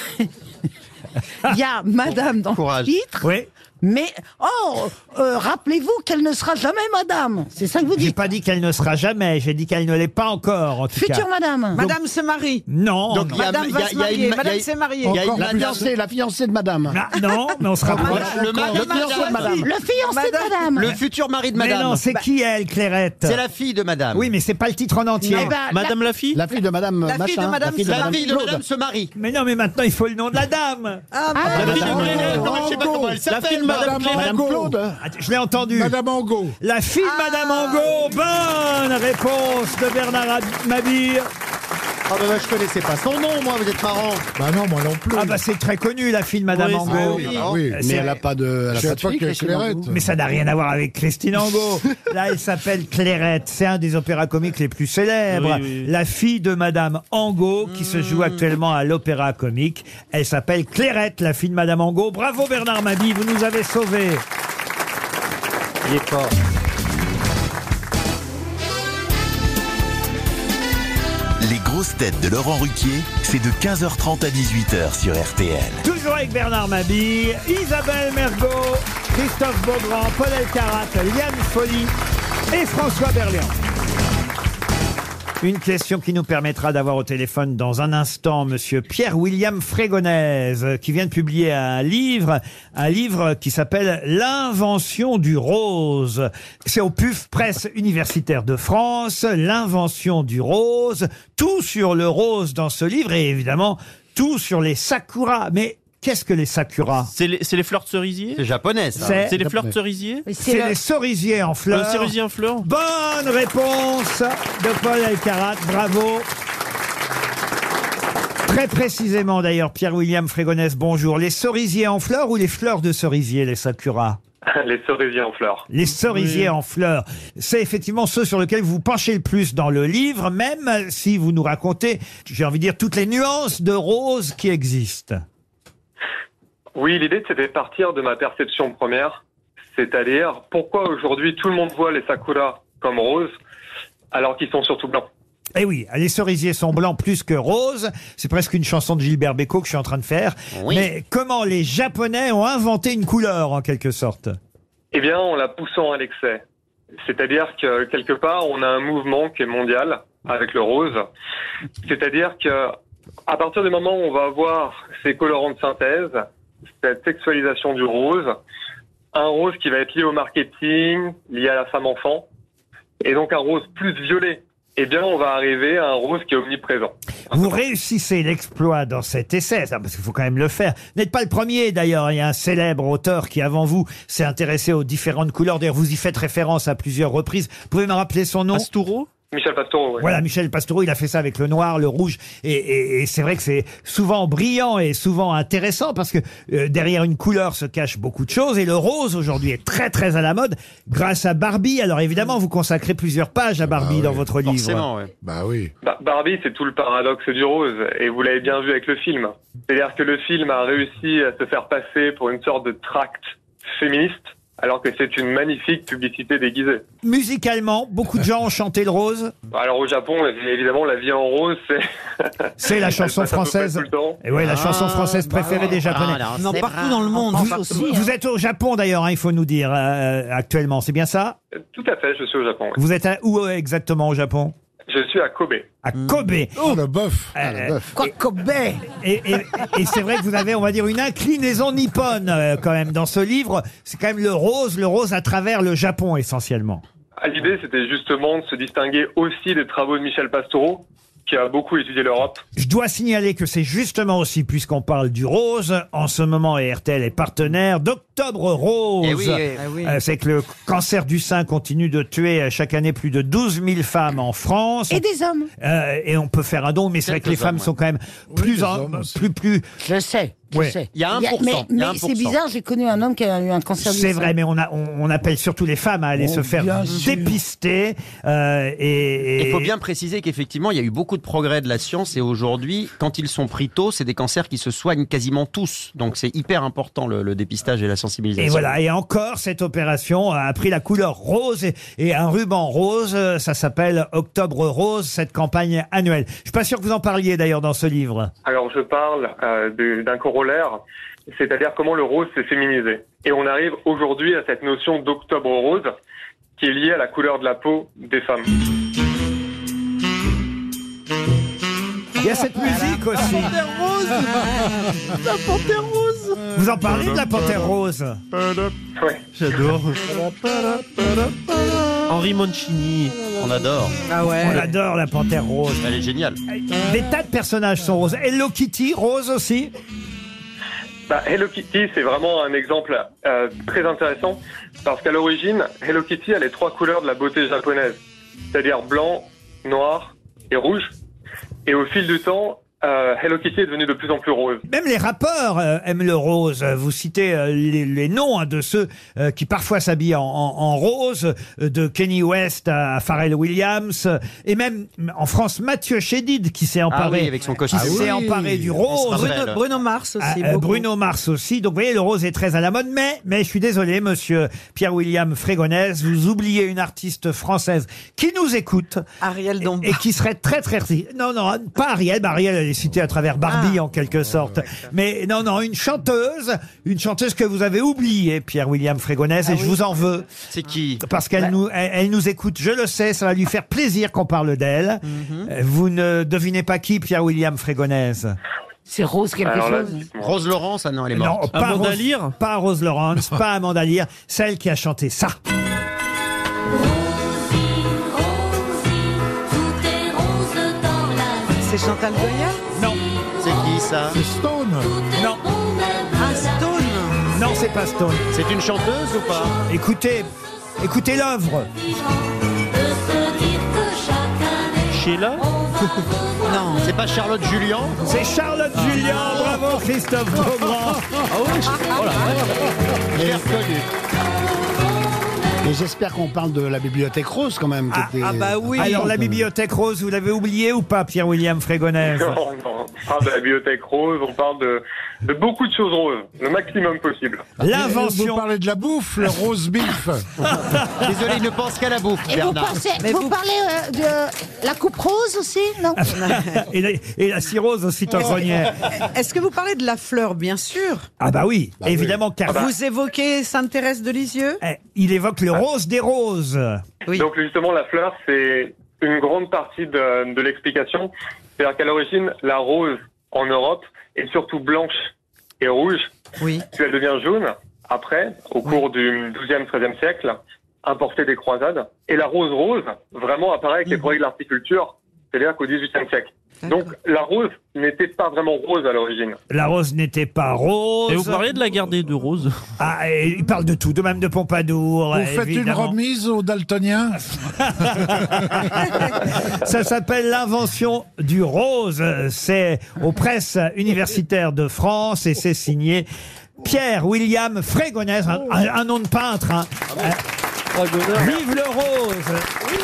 Speaker 7: Il y a madame dans
Speaker 3: Courage.
Speaker 7: le titre,
Speaker 2: Oui.
Speaker 7: mais oh, euh, rappelez-vous qu'elle ne sera jamais madame. C'est ça que vous
Speaker 2: J'ai
Speaker 7: dites.
Speaker 2: pas dit qu'elle ne sera jamais, j'ai dit qu'elle ne l'est pas encore, en tout
Speaker 7: Future
Speaker 2: cas.
Speaker 7: madame.
Speaker 6: Madame se marie.
Speaker 2: Non.
Speaker 3: Donc,
Speaker 2: non.
Speaker 3: il y a-
Speaker 6: Madame
Speaker 3: il y
Speaker 6: va
Speaker 3: a-
Speaker 6: se
Speaker 3: il y a
Speaker 6: marier.
Speaker 3: une-
Speaker 6: Madame
Speaker 3: il y a-
Speaker 6: s'est mariée.
Speaker 3: il y a une
Speaker 8: La
Speaker 3: Madame-
Speaker 8: fiancée, la fiancée de madame.
Speaker 2: Ah, non, mais on se rapproche.
Speaker 3: Le mari
Speaker 8: Le
Speaker 3: de
Speaker 8: fiancé de
Speaker 3: Madame.
Speaker 8: madame.
Speaker 7: Le fiancé de madame.
Speaker 3: Le futur mari de
Speaker 2: Mais
Speaker 3: Madame.
Speaker 2: non, c'est qui elle, Clairette?
Speaker 3: C'est la fille de Madame.
Speaker 2: Oui, mais c'est pas le titre en entier.
Speaker 7: Eh ben,
Speaker 5: Madame la fille.
Speaker 8: La fille de madame
Speaker 6: La fille de
Speaker 8: machin.
Speaker 6: madame
Speaker 8: la fille de
Speaker 6: se
Speaker 3: La
Speaker 8: madame
Speaker 3: fille de
Speaker 8: Claude.
Speaker 3: Madame se marie.
Speaker 2: Mais non, mais maintenant il faut le nom de la dame.
Speaker 6: Ah,
Speaker 7: Ah,
Speaker 3: La fille de
Speaker 8: Madame
Speaker 3: Clairette. Non, mais je sais pas
Speaker 8: Angot.
Speaker 3: comment elle
Speaker 5: La fille
Speaker 3: s'appelle.
Speaker 5: de Madame
Speaker 4: Madame
Speaker 5: Clairette.
Speaker 8: Madame
Speaker 4: Angot.
Speaker 8: Claude.
Speaker 2: Attends, je l'ai entendu.
Speaker 4: Madame Angot.
Speaker 2: La fille de Madame Angot. Bonne réponse de Bernard Mabille.
Speaker 3: Ah bah, bah, je connaissais pas son nom, moi, vous êtes marrant.
Speaker 4: Bah non, moi non plus.
Speaker 2: Ah bah c'est très connu, la fille de Madame
Speaker 5: Oui,
Speaker 2: Angot.
Speaker 4: Ah oui, ah oui.
Speaker 2: Euh,
Speaker 8: Mais
Speaker 2: c'est-
Speaker 8: elle a pas de, elle a
Speaker 4: Je sais
Speaker 8: pas de
Speaker 4: pas
Speaker 8: fille,
Speaker 4: que
Speaker 8: Christine
Speaker 4: Clairette.
Speaker 8: Angot.
Speaker 2: Mais ça n'a rien à voir avec Christine Angot. Là, elle s'appelle Clairette. C'est un des opéras comiques les plus célèbres.
Speaker 5: Oui, oui, oui.
Speaker 2: La fille de Madame Angot, qui se joue actuellement à l'Opéra Comique. Elle s'appelle Clairette, la fille de Madame Angot. Bravo Bernard Mabille, vous nous avez sauvés.
Speaker 3: Il est fort.
Speaker 1: Les grosses têtes de Laurent Ruquier, c'est de quinze heures trente à dix-huit heures sur R T L.
Speaker 2: Toujours avec Bernard Mabille, Isabelle Mergot, Christophe Beaugrand, Paul Elkarat, Liane Folly et François Berléand. Une question qui nous permettra d'avoir au téléphone dans un instant Monsieur Pierre-William Frégonèse, qui vient de publier un livre, un livre qui s'appelle L'invention du rose. C'est au P U F Presse Universitaire de France, L'invention du rose, tout sur le rose dans ce livre et évidemment tout sur les sakuras. Mais qu'est-ce que les sakuras?
Speaker 5: C'est les, c'est les fleurs de cerisier.
Speaker 3: C'est japonais, ça.
Speaker 2: C'est-
Speaker 5: C'est les fleurs de cerisier.
Speaker 2: C'est les cerisiers en
Speaker 5: Le
Speaker 2: fleurs.
Speaker 5: cerisier en fleurs.
Speaker 2: Bonne réponse de Paul Elkarat, bravo. Très précisément d'ailleurs, Pierre-William Frégonès, bonjour. Les cerisiers en fleurs ou les fleurs de cerisier, les sakura?
Speaker 11: Les cerisiers en fleurs.
Speaker 2: Les cerisiers en fleurs, c'est effectivement ceux sur lesquels vous vous penchez le plus dans le livre, même si vous nous racontez, j'ai envie de dire, toutes les nuances de rose qui existent.
Speaker 11: Oui, l'idée c'était de partir de ma perception première, c'est-à-dire pourquoi aujourd'hui tout le monde voit les sakura comme roses alors qu'ils sont surtout blancs.
Speaker 2: Eh oui, les cerisiers sont blancs plus que roses. C'est presque une chanson de Gilbert Bécaud que je suis en train de faire.
Speaker 11: Oui.
Speaker 2: Mais comment les Japonais ont inventé une couleur, en quelque sorte?
Speaker 11: Eh bien, en la poussant à l'excès. C'est-à-dire que, quelque part, on a un mouvement qui est mondial avec le rose. C'est-à-dire que, à partir du moment où on va avoir ces colorants de synthèse, cette sexualisation du rose, un rose qui va être lié au marketing, lié à la femme-enfant, et donc un rose plus violet. Eh bien, on va arriver à un rose qui est omniprésent.
Speaker 2: Vous réussissez l'exploit dans cet essai, ça, parce qu'il faut quand même le faire. Vous n'êtes pas le premier, d'ailleurs. Il y a un célèbre auteur qui, avant vous, s'est intéressé aux différentes couleurs. D'ailleurs, vous y faites référence à plusieurs reprises. Vous pouvez me rappeler son nom?
Speaker 5: Pastoureau?
Speaker 11: Michel Pastoureau, oui.
Speaker 2: Voilà, Michel Pastoureau, il a fait ça avec le noir, le rouge, et, et, et c'est vrai que c'est souvent brillant et souvent intéressant parce que euh, derrière une couleur se cachent beaucoup de choses, et le rose aujourd'hui est très très à la mode grâce à Barbie. Alors évidemment, vous consacrez plusieurs pages à Barbie
Speaker 8: Ah
Speaker 2: dans
Speaker 8: oui,
Speaker 2: votre livre.
Speaker 11: forcément, ouais.
Speaker 8: Bah oui.
Speaker 11: Bah, Barbie, c'est tout le paradoxe du rose, et vous l'avez bien vu avec le film. C'est-à-dire que le film a réussi à se faire passer pour une sorte de tract féministe, alors que c'est une magnifique publicité déguisée.
Speaker 2: Musicalement, beaucoup de gens ont chanté le rose.
Speaker 11: Alors au Japon, évidemment, la vie en rose, c'est...
Speaker 2: C'est la chanson
Speaker 11: Elle passe à peu près
Speaker 2: française.
Speaker 11: tout le temps.
Speaker 2: Et ouais, la chanson française préférée des Japonais.
Speaker 6: Ah, non, partout dans le monde.
Speaker 2: Vous,
Speaker 6: France
Speaker 2: vous-
Speaker 6: aussi,
Speaker 2: vous
Speaker 6: hein.
Speaker 2: êtes au Japon d'ailleurs, hein, il faut nous dire euh, actuellement, c'est bien ça?
Speaker 11: Tout à fait, je suis au Japon. oui.
Speaker 2: Vous êtes à- où euh, exactement au Japon?
Speaker 11: Je suis à Kobe.
Speaker 2: À Kobe.
Speaker 8: Oh, le bœuf. Ah, le
Speaker 2: Euh,
Speaker 8: bœuf.
Speaker 7: Quoi, Kobe?
Speaker 2: Et, et- et c'est vrai que vous avez, on va dire, une inclinaison nippone euh, quand même dans ce livre. C'est quand même le rose, le rose à travers le Japon essentiellement.
Speaker 11: Ah, L'idée, c'était justement de se distinguer aussi des travaux de Michel Pastoureau, qui a beaucoup étudié l'Europe.
Speaker 2: Je dois signaler que c'est justement aussi, puisqu'on parle du rose, en ce moment, et R T L est partenaire d'Octobre Rose.
Speaker 3: Eh oui, eh.
Speaker 6: Ah oui.
Speaker 2: Euh, c'est que le cancer du sein continue de tuer euh, chaque année plus de douze mille femmes en France.
Speaker 7: Et des hommes.
Speaker 2: Euh, et on peut faire un don, mais c'est vrai que les
Speaker 3: Quelques
Speaker 2: femmes
Speaker 3: hommes,
Speaker 2: sont quand même plus,
Speaker 8: les
Speaker 2: en-
Speaker 8: hommes aussi.
Speaker 2: plus, plus.
Speaker 7: Je sais, je
Speaker 2: Ouais.
Speaker 7: sais.
Speaker 3: Il y a un
Speaker 7: Mais,
Speaker 3: pour cent, il y a
Speaker 7: mais
Speaker 3: un pour
Speaker 7: c'est
Speaker 3: cent.
Speaker 7: bizarre, j'ai connu un homme qui a eu un cancer du
Speaker 2: C'est
Speaker 7: sein.
Speaker 2: vrai, mais on, a, on, on appelle surtout les femmes à aller
Speaker 7: Oh,
Speaker 2: se faire
Speaker 7: bien sûr.
Speaker 2: dépister. euh, et, et-
Speaker 3: Il faut bien préciser qu'effectivement, il y a eu beaucoup de progrès de la science et aujourd'hui, quand ils sont pris tôt, c'est des cancers qui se soignent quasiment tous. Donc c'est hyper important le, le dépistage et la sensibilisation.
Speaker 2: Et voilà, et encore, cette opération a pris la couleur rose et, et un ruban rose. euh, Ça s'appelle Octobre Rose, cette campagne annuelle. Je suis pas sûr que vous en parliez d'ailleurs dans ce livre.
Speaker 11: Alors je parle euh, de- d'un corollaire, c'est-à-dire comment le rose s'est féminisé. Et on arrive aujourd'hui à cette notion d'octobre rose, qui est liée à la couleur de la peau des femmes.
Speaker 2: Il y a cette musique aussi.
Speaker 5: La panthère rose.
Speaker 2: Vous en parlez de la panthère rose?
Speaker 11: Ouais.
Speaker 5: J'adore. Henri Mancini.
Speaker 3: On adore.
Speaker 6: Ah ouais.
Speaker 2: On adore la panthère rose.
Speaker 3: Elle est géniale.
Speaker 2: Des tas de personnages sont roses. Hello Kitty, rose aussi.
Speaker 11: Bah, Hello Kitty, c'est vraiment un exemple euh, très intéressant, parce qu'à l'origine, Hello Kitty a les trois couleurs de la beauté japonaise, c'est-à-dire blanc, noir et rouge. Et au fil du temps, euh, Hello Kitty est devenue de plus en plus rose.
Speaker 2: Même les rappeurs euh, aiment le rose. Vous citez euh, les, les noms hein, de ceux euh, qui parfois s'habillent en, en- en rose, euh, de Kanye West à Pharrell Williams, euh, et même en France Mathieu Chédid qui s'est emparé,
Speaker 3: Ah oui, avec son
Speaker 2: qui
Speaker 3: costume.
Speaker 2: s'est
Speaker 3: Ah oui.
Speaker 2: emparé du
Speaker 3: On
Speaker 2: rose.
Speaker 3: se rappelle.
Speaker 6: Bruno, Bruno Mars aussi.
Speaker 2: Ah, euh,
Speaker 6: beaucoup.
Speaker 2: Bruno Mars aussi. Donc vous voyez, le rose est très à la mode. Mais, mais je suis désolé, monsieur Pierre-William Frégonès, vous oubliez une artiste française qui nous écoute.
Speaker 6: Ariel Dombas.
Speaker 2: Et qui serait très très... Non, non, pas Ariel. Bah, Ariel, elle est citée à travers Barbie
Speaker 6: Ah.
Speaker 2: en quelque sorte. Mais non, non, une chanteuse. Une chanteuse que vous avez oubliée, Pierre-William Frégonès.
Speaker 6: Ah
Speaker 2: et je vous en veux.
Speaker 3: C'est qui?
Speaker 2: Parce qu'elle nous, elle, elle nous écoute. Je le sais, ça va lui faire plaisir qu'on parle d'elle. Euh, Vous ne devinez pas qui, Pierre-William Frégonès?
Speaker 7: C'est rose quelque
Speaker 11: Alors là,
Speaker 7: chose.
Speaker 11: dites-moi.
Speaker 3: Rose Laurence, ah non, elle est morte.
Speaker 2: Non, pas
Speaker 5: Amanda
Speaker 2: Rose,
Speaker 5: Lear
Speaker 2: pas Rose Laurence, pas Amanda Lear, celle qui a chanté ça.
Speaker 6: C'est Chantal Goya.
Speaker 2: Non,
Speaker 3: C'est qui ça?
Speaker 4: C'est Stone.
Speaker 2: non,
Speaker 6: Ah, Stone.
Speaker 2: non, c'est pas Stone.
Speaker 3: C'est une chanteuse ou pas?
Speaker 2: Écoutez, écoutez l'œuvre.
Speaker 5: Sheila.
Speaker 6: Non.
Speaker 3: C'est pas Charlotte Julien.
Speaker 2: C'est Charlotte Julien. Bravo Christophe Beaugrand.
Speaker 5: Ah oui, oh la vache.
Speaker 8: Bien connu. Mais j'espère qu'on parle de la bibliothèque rose quand même. qui
Speaker 2: Ah,
Speaker 8: était-
Speaker 6: Ah bah oui.
Speaker 2: Alors la bibliothèque rose, vous l'avez oublié ou pas, Pierre-William Frégonèse?
Speaker 11: Non, non. On parle de la bibliothèque rose, on parle de, de beaucoup de choses roses, le maximum possible.
Speaker 2: L'invention.
Speaker 4: Vous parlez de la bouffe, le rose beef.
Speaker 3: Désolé, il ne pense qu'à la bouffe,
Speaker 7: Et vous,
Speaker 3: Bernard.
Speaker 7: pensez,
Speaker 6: Mais
Speaker 7: vous,
Speaker 6: vous-
Speaker 7: parlez euh, de la coupe rose aussi, non?
Speaker 2: et, la, et la cirrhose aussi, Tansonnière.
Speaker 6: Est-ce que vous parlez de la fleur, bien sûr?
Speaker 2: Ah bah oui,
Speaker 4: Bah
Speaker 2: évidemment, car
Speaker 6: Vous évoquez Sainte-Thérèse de Lisieux?
Speaker 2: eh, il évoque le rose des roses.
Speaker 6: Oui.
Speaker 11: Donc justement, la fleur, c'est une grande partie de, de l'explication. C'est-à-dire qu'à l'origine, la rose en Europe est surtout blanche et rouge,
Speaker 6: Oui.
Speaker 11: puis elle devient jaune après, au cours du douzième, treizième siècle, importée des croisades. Et la rose rose, vraiment apparaît avec les progrès de l'articulture, c'est-à-dire qu'au dix-huitième siècle. Donc la rose n'était pas vraiment rose à l'origine.
Speaker 2: La rose n'était pas rose.
Speaker 5: Et vous parlez de la guerre des deux roses.
Speaker 2: Ah, et il parle de tout, de même de Pompadour.
Speaker 4: Vous faites une
Speaker 2: évidemment.
Speaker 4: remise aux daltoniens.
Speaker 2: Ça s'appelle l'invention du rose. C'est aux presses universitaires de France et c'est signé Pierre-William Frégonèse, un, un- un nom de peintre. Hein. Euh, vive le rose!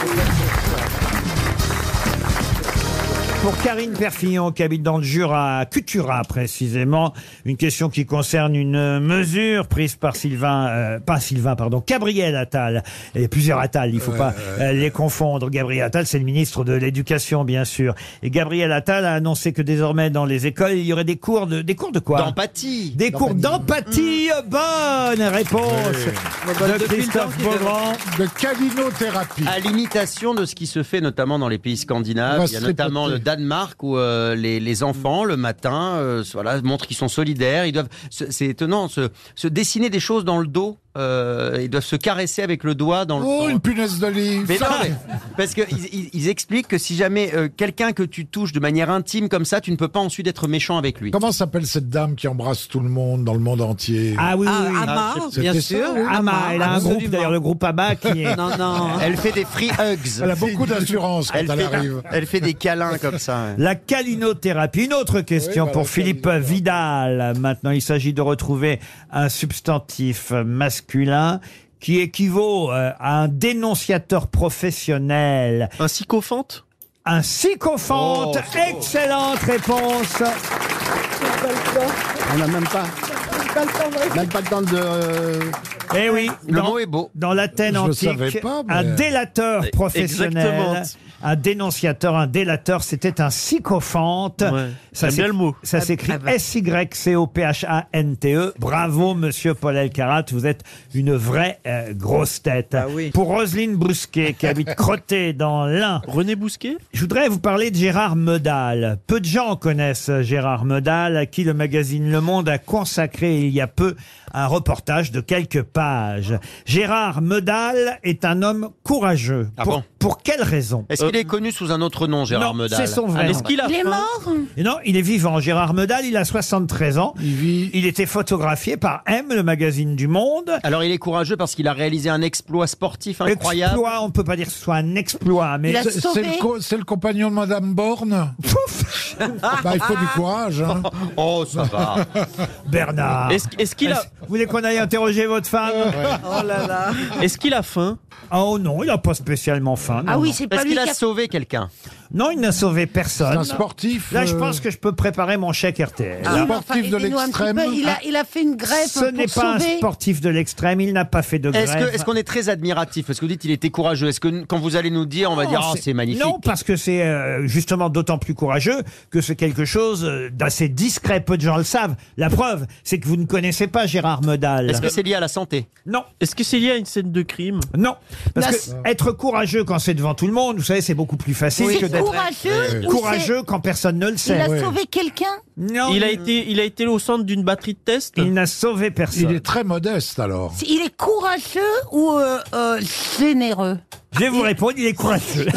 Speaker 2: Pour Karine Perfillon, qui habite dans le Jura, à Cutura précisément, une question qui concerne une mesure prise par Sylvain, euh, pas Sylvain, pardon, Gabriel Attal. Il y a plusieurs Attal, il ne faut
Speaker 4: Ouais,
Speaker 2: pas
Speaker 4: ouais.
Speaker 2: euh, les confondre. Gabriel Attal, c'est le ministre de l'Éducation, bien sûr. Et Gabriel Attal a annoncé que désormais, dans les écoles, il y aurait des cours de, des cours de quoi?
Speaker 3: D'empathie.
Speaker 2: Des cours d'empathie. Bonne réponse de
Speaker 6: depuis le temps
Speaker 2: Christophe
Speaker 6: qu'il
Speaker 2: Beaugrand.
Speaker 4: De calinothérapie.
Speaker 3: À l'imitation de ce qui se fait notamment dans les pays
Speaker 4: On
Speaker 3: scandinaves,
Speaker 4: va
Speaker 3: il y a
Speaker 4: se
Speaker 3: notamment
Speaker 4: tripoter.
Speaker 3: le Danemark où euh, les, les enfants le matin euh, voilà, montrent qu'ils sont solidaires, ils doivent, se- c'est étonnant, se, se dessiner des choses dans le dos, euh, ils doivent se caresser avec le doigt dans le
Speaker 4: Oh,
Speaker 3: dans-
Speaker 4: une punaise d'olive.
Speaker 3: Mais non, mais parce que ils, ils- ils expliquent que si jamais euh, quelqu'un que tu touches de manière intime comme ça, tu ne peux pas ensuite être méchant avec lui.
Speaker 4: Comment s'appelle cette dame qui embrasse tout le monde dans le monde entier?
Speaker 2: Ah oui, oui,
Speaker 6: Ah,
Speaker 2: oui.
Speaker 6: Ama,
Speaker 4: C'était
Speaker 6: bien
Speaker 4: ça,
Speaker 6: sûr.
Speaker 4: oui.
Speaker 2: Ama, elle a un groupe,
Speaker 6: absolument.
Speaker 2: d'ailleurs, le groupe Ama qui est...
Speaker 6: Non, non.
Speaker 3: Elle fait des free hugs.
Speaker 4: Elle a beaucoup d'assurance quand
Speaker 3: Elle
Speaker 4: elle,
Speaker 3: fait,
Speaker 4: arrive.
Speaker 3: elle fait des câlins comme ça. ouais.
Speaker 2: La calinothérapie. Une autre question
Speaker 4: Oui, bah,
Speaker 2: pour
Speaker 4: la
Speaker 2: Philippe
Speaker 4: calinothérapie.
Speaker 2: Vidal. Maintenant, il s'agit de retrouver un substantif masculin qui équivaut euh, à un dénonciateur professionnel.
Speaker 5: Un sycophante.
Speaker 2: Un sycophante.
Speaker 3: Oh, c'est beau.
Speaker 2: Excellente réponse.
Speaker 8: On n'a même pas. Même pas le temps de. euh,
Speaker 2: Eh oui,
Speaker 3: Le
Speaker 2: dans,
Speaker 3: mot est beau.
Speaker 2: dans l'Athènes
Speaker 4: Je le
Speaker 2: antique,
Speaker 4: savais pas, mais-
Speaker 2: un délateur
Speaker 5: Eh,
Speaker 2: professionnel,
Speaker 5: exactement.
Speaker 2: un dénonciateur, un délateur, c'était un sycophante.
Speaker 5: Ouais.
Speaker 2: Ça
Speaker 5: J'aime bien
Speaker 2: s'écrit-
Speaker 5: le mot.
Speaker 2: Ça s'écrit
Speaker 6: ah bah.
Speaker 2: S Y C O P H A N T E. Bravo, monsieur Paul Elkarat, vous êtes une vraie euh, grosse tête.
Speaker 6: Ah oui.
Speaker 2: Pour Roselyne Brusquet, qui habite Crotté dans l'Ain,
Speaker 5: René Bousquet.
Speaker 2: je voudrais vous parler de Gérard Medal. Peu de gens connaissent Gérard Medal, à qui le magazine Le Monde a consacré il y a peu un reportage de quelques pages. Gérard Medal est un homme courageux.
Speaker 3: Ah
Speaker 2: pour,
Speaker 3: bon
Speaker 2: pour quelle raison?
Speaker 3: Est-ce qu'il est connu sous un autre nom, Gérard
Speaker 2: Non,
Speaker 3: Medal
Speaker 2: c'est son vrai
Speaker 5: Est-ce
Speaker 2: nom.
Speaker 5: qu'il a
Speaker 7: Il est
Speaker 5: faim
Speaker 7: mort?
Speaker 2: Et non, il est vivant. Gérard Medal, il a soixante-treize ans.
Speaker 4: Il vit.
Speaker 2: Il était photographié par M, le magazine du Monde.
Speaker 3: Alors il est courageux parce qu'il a réalisé un exploit sportif incroyable.
Speaker 2: Exploit, on ne peut pas dire que ce soit un exploit, mais
Speaker 7: Il a
Speaker 4: C'est c'est
Speaker 7: sauvé.
Speaker 4: le, co- c'est le compagnon de Madame Borne. Bah, il faut du courage. Hein.
Speaker 3: Oh, ça va.
Speaker 2: Bernard.
Speaker 5: Est-ce est-ce qu'il a,
Speaker 2: Vous voulez qu'on aille interroger votre femme?
Speaker 6: Oh là là.
Speaker 5: est-ce qu'il a faim?
Speaker 2: Oh non, il n'a pas spécialement faim.
Speaker 7: Ah
Speaker 2: non,
Speaker 7: oui,
Speaker 2: non.
Speaker 7: c'est pas
Speaker 3: Est-ce
Speaker 7: lui
Speaker 3: qu'il
Speaker 7: qui
Speaker 3: a
Speaker 7: a...
Speaker 3: sauvé quelqu'un?
Speaker 2: Non, il n'a sauvé
Speaker 4: C'est
Speaker 2: personne.
Speaker 4: un sportif.
Speaker 2: Là, je
Speaker 4: euh,
Speaker 2: pense que je peux préparer mon chèque R T L.
Speaker 7: Ah, mais enfin,
Speaker 4: sportif de
Speaker 7: aidez-nous un petit
Speaker 4: l'extrême.
Speaker 7: peu. Il a, il a fait une greffe
Speaker 2: Ce
Speaker 7: pour
Speaker 2: n'est pas un
Speaker 7: sauver.
Speaker 2: sportif de l'extrême, il n'a pas fait de
Speaker 3: Est-ce
Speaker 2: grève.
Speaker 3: que- est-ce qu'on est très admiratif? Parce que vous dites qu'il était courageux. Est-ce que quand vous allez nous dire, on va
Speaker 2: Non,
Speaker 3: dire, oh, c'est magnifique.
Speaker 2: Non, parce que c'est euh, justement d'autant plus courageux que c'est quelque chose euh, d'assez discret. Peu de gens le savent. La preuve, c'est que vous ne connaissez pas Gérard Medal.
Speaker 3: Est-ce que c'est lié à la santé?
Speaker 2: Non,
Speaker 5: Est-ce que c'est lié à une scène de crime?
Speaker 2: non. Parce
Speaker 7: La-
Speaker 2: que être courageux quand c'est devant tout le monde, vous savez, c'est beaucoup plus facile que
Speaker 7: C'est
Speaker 2: d'être
Speaker 7: courageux ou
Speaker 2: courageux quand personne ne le
Speaker 7: c'est- Il
Speaker 2: sait.
Speaker 7: a
Speaker 4: Ouais.
Speaker 7: sauvé quelqu'un?
Speaker 2: Non,
Speaker 5: Il a été, il a été au centre d'une batterie de tests.
Speaker 2: il n'a sauvé personne.
Speaker 4: Il est très modeste alors.
Speaker 7: Il est courageux ou euh, euh, généreux?
Speaker 2: Je vais vous répondre, il est courageux.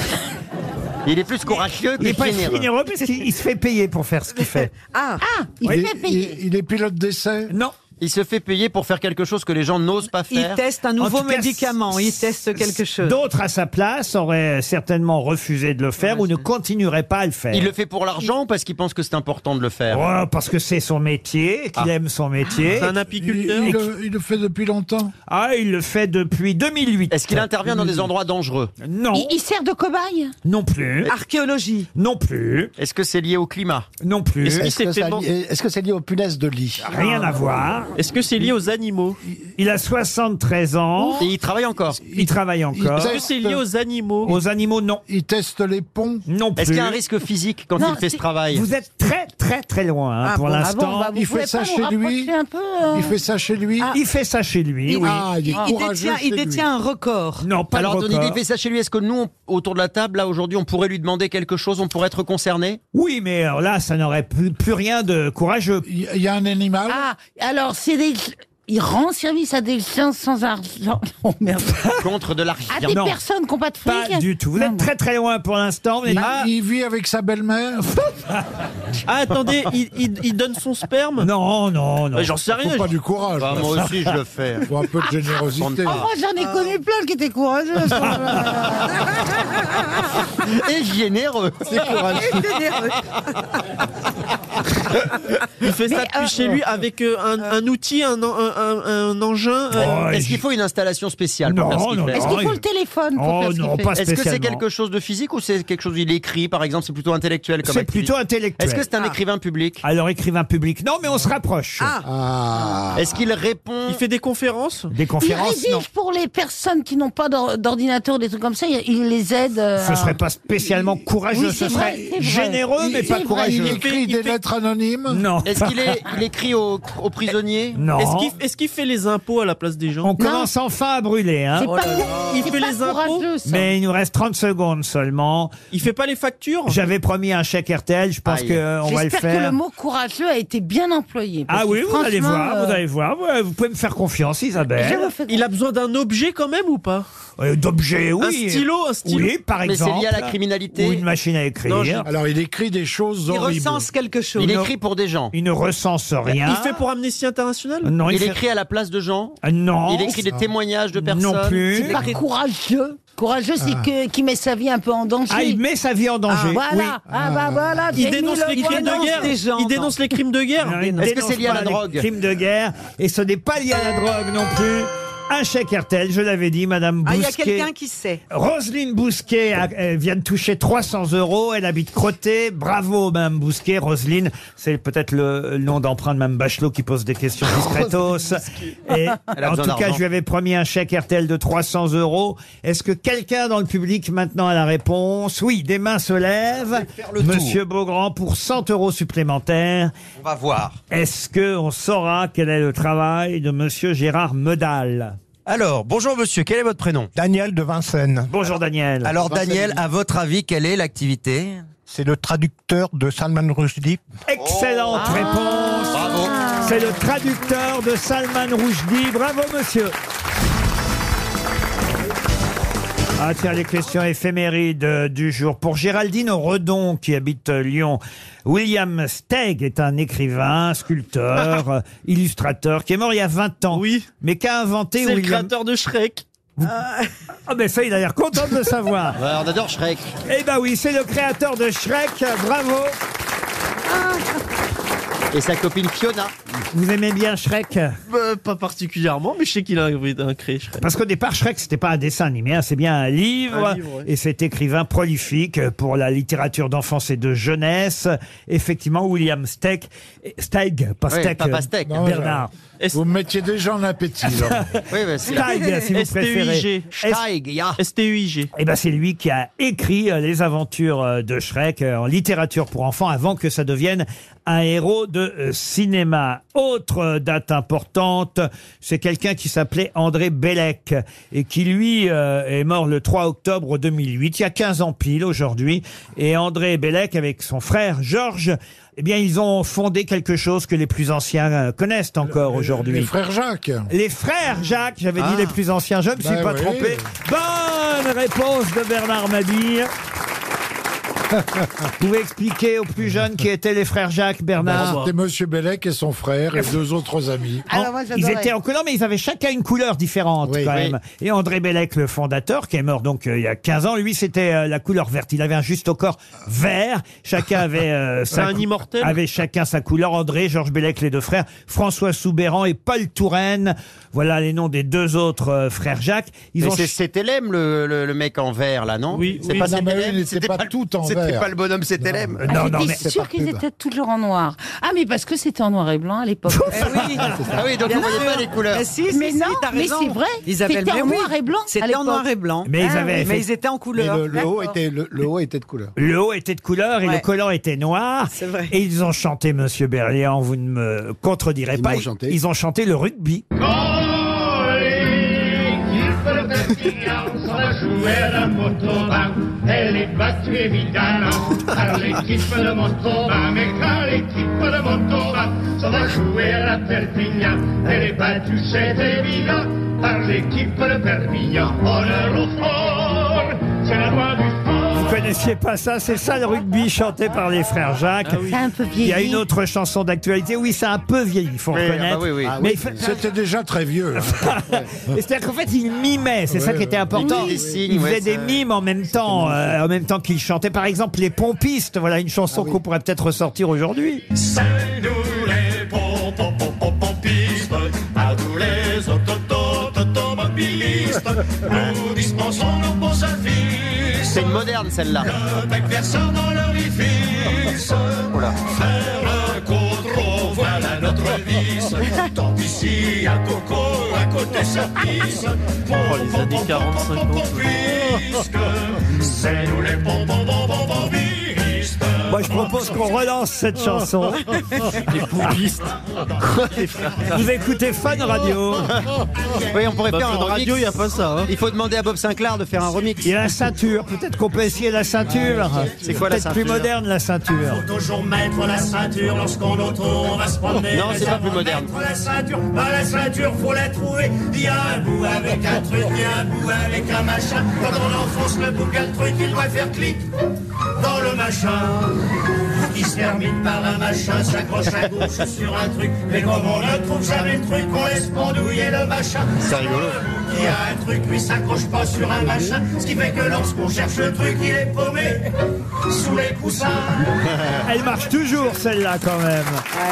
Speaker 3: Il est plus courageux
Speaker 2: Il n'est
Speaker 3: que
Speaker 2: pas
Speaker 3: généreux.
Speaker 2: généreux parce qu'il il se fait payer pour faire ce qu'il fait.
Speaker 6: Ah,
Speaker 7: Ah, il
Speaker 2: Oui.
Speaker 7: fait
Speaker 4: Il,
Speaker 7: payer.
Speaker 4: il est pilote d'essai.
Speaker 2: Non.
Speaker 3: Il se fait payer pour faire quelque chose que les gens n'osent pas
Speaker 6: Il
Speaker 3: faire.
Speaker 6: teste un
Speaker 2: En
Speaker 6: nouveau
Speaker 2: tout cas,
Speaker 6: médicament, il teste quelque chose.
Speaker 2: D'autres à sa place auraient certainement refusé de le faire ou ne continueraient pas à le faire.
Speaker 3: Il le fait pour l'argent ou parce qu'il pense que c'est important de le faire?
Speaker 2: Oh, parce que c'est son métier, qu'il
Speaker 3: Ah.
Speaker 2: aime son métier.
Speaker 5: C'est un
Speaker 4: Il,
Speaker 5: apiculteur.
Speaker 4: il le, il le fait depuis longtemps.
Speaker 2: Ah, il le fait depuis deux mille huit.
Speaker 3: Est-ce qu'il intervient dans des endroits dangereux?
Speaker 2: Non,
Speaker 7: Il, il sert de cobaye.
Speaker 2: non plus,
Speaker 6: Archéologie.
Speaker 2: non plus,
Speaker 3: Est-ce que c'est lié au climat?
Speaker 2: non plus.
Speaker 5: Est-ce qu'il
Speaker 8: Est-ce
Speaker 5: s'est
Speaker 8: que,
Speaker 5: fait
Speaker 8: ça
Speaker 5: ban-
Speaker 8: li- est-ce que c'est lié aux punaises de lit?
Speaker 2: Rien à voir.
Speaker 5: Est-ce que c'est lié aux animaux?
Speaker 2: Il a soixante-treize ans.
Speaker 3: Et il travaille encore?
Speaker 2: Il travaille encore.
Speaker 5: Est-ce que c'est lié aux animaux?
Speaker 2: Aux animaux, non.
Speaker 4: Il teste les ponts.
Speaker 2: Non plus.
Speaker 3: Est-ce qu'il y a un risque physique quand
Speaker 7: Non,
Speaker 3: il fait ce
Speaker 7: c'est-
Speaker 3: travail?
Speaker 2: Vous êtes très très très loin hein,
Speaker 6: Ah
Speaker 2: pour
Speaker 6: bon, ah
Speaker 2: l'instant.
Speaker 7: bon, bah, vous
Speaker 4: il
Speaker 7: pouvez
Speaker 4: fait ça
Speaker 7: pas
Speaker 4: chez
Speaker 7: vous
Speaker 4: lui.
Speaker 7: rapprocher un peu, euh
Speaker 4: Il fait ça chez lui.
Speaker 2: Il fait ça chez lui, oui.
Speaker 4: Ah, il est
Speaker 6: Il, il
Speaker 4: courageux
Speaker 6: détient, il
Speaker 4: chez lui.
Speaker 6: détient un record.
Speaker 2: Non, pas
Speaker 3: Alors,
Speaker 2: de
Speaker 3: Denis,
Speaker 2: record.
Speaker 3: il fait ça chez lui. Est-ce que nous, on- autour de la table, là, aujourd'hui, on pourrait lui demander quelque chose? On pourrait être concernés?
Speaker 2: Oui, mais alors là, ça n'aurait plus, plus rien de courageux.
Speaker 4: Il y a un animal.
Speaker 7: Ah, alors c'est des. Il rend service à des gens sans argent. Oh merde.
Speaker 3: Contre de l'argent.
Speaker 7: À des
Speaker 2: Non.
Speaker 7: personnes qui n'ont pas de fric.
Speaker 2: Pas du tout. Vous
Speaker 7: Non,
Speaker 2: êtes
Speaker 7: non.
Speaker 2: très très loin pour l'instant. mais-
Speaker 4: Il,
Speaker 2: Ah,
Speaker 4: il vit avec sa belle-mère.
Speaker 5: Ah, attendez, il, il- il donne son sperme?
Speaker 2: non, non, non.
Speaker 5: Ouais, J'en sais rien.
Speaker 4: Faut pas du courage.
Speaker 3: Bah, moi aussi, je le fais.
Speaker 4: Faut un peu de générosité.
Speaker 7: Oh, moi j'en ai connu plein qui étaient courageux. à ce moment-là.
Speaker 3: Et généreux. C'est courageux.
Speaker 5: Il fait ça
Speaker 7: Mais,
Speaker 5: depuis
Speaker 7: euh,
Speaker 5: chez lui avec euh, un, un outil, un, en- un, un- un engin. euh,
Speaker 2: Oh,
Speaker 3: Est-ce
Speaker 2: j-
Speaker 3: qu'il faut une installation spéciale pour
Speaker 2: Non,
Speaker 3: faire ce qu'il
Speaker 2: non,
Speaker 3: fait?
Speaker 7: Est-ce
Speaker 2: non.
Speaker 7: qu'il faut le téléphone pour
Speaker 2: Oh
Speaker 7: faire ce
Speaker 2: non,
Speaker 7: qu'il
Speaker 2: pas
Speaker 7: fait
Speaker 3: Est-ce que c'est
Speaker 2: spécialement.
Speaker 3: quelque chose de physique ou c'est quelque chose il écrit, par exemple? C'est plutôt intellectuel comme
Speaker 2: C'est
Speaker 3: activité?
Speaker 2: plutôt intellectuel.
Speaker 3: Est-ce que c'est un écrivain public?
Speaker 2: Alors, écrivain public, non, mais on se rapproche.
Speaker 6: Ah,
Speaker 4: Ah.
Speaker 3: Est-ce qu'il répond?
Speaker 5: Il fait des conférences?
Speaker 2: Des
Speaker 7: Il
Speaker 2: conférences,
Speaker 7: rédige
Speaker 2: non.
Speaker 7: pour les personnes qui n'ont pas d'or- d'ordinateur, des trucs comme ça. Il, il les aide. euh,
Speaker 2: Ce
Speaker 7: à-
Speaker 2: serait pas spécialement courageux,
Speaker 7: Oui,
Speaker 2: ce
Speaker 7: c'est
Speaker 2: serait
Speaker 7: vrai, c'est vrai.
Speaker 2: généreux, mais
Speaker 7: C'est
Speaker 2: pas
Speaker 7: vrai,
Speaker 2: courageux.
Speaker 4: Il écrit
Speaker 5: il
Speaker 4: des
Speaker 5: fait-
Speaker 4: lettres anonymes.
Speaker 2: Non.
Speaker 3: Est-ce qu'il est, il écrit aux, aux prisonniers?
Speaker 2: Non.
Speaker 5: Est-ce qu'il est-ce qu'il fait les impôts à la place des gens?
Speaker 2: On commence enfin à brûler, hein.
Speaker 7: C'est pas,
Speaker 5: Il
Speaker 7: c'est
Speaker 5: fait
Speaker 7: pas
Speaker 5: les impôts?
Speaker 7: courageux, ça.
Speaker 2: Mais il nous reste trente secondes seulement.
Speaker 5: Il fait pas les factures?
Speaker 2: J'avais promis un chèque R T L, je pense
Speaker 3: Aïe.
Speaker 2: qu'on va le
Speaker 7: J'espère que le
Speaker 2: faire.
Speaker 7: mot courageux a été bien employé. parce
Speaker 2: Ah
Speaker 7: que
Speaker 2: oui, vous allez
Speaker 7: franchement,
Speaker 2: voir,
Speaker 7: euh,
Speaker 2: vous allez voir. Ouais, Vous pouvez me faire confiance,
Speaker 7: je
Speaker 2: Isabelle.
Speaker 7: me fais-
Speaker 5: Il a besoin d'un objet quand même ou pas?
Speaker 2: Euh, D'objets, oui.
Speaker 5: Un stylo, un stylo.
Speaker 2: Oui, par
Speaker 3: Mais c'est
Speaker 2: exemple.
Speaker 3: lié à la criminalité?
Speaker 2: Ou une machine à écrire.
Speaker 5: Non, je-
Speaker 4: Alors il écrit des choses
Speaker 6: il
Speaker 4: horribles.
Speaker 6: recense quelque chose.
Speaker 3: Il écrit pour des gens.
Speaker 2: Il ne recense rien.
Speaker 5: Il fait pour Amnesty International?
Speaker 2: Non, il,
Speaker 3: Il
Speaker 2: fait-
Speaker 3: écrit à la place de gens.
Speaker 2: Ah, non.
Speaker 3: Il écrit des témoignages de personnes.
Speaker 2: Non plus.
Speaker 7: C'est pas courageux. Courageux, c'est que qui met sa vie un peu en danger.
Speaker 2: Ah, il met sa vie en danger.
Speaker 7: Ah, voilà.
Speaker 2: Oui.
Speaker 7: Ah, bah voilà.
Speaker 5: Il
Speaker 7: j'ai
Speaker 5: dénonce
Speaker 7: mis le
Speaker 5: les crimes
Speaker 7: point
Speaker 5: de guerre.
Speaker 6: des gens,
Speaker 5: Il
Speaker 6: non.
Speaker 5: dénonce les crimes de guerre.
Speaker 2: Non, il
Speaker 3: Est-ce que
Speaker 2: dénonce
Speaker 3: c'est lié à la
Speaker 2: pas les
Speaker 3: drogue?
Speaker 2: Crimes de guerre. Et ce n'est pas lié à la drogue non plus. Un chèque R T L, je l'avais dit, Madame
Speaker 6: Ah, il y a
Speaker 2: Bousquet.
Speaker 6: quelqu'un qui sait.
Speaker 2: Roselyne Bousquet a- elle vient de toucher trois cents euros. Elle habite Crotté. Bravo, Madame Bousquet. Roselyne, c'est peut-être le nom d'emprunt de Mme Bachelot qui pose des questions discretos. Et
Speaker 3: Elle a
Speaker 2: en
Speaker 3: besoin
Speaker 2: tout cas,
Speaker 3: d'argent.
Speaker 2: je lui avais promis un chèque R T L de trois cents euros. Est-ce que quelqu'un dans le public maintenant a la réponse? Oui, des mains se lèvent.
Speaker 3: le
Speaker 2: Monsieur Beaugrand pour cent euros supplémentaires.
Speaker 3: On va voir.
Speaker 2: Est-ce que on saura quel est le travail de Monsieur Gérard Medal?
Speaker 16: Alors, bonjour monsieur, quel est votre prénom? Daniel de Vincennes.
Speaker 2: Bonjour Daniel.
Speaker 16: Alors Daniel, à votre avis, quelle est l'activité? C'est le traducteur de Salman Rushdie.
Speaker 2: Excellente
Speaker 3: Oh.
Speaker 2: réponse.
Speaker 3: Bravo.
Speaker 2: C'est le traducteur de Salman Rushdie. Bravo, monsieur. Ah tiens, les questions éphémérides euh, du jour. Pour Géraldine Redon, qui habite euh, Lyon, William Steig est un écrivain, sculpteur, euh, illustrateur, qui est mort il y a vingt ans.
Speaker 5: Oui.
Speaker 2: Mais qu'a inventé
Speaker 5: C'est le
Speaker 2: William...
Speaker 5: créateur de Shrek.
Speaker 2: Ah ben ça, il a l'air content de le savoir.
Speaker 3: Ouais, on adore Shrek.
Speaker 2: Eh ben oui, c'est le créateur de Shrek. Bravo.
Speaker 3: Et sa copine Fiona.
Speaker 2: Vous aimez bien Shrek?
Speaker 5: Euh, pas particulièrement, mais je sais qu'il a envie d'un créé Shrek.
Speaker 2: Parce qu'au départ, Shrek, c'était pas un dessin animé, hein, c'est bien un livre.
Speaker 5: Un livre, ouais.
Speaker 2: Et cet écrivain prolifique pour la littérature d'enfance et de jeunesse. Effectivement, William Steig, Steig, pas
Speaker 3: Ouais,
Speaker 2: Steig,
Speaker 3: pas
Speaker 2: euh,
Speaker 3: Pastèque.
Speaker 4: Non,
Speaker 2: Bernard.
Speaker 4: Vous me mettiez déjà en appétit. Laurent.
Speaker 3: Oui, bah, c'est la-
Speaker 2: Steig, si vous
Speaker 5: S T U I
Speaker 2: préférez.
Speaker 5: G.
Speaker 3: Steig, ya.
Speaker 5: S T U I G.
Speaker 2: Eh ben, c'est lui qui a écrit euh, les aventures euh, de Shrek euh, en littérature pour enfants avant que ça devienne un héros de euh, cinéma. Autre euh, date importante, c'est quelqu'un qui s'appelait André Bellec et qui, lui, euh, est mort le trois octobre deux mille huit, il y a quinze ans pile aujourd'hui. Et André Bellec, avec son frère Georges, eh bien, ils ont fondé quelque chose que les plus anciens euh, connaissent encore aujourd'hui.
Speaker 4: Les frères Jacques.
Speaker 2: Les frères Jacques, j'avais dit
Speaker 4: Ah.
Speaker 2: les plus anciens, je ne me suis
Speaker 4: Bah
Speaker 2: pas
Speaker 4: oui.
Speaker 2: trompé. Bonne réponse de Bernard Mabille. Vous pouvez expliquer aux plus jeunes qui étaient les frères Jacques, Bernard?
Speaker 4: C'était Monsieur Bellec et son frère et deux autres amis.
Speaker 7: Alors, moi,
Speaker 2: Ils
Speaker 7: j'adorais.
Speaker 2: étaient en couleur, mais ils avaient chacun une couleur différente
Speaker 4: Oui,
Speaker 2: quand
Speaker 4: oui.
Speaker 2: même. Et André Bellec, le fondateur, qui est mort donc euh, il y a quinze ans, lui c'était euh, la couleur verte. Il avait un juste au corps vert. Chacun avait euh,
Speaker 5: C'est
Speaker 2: sa
Speaker 5: un
Speaker 2: cou-
Speaker 5: immortel.
Speaker 2: avait chacun sa couleur. André, Georges Bellec, les deux frères, François Soubéran et Paul Touraine. Voilà les noms des deux autres euh, frères Jacques. Ils
Speaker 3: Mais
Speaker 2: ont
Speaker 3: c'est-
Speaker 2: ch-
Speaker 3: c'est Thélème, le, le, le mec en vert, là, non?
Speaker 5: Oui,
Speaker 3: c'est
Speaker 5: oui.
Speaker 3: pas
Speaker 4: Non, mais
Speaker 3: Thélème,
Speaker 4: eux, ils n'étaient pas
Speaker 3: le-
Speaker 4: tout en
Speaker 3: C'était
Speaker 4: vert.
Speaker 3: pas le bonhomme, c'est Thélème.
Speaker 2: Euh, non, non, mais
Speaker 7: J'étais sûre qu'ils
Speaker 4: pub.
Speaker 7: étaient toujours en noir. Ah, mais parce que c'était en noir et blanc à l'époque.
Speaker 6: Eh oui.
Speaker 3: Ah oui, donc
Speaker 6: Bien
Speaker 3: vous voyez
Speaker 6: sûr.
Speaker 3: pas les couleurs.
Speaker 6: Eh si, si,
Speaker 7: Mais
Speaker 6: si,
Speaker 7: non,
Speaker 6: t'as
Speaker 7: mais
Speaker 6: raison.
Speaker 7: c'est vrai.
Speaker 6: Isabelle,
Speaker 7: C'était
Speaker 6: mais
Speaker 7: en
Speaker 6: oui.
Speaker 7: noir et blanc à
Speaker 6: C'était en
Speaker 7: l'époque.
Speaker 6: noir et blanc.
Speaker 2: mais ils
Speaker 7: Ah,
Speaker 2: avaient
Speaker 7: oui.
Speaker 6: Mais
Speaker 2: fait-
Speaker 6: ils étaient en
Speaker 8: Mais
Speaker 6: couleur.
Speaker 8: le, le haut
Speaker 7: D'accord.
Speaker 8: était, le, le haut était de couleur.
Speaker 2: le haut était de couleur et
Speaker 6: Ouais.
Speaker 2: le collant était noir.
Speaker 6: C'est vrai.
Speaker 2: Et ils ont chanté, Monsieur Berliand, vous ne me contredirez
Speaker 8: Ils
Speaker 2: pas.
Speaker 8: m'ont chanté.
Speaker 2: Ils ont chanté le rugby.
Speaker 17: On va jouer à la motorin. Elle est battue évidemment par l'équipe de Montauban. Mais quand l'équipe de Montauban s'en va jouer à la Perpignan, elle est battue, c'est évident, par l'équipe de Perpignan. Honneur au fort, c'est la loi du fort.
Speaker 2: Vous connaissiez pas ça? C'est ça le rugby chanté par les frères Jacques.
Speaker 5: Ah oui.
Speaker 7: C'est un peu
Speaker 2: Il y a
Speaker 7: vieilli.
Speaker 2: une autre chanson d'actualité. Oui, c'est un peu vieilli, il faut
Speaker 3: Oui,
Speaker 2: reconnaître.
Speaker 3: ah bah oui, oui.
Speaker 8: Ah
Speaker 2: Mais
Speaker 8: oui,
Speaker 2: il fait-
Speaker 4: C'était déjà très vieux. hein.
Speaker 2: Et c'est-à-dire qu'en fait, il mimait, c'est ça qui était important.
Speaker 3: Il faisait des signes,
Speaker 2: Il faisait
Speaker 3: ouais,
Speaker 2: des
Speaker 3: ça-
Speaker 2: mimes en même temps, euh, en même temps qu'il chantait. Par exemple, les pompistes. Voilà une chanson qu'on pourrait peut-être ressortir aujourd'hui.
Speaker 17: C'est nous les pom- pom- pom- pom- pompistes, à tous les auto- automobilistes, nous dispensons nos bons services.
Speaker 3: C'est une moderne, celle-là.
Speaker 17: Le bec versant dans l'orifice.
Speaker 3: Oula.
Speaker 17: Faire un contrôle, voilà notre vis. Tant ici, un coco, à côté service.
Speaker 5: Oh, les années quarante, cinquante.
Speaker 17: Puisque c'est nous les pompompistes.
Speaker 2: Moi, je propose qu'on relance cette chanson.
Speaker 5: Les pompistes.
Speaker 2: Vous écoutez Fun Radio.
Speaker 3: Oui, on pourrait
Speaker 5: Bah,
Speaker 3: faire
Speaker 5: Fun
Speaker 3: un remix.
Speaker 5: Radio, il n'y a pas ça. Hein.
Speaker 3: Il faut demander à Bob Sinclair de faire un remix.
Speaker 2: Et la ceinture. Peut-être qu'on peut essayer la ceinture.
Speaker 3: C'est quoi la
Speaker 2: Peut-être plus
Speaker 3: ceinture
Speaker 2: moderne, la ceinture.
Speaker 17: Faut toujours mettre la ceinture lorsqu'on auto, on va se promener.
Speaker 3: Non, c'est pas plus moderne.
Speaker 17: Mettre la ceinture, bah la ceinture, faut la trouver. Il y a un bout avec un truc, il y a un bout avec un machin. Quand on enfonce le boucan, le truc, il doit faire clic dans le machin. Qui se termine par un machin, s'accroche à gauche sur un truc. Mais comme on ne trouve jamais le truc, on laisse pendouiller le machin.
Speaker 3: C'est rigolo.
Speaker 17: Il y a un truc, lui s'accroche pas sur un machin. Ce qui fait que lorsqu'on cherche le truc, il est paumé sous les coussins.
Speaker 2: Elle marche toujours, celle-là, quand même.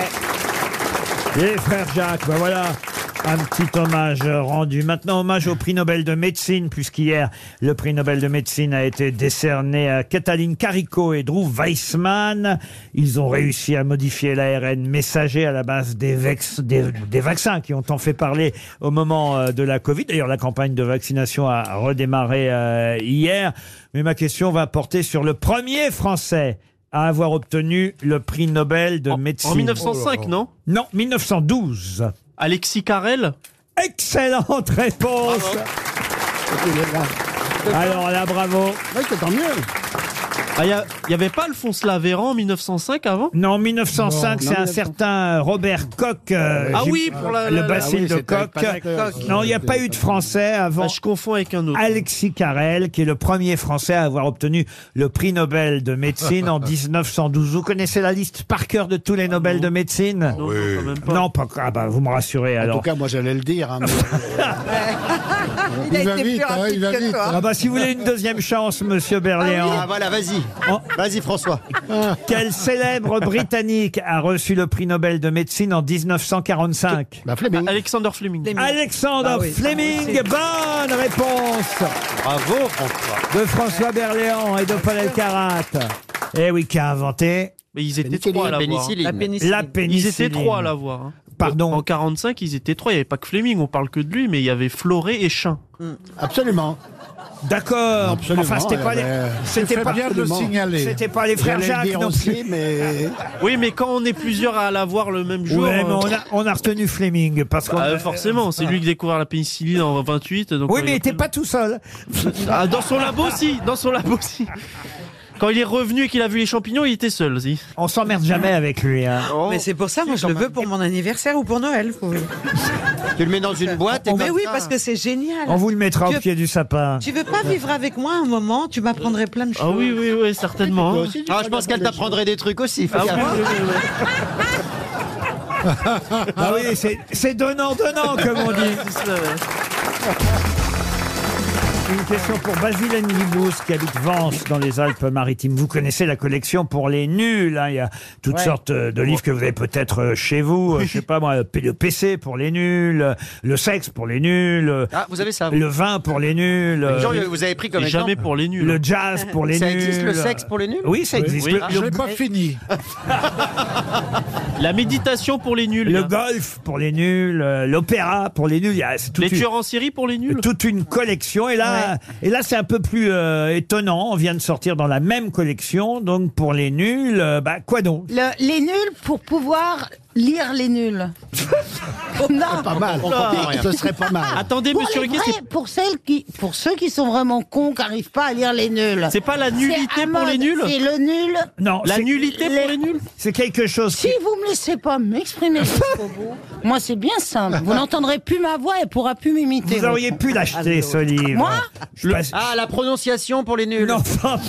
Speaker 2: Les frères Jacques, ben voilà. Un petit hommage rendu. Maintenant, hommage au prix Nobel de médecine, puisqu'hier, le prix Nobel de médecine a été décerné à Katalin Karikó et Drew Weissman. Ils ont réussi à modifier l'A R N messager à la base des, vex- des, des vaccins qui ont tant fait parler au moment euh, de la Covid. D'ailleurs, la campagne de vaccination a redémarré euh, hier. Mais ma question va porter sur le premier Français à avoir obtenu le prix Nobel de médecine.
Speaker 5: En mille neuf cent cinq, non?
Speaker 2: Non, mille neuf cent douze.
Speaker 5: Alexis Carrel?
Speaker 2: Excellente réponse. Alors là, bravo.
Speaker 8: Oui, c'est tant mieux.
Speaker 5: Ah, il n'y avait pas Alphonse Lavéran en mille neuf cent cinq avant?
Speaker 2: Non, mille neuf cent cinq,
Speaker 8: Non,
Speaker 2: c'est
Speaker 8: non,
Speaker 2: un certain Robert Koch. euh,
Speaker 5: Ah
Speaker 2: j'ai-
Speaker 5: oui, pour la-
Speaker 2: le
Speaker 5: la-
Speaker 2: bacille
Speaker 8: Ah oui,
Speaker 2: de
Speaker 8: c'était
Speaker 2: Koch.
Speaker 8: avec Pasteur.
Speaker 2: Non, il n'y a pas eu de Français avant.
Speaker 5: Ah, je confonds avec un autre.
Speaker 2: Alexis Carrel, qui est le premier Français à avoir obtenu le prix Nobel de médecine en mille neuf cent douze. Vous connaissez la liste par cœur de tous les Nobel de médecine?
Speaker 5: Non, non, quand même pas.
Speaker 2: Non, pas. Ah bah, vous me rassurez
Speaker 8: En
Speaker 2: alors.
Speaker 8: tout cas, moi, j'allais le dire. hein, mais-
Speaker 6: Il a
Speaker 4: Il va
Speaker 6: été
Speaker 4: vite,
Speaker 6: plus
Speaker 4: hein,
Speaker 6: rapide
Speaker 4: il va
Speaker 6: que
Speaker 4: vite.
Speaker 6: toi.
Speaker 2: Ah bah, si vous voulez une deuxième chance, Monsieur Berléand.
Speaker 3: Ah voilà, vas-y.
Speaker 2: Oh.
Speaker 3: Vas-y, François.
Speaker 2: Quel célèbre Britannique a reçu le prix Nobel de médecine en mille neuf cent quarante-cinq?
Speaker 8: Bah, Fleming.
Speaker 5: Alexander Fleming.
Speaker 6: Fleming.
Speaker 2: Alexander
Speaker 6: Ah oui.
Speaker 2: Fleming. Bonne réponse
Speaker 3: Bravo, François.
Speaker 2: de François Berléand et de Paul Elkarat. Eh oui, qui a inventé
Speaker 5: Mais ils étaient
Speaker 8: Pénicilline.
Speaker 5: trois à l'avoir. hein.
Speaker 3: Pénicilline.
Speaker 6: La pénicilline.
Speaker 2: la
Speaker 5: Ils
Speaker 2: pénicilline.
Speaker 5: étaient trois à l'avoir. hein.
Speaker 2: Pardon.
Speaker 5: En quarante-cinq, ils étaient trois. Il n'y avait pas que Fleming, on parle que de lui, mais il y avait Floré et Chin.
Speaker 8: Absolument.
Speaker 2: D'accord.
Speaker 8: Absolument,
Speaker 2: Enfin, c'était
Speaker 8: il y
Speaker 2: pas les,
Speaker 8: avait-
Speaker 2: c'était
Speaker 4: Fais
Speaker 2: pas,
Speaker 4: bien de le
Speaker 8: absolument.
Speaker 4: signaler.
Speaker 2: c'était pas les frères
Speaker 8: J'allais le
Speaker 2: Jacques
Speaker 8: dire
Speaker 2: non
Speaker 8: aussi,
Speaker 2: plus.
Speaker 8: mais
Speaker 5: Oui, mais quand on est plusieurs à l'avoir le même jour.
Speaker 2: Ouais, mais
Speaker 5: euh,
Speaker 2: on a, on a retenu Fleming parce qu'on.
Speaker 5: bah, forcément, c'est lui qui découvre la pénicilline en vingt-huit. Donc
Speaker 2: Oui,
Speaker 5: euh,
Speaker 2: mais il
Speaker 5: a
Speaker 2: était
Speaker 5: pris-
Speaker 2: pas tout seul.
Speaker 5: Ah, dans son labo, si. Dans son labo, si. Quand il est revenu et qu'il a vu les champignons, il était seul aussi.
Speaker 2: On s'emmerde jamais avec lui. Hein.
Speaker 3: Oh.
Speaker 6: Mais c'est pour ça, moi je le veux pour mon anniversaire ou pour Noël. Faut...
Speaker 3: Tu le mets dans une boîte et
Speaker 6: Mais
Speaker 3: comme
Speaker 6: oui,
Speaker 3: ça.
Speaker 6: parce que c'est génial.
Speaker 2: On vous le mettra
Speaker 6: Tu-
Speaker 2: au pied du sapin.
Speaker 6: Tu veux pas vivre avec moi un moment? Tu m'apprendrais plein de choses.
Speaker 5: Ah oui, oui, oui, certainement.
Speaker 8: Toi
Speaker 5: hein.
Speaker 8: aussi, tu
Speaker 3: Ah,
Speaker 8: vas
Speaker 3: je pense
Speaker 8: dans
Speaker 3: qu'elle
Speaker 8: des
Speaker 3: t'apprendrait des trucs aussi. Fais
Speaker 5: Ah oui,
Speaker 3: gaffe.
Speaker 5: oui, oui, oui.
Speaker 2: Ah oui, c'est- c'est donnant-donnant, comme on dit.
Speaker 5: C'est ça, ouais.
Speaker 2: Une question pour Basile Nibous qui habite Vence dans les Alpes-Maritimes. Vous connaissez la collection pour les nuls. Hein. Il y a toutes
Speaker 7: Ouais.
Speaker 2: sortes euh, de livres que vous avez peut-être euh, chez vous. Euh, Je sais pas moi, le P C pour les nuls, euh, le sexe pour les nuls, euh,
Speaker 3: Ah, vous avez ça. vous.
Speaker 2: le vin pour les nuls, euh,
Speaker 3: Genre, vous avez pris comme
Speaker 5: Et
Speaker 3: exemple.
Speaker 5: jamais pour les nuls.
Speaker 2: le jazz pour les
Speaker 3: Ça
Speaker 2: nuls.
Speaker 3: existe le sexe pour les nuls?
Speaker 2: Oui, ça existe.
Speaker 5: Oui.
Speaker 2: Le,
Speaker 5: Ah,
Speaker 4: Je
Speaker 2: le-
Speaker 4: l'ai pas fini.
Speaker 5: La méditation pour les nuls.
Speaker 2: le
Speaker 5: il y a.
Speaker 2: golf pour les nuls, euh, l'opéra pour les nuls. Il y a- c'est toute
Speaker 5: Les
Speaker 2: une-
Speaker 5: tueurs en série pour les nuls.
Speaker 2: toute une collection et là et là c'est un peu plus euh, étonnant, on vient de sortir dans la même collection, donc pour les nuls, euh, bah quoi donc?
Speaker 7: Le- les nuls pour pouvoir lire les nuls. non.
Speaker 8: Pas mal. Ce serait pas mal.
Speaker 5: Attendez,
Speaker 7: Pour,
Speaker 5: monsieur
Speaker 7: les
Speaker 5: Ruquier,
Speaker 7: vrais-
Speaker 5: c'est-
Speaker 7: pour celles qui, pour ceux qui sont vraiment cons, qui n'arrivent pas à lire les nuls.
Speaker 5: c'est pas la
Speaker 7: C'est
Speaker 5: nullité
Speaker 7: à
Speaker 5: pour les
Speaker 7: mode,
Speaker 5: nuls.
Speaker 7: C'est le nul.
Speaker 2: Non,
Speaker 5: La
Speaker 2: c'est-
Speaker 5: nullité pour les nuls.
Speaker 2: c'est quelque chose
Speaker 7: Si
Speaker 2: qui...
Speaker 7: vous me laissez pas m'exprimer jusqu'au bout, moi c'est bien simple. Vous n'entendrez plus ma voix et pourra plus m'imiter.
Speaker 2: Vous auriez pu l'acheter ce livre.
Speaker 7: Moi
Speaker 2: Je passe-
Speaker 3: Ah, la prononciation pour les nuls.
Speaker 2: Non, enfin,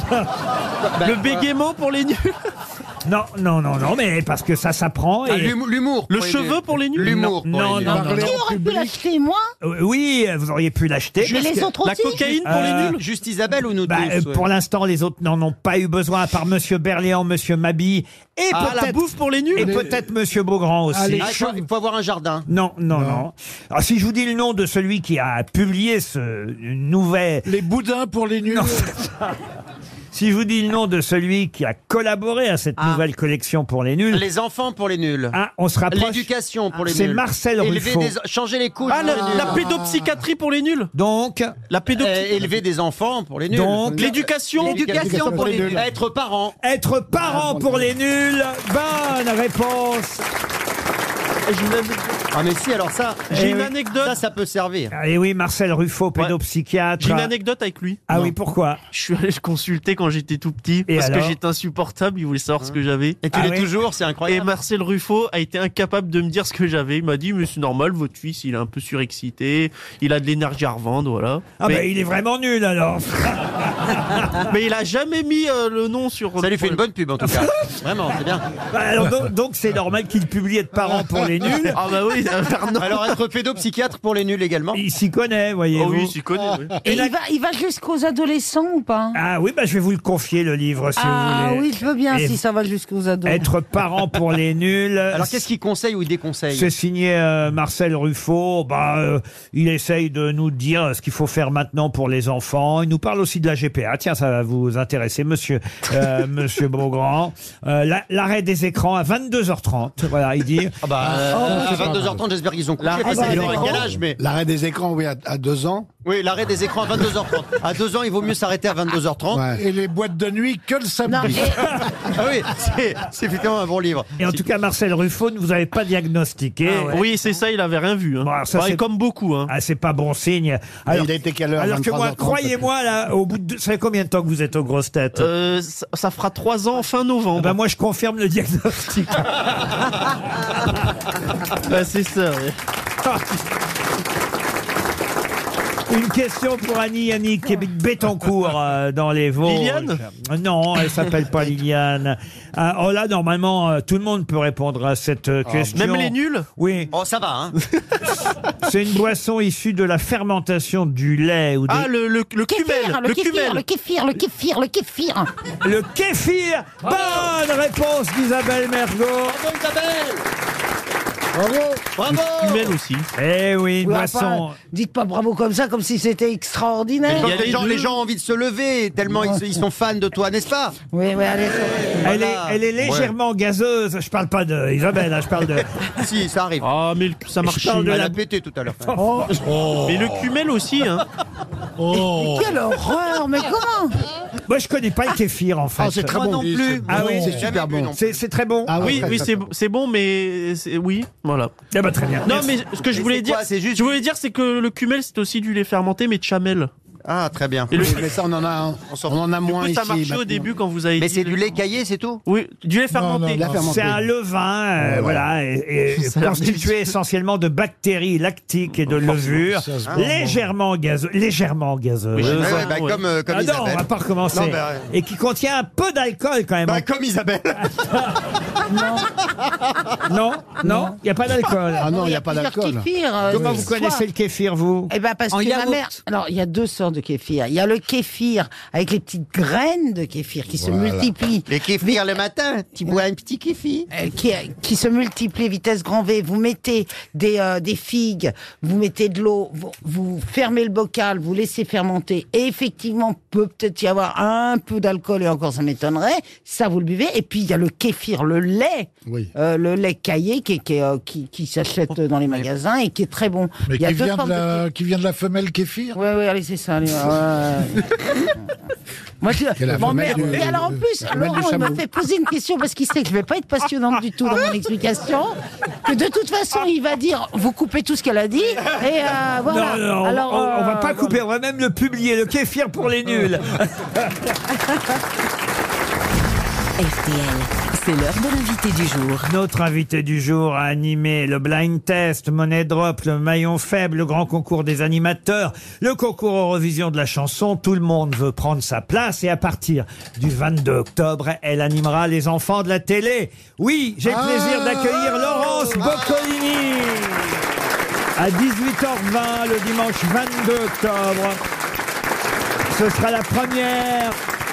Speaker 5: Le bégaiement pour les nuls.
Speaker 2: non, non, non, non, mais parce que ça s'apprend.
Speaker 3: Ah,
Speaker 2: Et...
Speaker 3: l'hum- l'humour.
Speaker 5: Le
Speaker 3: pour les
Speaker 5: cheveu
Speaker 3: nuls.
Speaker 5: pour les nuls.
Speaker 3: L'humour pour
Speaker 2: Non,
Speaker 3: les
Speaker 2: non,
Speaker 3: nuls.
Speaker 2: non, non.
Speaker 7: Qui aurait pu l'acheter, moi
Speaker 2: Euh, Oui, vous auriez pu l'acheter.
Speaker 7: Mais les autres
Speaker 5: La
Speaker 7: aussi
Speaker 5: cocaïne pour les
Speaker 2: Euh,
Speaker 5: nuls.
Speaker 3: Juste Isabelle ou nous
Speaker 2: Bah,
Speaker 3: tous
Speaker 2: euh,
Speaker 3: ouais.
Speaker 2: pour l'instant, les autres n'en ont pas eu besoin, à part Monsieur Berléand, Monsieur Mabi et
Speaker 5: Ah, la
Speaker 2: peut-être
Speaker 5: bouffe pour les nuls.
Speaker 2: et peut-être Monsieur Beaugrand aussi.
Speaker 8: Allez,
Speaker 3: Ah, il, faut, il faut avoir un jardin.
Speaker 2: Non, non, non. Alors, si je vous dis le nom de celui qui a publié ce nouvel...
Speaker 4: Les boudins pour les nuls.
Speaker 2: Non. Si je vous dis le nom de celui qui a collaboré à cette
Speaker 6: Ah.
Speaker 2: nouvelle collection pour les nuls,
Speaker 3: Les enfants pour les nuls.
Speaker 2: ah, on se rapproche.
Speaker 3: L'éducation pour les
Speaker 2: C'est
Speaker 3: nuls.
Speaker 2: Marcel
Speaker 3: Élever
Speaker 2: Ruffo.
Speaker 3: des... Changer les couches
Speaker 5: Ah,
Speaker 3: pour
Speaker 5: la,
Speaker 3: les nuls.
Speaker 5: la pédopsychiatrie pour les nuls.
Speaker 2: Donc,
Speaker 5: La
Speaker 3: Euh,
Speaker 5: pédopsychiatrie.
Speaker 3: élever des enfants pour les nuls.
Speaker 2: Donc,
Speaker 5: L'éducation.
Speaker 6: L'éducation pour les nuls.
Speaker 3: Être parent.
Speaker 2: être parent pour les nuls. Bonne réponse.
Speaker 5: J'ai une anecdote.
Speaker 3: Ah mais si, alors ça,
Speaker 5: J'ai
Speaker 2: Eh
Speaker 5: une
Speaker 2: oui.
Speaker 5: anecdote.
Speaker 3: ça, ça peut servir.
Speaker 2: Et oui, Marcel Ruffo, pédopsychiatre.
Speaker 5: J'ai une anecdote avec lui.
Speaker 2: Ah oui, pourquoi?
Speaker 5: Je suis allé le consulter quand j'étais tout petit
Speaker 2: Et
Speaker 5: parce
Speaker 2: alors
Speaker 5: que j'étais insupportable. Il voulait savoir ce que j'avais.
Speaker 3: Et tu
Speaker 2: Ah
Speaker 3: l'es
Speaker 2: oui.
Speaker 3: toujours, c'est
Speaker 5: Et
Speaker 3: incroyable.
Speaker 5: Marcel Ruffo a été incapable de me dire ce que j'avais. Il m'a dit, mais c'est normal, votre fils, il est un peu surexcité, il a de l'énergie à revendre, voilà.
Speaker 2: Ah
Speaker 5: mais,
Speaker 2: bah, il est vraiment nul alors.
Speaker 5: mais il a jamais mis euh, le nom sur.
Speaker 3: Ça lui fait une bonne pub en tout cas. Vraiment, c'est bien.
Speaker 2: Bah, alors, donc, donc c'est normal qu'il publie être parent pour les nuls.
Speaker 5: Ah bah oui, euh, Fernand.
Speaker 3: Alors être pédopsychiatre pour les nuls également.
Speaker 2: Il s'y connaît, voyez-vous.
Speaker 5: Oh oui, il s'y connaît. oui.
Speaker 7: Et
Speaker 2: la-
Speaker 7: il va, il va jusqu'aux adolescents ou pas
Speaker 2: Ah oui, bah, je vais vous le confier, le livre, si
Speaker 7: Ah
Speaker 2: vous voulez.
Speaker 7: oui, je veux bien
Speaker 2: Et
Speaker 7: si ça va jusqu'aux ados.
Speaker 2: Être parent pour les nuls.
Speaker 3: Alors qu'est-ce qu'il conseille ou il déconseille?
Speaker 2: C'est signé euh, Marcel Ruffo. Bah, euh, il essaye de nous dire ce qu'il faut faire maintenant pour les enfants. Il nous parle aussi de la G P A. Tiens, ça va vous intéresser, monsieur, euh, monsieur Beaugrand. Euh, la- L'arrêt des écrans à vingt-deux heures trente. Voilà, il dit.
Speaker 3: Ah bah, euh,
Speaker 8: Oh,
Speaker 3: à
Speaker 8: c'est pas
Speaker 3: vingt-deux heures trente, j'espère qu'ils ont couché.
Speaker 2: Ah
Speaker 3: Enfin,
Speaker 2: bah,
Speaker 3: ça dépend
Speaker 2: alors,
Speaker 3: à quel âge, mais...
Speaker 8: L'arrêt des écrans, oui, à, à deux ans.
Speaker 3: Oui, l'arrêt des écrans à vingt-deux heures trente. À deux ans, il vaut mieux s'arrêter à vingt-deux heures trente.
Speaker 8: Ouais.
Speaker 4: Et les boîtes de nuit que le
Speaker 7: Non,
Speaker 4: samedi.
Speaker 7: et-
Speaker 3: Ah oui, c'est c'est effectivement un bon livre.
Speaker 2: Et en tout cas, Marcel Ruffo ne vous avez pas diagnostiqué.
Speaker 5: Oui, c'est ça, il avait rien vu. Hein.
Speaker 2: Bon, alors ça,
Speaker 5: Ouais,
Speaker 2: c'est-
Speaker 5: comme beaucoup. Hein.
Speaker 2: Ah, c'est pas bon signe. Alors,
Speaker 8: il a été quelle heure
Speaker 2: alors que moi,
Speaker 8: vingt-trois heures trente,
Speaker 2: croyez-moi, là, au bout de... Vous savez combien de temps que vous êtes aux grosses têtes?
Speaker 5: Euh, ça, ça fera trois ans fin novembre.
Speaker 2: Ben moi, je confirme le diagnostic.
Speaker 5: Bah, c'est ça. ouais.
Speaker 2: Une question pour Annie Yannick, qui habite Bétoncourt, euh, dans les Vosges.
Speaker 5: Liliane
Speaker 2: Non, elle s'appelle pas Liliane. Ah, oh là, normalement, euh, tout le monde peut répondre à cette euh, question.
Speaker 5: Même les nuls.
Speaker 2: Oui,
Speaker 3: Oh, ça va, hein.
Speaker 2: c'est une boisson issue de la fermentation du lait ou des...
Speaker 5: Ah, le, le, le
Speaker 7: Kéfir,
Speaker 5: cumel.
Speaker 7: le
Speaker 5: Le
Speaker 7: kéfir,
Speaker 5: cumel.
Speaker 7: le kéfir, le kéfir, le kéfir.
Speaker 2: le kéfir. Bonne réponse d'Isabelle Mergo.
Speaker 3: Bravo, Isabelle.
Speaker 8: Bravo.
Speaker 3: Bravo.
Speaker 5: Le cumel aussi.
Speaker 2: Eh oui, une
Speaker 7: Oui,
Speaker 2: boisson.
Speaker 7: enfin, dites pas bravo comme ça, comme si c'était extraordinaire.
Speaker 3: Donc,
Speaker 5: Il y a
Speaker 3: les,
Speaker 5: les
Speaker 3: gens,
Speaker 5: deux.
Speaker 3: les gens ont envie de se lever tellement ils, ils sont fans de toi, n'est-ce pas?
Speaker 7: Oui, oui, allez.
Speaker 2: Elle, est,
Speaker 3: Voilà.
Speaker 2: elle est légèrement gazeuse. Je parle pas de Isabelle, hein, je parle de.
Speaker 3: Si, ça arrive.
Speaker 5: Ah, mais le- ça marche.
Speaker 2: parle de
Speaker 3: Elle
Speaker 2: la-
Speaker 3: a pété tout à l'heure.
Speaker 5: Mais le cumel aussi. Hein.
Speaker 4: Oh.
Speaker 7: Quelle horreur, mais comment?
Speaker 2: Moi, je connais pas le kéfir en fait.
Speaker 8: Ah, c'est très
Speaker 3: Moi
Speaker 8: bon.
Speaker 3: non plus.
Speaker 2: Ah oui,
Speaker 8: c'est
Speaker 3: Jamais
Speaker 8: super
Speaker 3: vu
Speaker 8: bon.
Speaker 3: non plus.
Speaker 2: C'est c'est très bon.
Speaker 8: Ah ouais,
Speaker 5: Oui,
Speaker 8: très,
Speaker 5: oui,
Speaker 8: très
Speaker 5: c'est
Speaker 8: bon.
Speaker 5: c'est bon, mais c'est- oui, voilà.
Speaker 2: Eh ben, très bien.
Speaker 5: Non,
Speaker 2: Merci.
Speaker 5: mais ce que je
Speaker 3: Mais
Speaker 5: voulais
Speaker 3: c'est
Speaker 5: dire,
Speaker 3: quoi, c'est juste-
Speaker 5: je voulais dire, c'est que le cumel, c'est aussi du lait fermenté, mais de chamel.
Speaker 3: Ah, très bien.
Speaker 5: Et le-
Speaker 8: Oui, mais ça, on en a, on en a
Speaker 5: Du
Speaker 8: moins
Speaker 5: coup, ça
Speaker 8: ici.
Speaker 5: marchait au
Speaker 8: maintenant.
Speaker 5: début quand vous avez
Speaker 3: Mais
Speaker 5: dit
Speaker 3: c'est
Speaker 5: le-
Speaker 3: du lait caillé, c'est tout?
Speaker 5: Oui, du lait fermenté.
Speaker 8: lait fermenté.
Speaker 2: C'est un levain, euh,
Speaker 8: Ouais, ouais.
Speaker 2: voilà, et, et
Speaker 5: Ça a l'air
Speaker 2: constitué
Speaker 5: délicieux.
Speaker 2: essentiellement de bactéries lactiques et de levures,
Speaker 4: ça se prend.
Speaker 2: légèrement gazeuses, légèrement gazeuses.
Speaker 5: Oui,
Speaker 3: Ouais,
Speaker 5: je-
Speaker 3: ouais, bah,
Speaker 5: Ouais.
Speaker 3: comme, euh, comme
Speaker 2: Ah non,
Speaker 3: Isabelle.
Speaker 2: on va pas recommencer.
Speaker 3: Non, bah,
Speaker 2: Et qui contient un peu d'alcool quand même.
Speaker 3: Bah, comme Isabelle.
Speaker 2: Non, non, il n'y a pas d'alcool.
Speaker 8: Ah non, il n'y a pas
Speaker 7: plusieurs
Speaker 8: d'alcool.
Speaker 7: kéfirs, euh,
Speaker 2: Comment vous
Speaker 7: soit-
Speaker 2: connaissez le kéfir, vous?
Speaker 7: Eh ben parce
Speaker 6: En
Speaker 7: que
Speaker 6: yaourt.
Speaker 7: ma mère. Alors il y a deux sortes de kéfir. Il y a le kéfir avec les petites graines de kéfir qui se
Speaker 4: Voilà.
Speaker 7: multiplient,
Speaker 3: Les kéfirs le matin, tu bois un petit kéfir.
Speaker 7: euh, qui, qui se multiplient vitesse grand V. Vous mettez des euh, des figues, vous mettez de l'eau, vous, vous fermez le bocal, vous laissez fermenter. Et effectivement, peut peut-être y avoir un peu d'alcool et encore ça m'étonnerait. Ça vous le buvez. Et puis il y a le kéfir, le lait,
Speaker 4: Oui.
Speaker 7: euh, le lait caillé qui qui, euh, qui qui s'achète dans les magasins et qui est très bon.
Speaker 4: Mais
Speaker 7: il y a
Speaker 4: qui
Speaker 7: deux
Speaker 4: vient, de
Speaker 7: formes de
Speaker 4: la, qui vient de la femelle kéfir.
Speaker 7: Ouais, ouais, allez, c'est ça. Allez, ouais, ouais. Moi, je
Speaker 4: Quelle la
Speaker 7: bon,
Speaker 4: femelle
Speaker 7: mais,
Speaker 4: du-
Speaker 7: mais alors en plus,
Speaker 4: la femelle
Speaker 7: Laurent,
Speaker 4: du
Speaker 7: il m'a
Speaker 4: chameau.
Speaker 7: fait poser une question parce qu'il sait que je vais pas être passionnante du tout dans mon explication. Que de toute façon, il va dire, vous coupez tout ce qu'elle a dit. Et euh, voilà.
Speaker 2: Non, non,
Speaker 7: alors,
Speaker 2: on, on va
Speaker 7: euh,
Speaker 2: pas couper, on va même le publier, le kéfir pour les nuls.
Speaker 10: R T L, c'est l'heure de l'invité du jour.
Speaker 2: Notre invité du jour a animé le blind test, Money Drop, le maillon faible, le grand concours des animateurs, le concours Eurovision de la chanson. Tout le monde veut prendre sa place et à partir du vingt-deux octobre, elle animera les enfants de la télé. Oui, j'ai le plaisir d'accueillir Laurence Boccolini à dix-huit heures vingt le dimanche vingt-deux octobre. Ce sera la première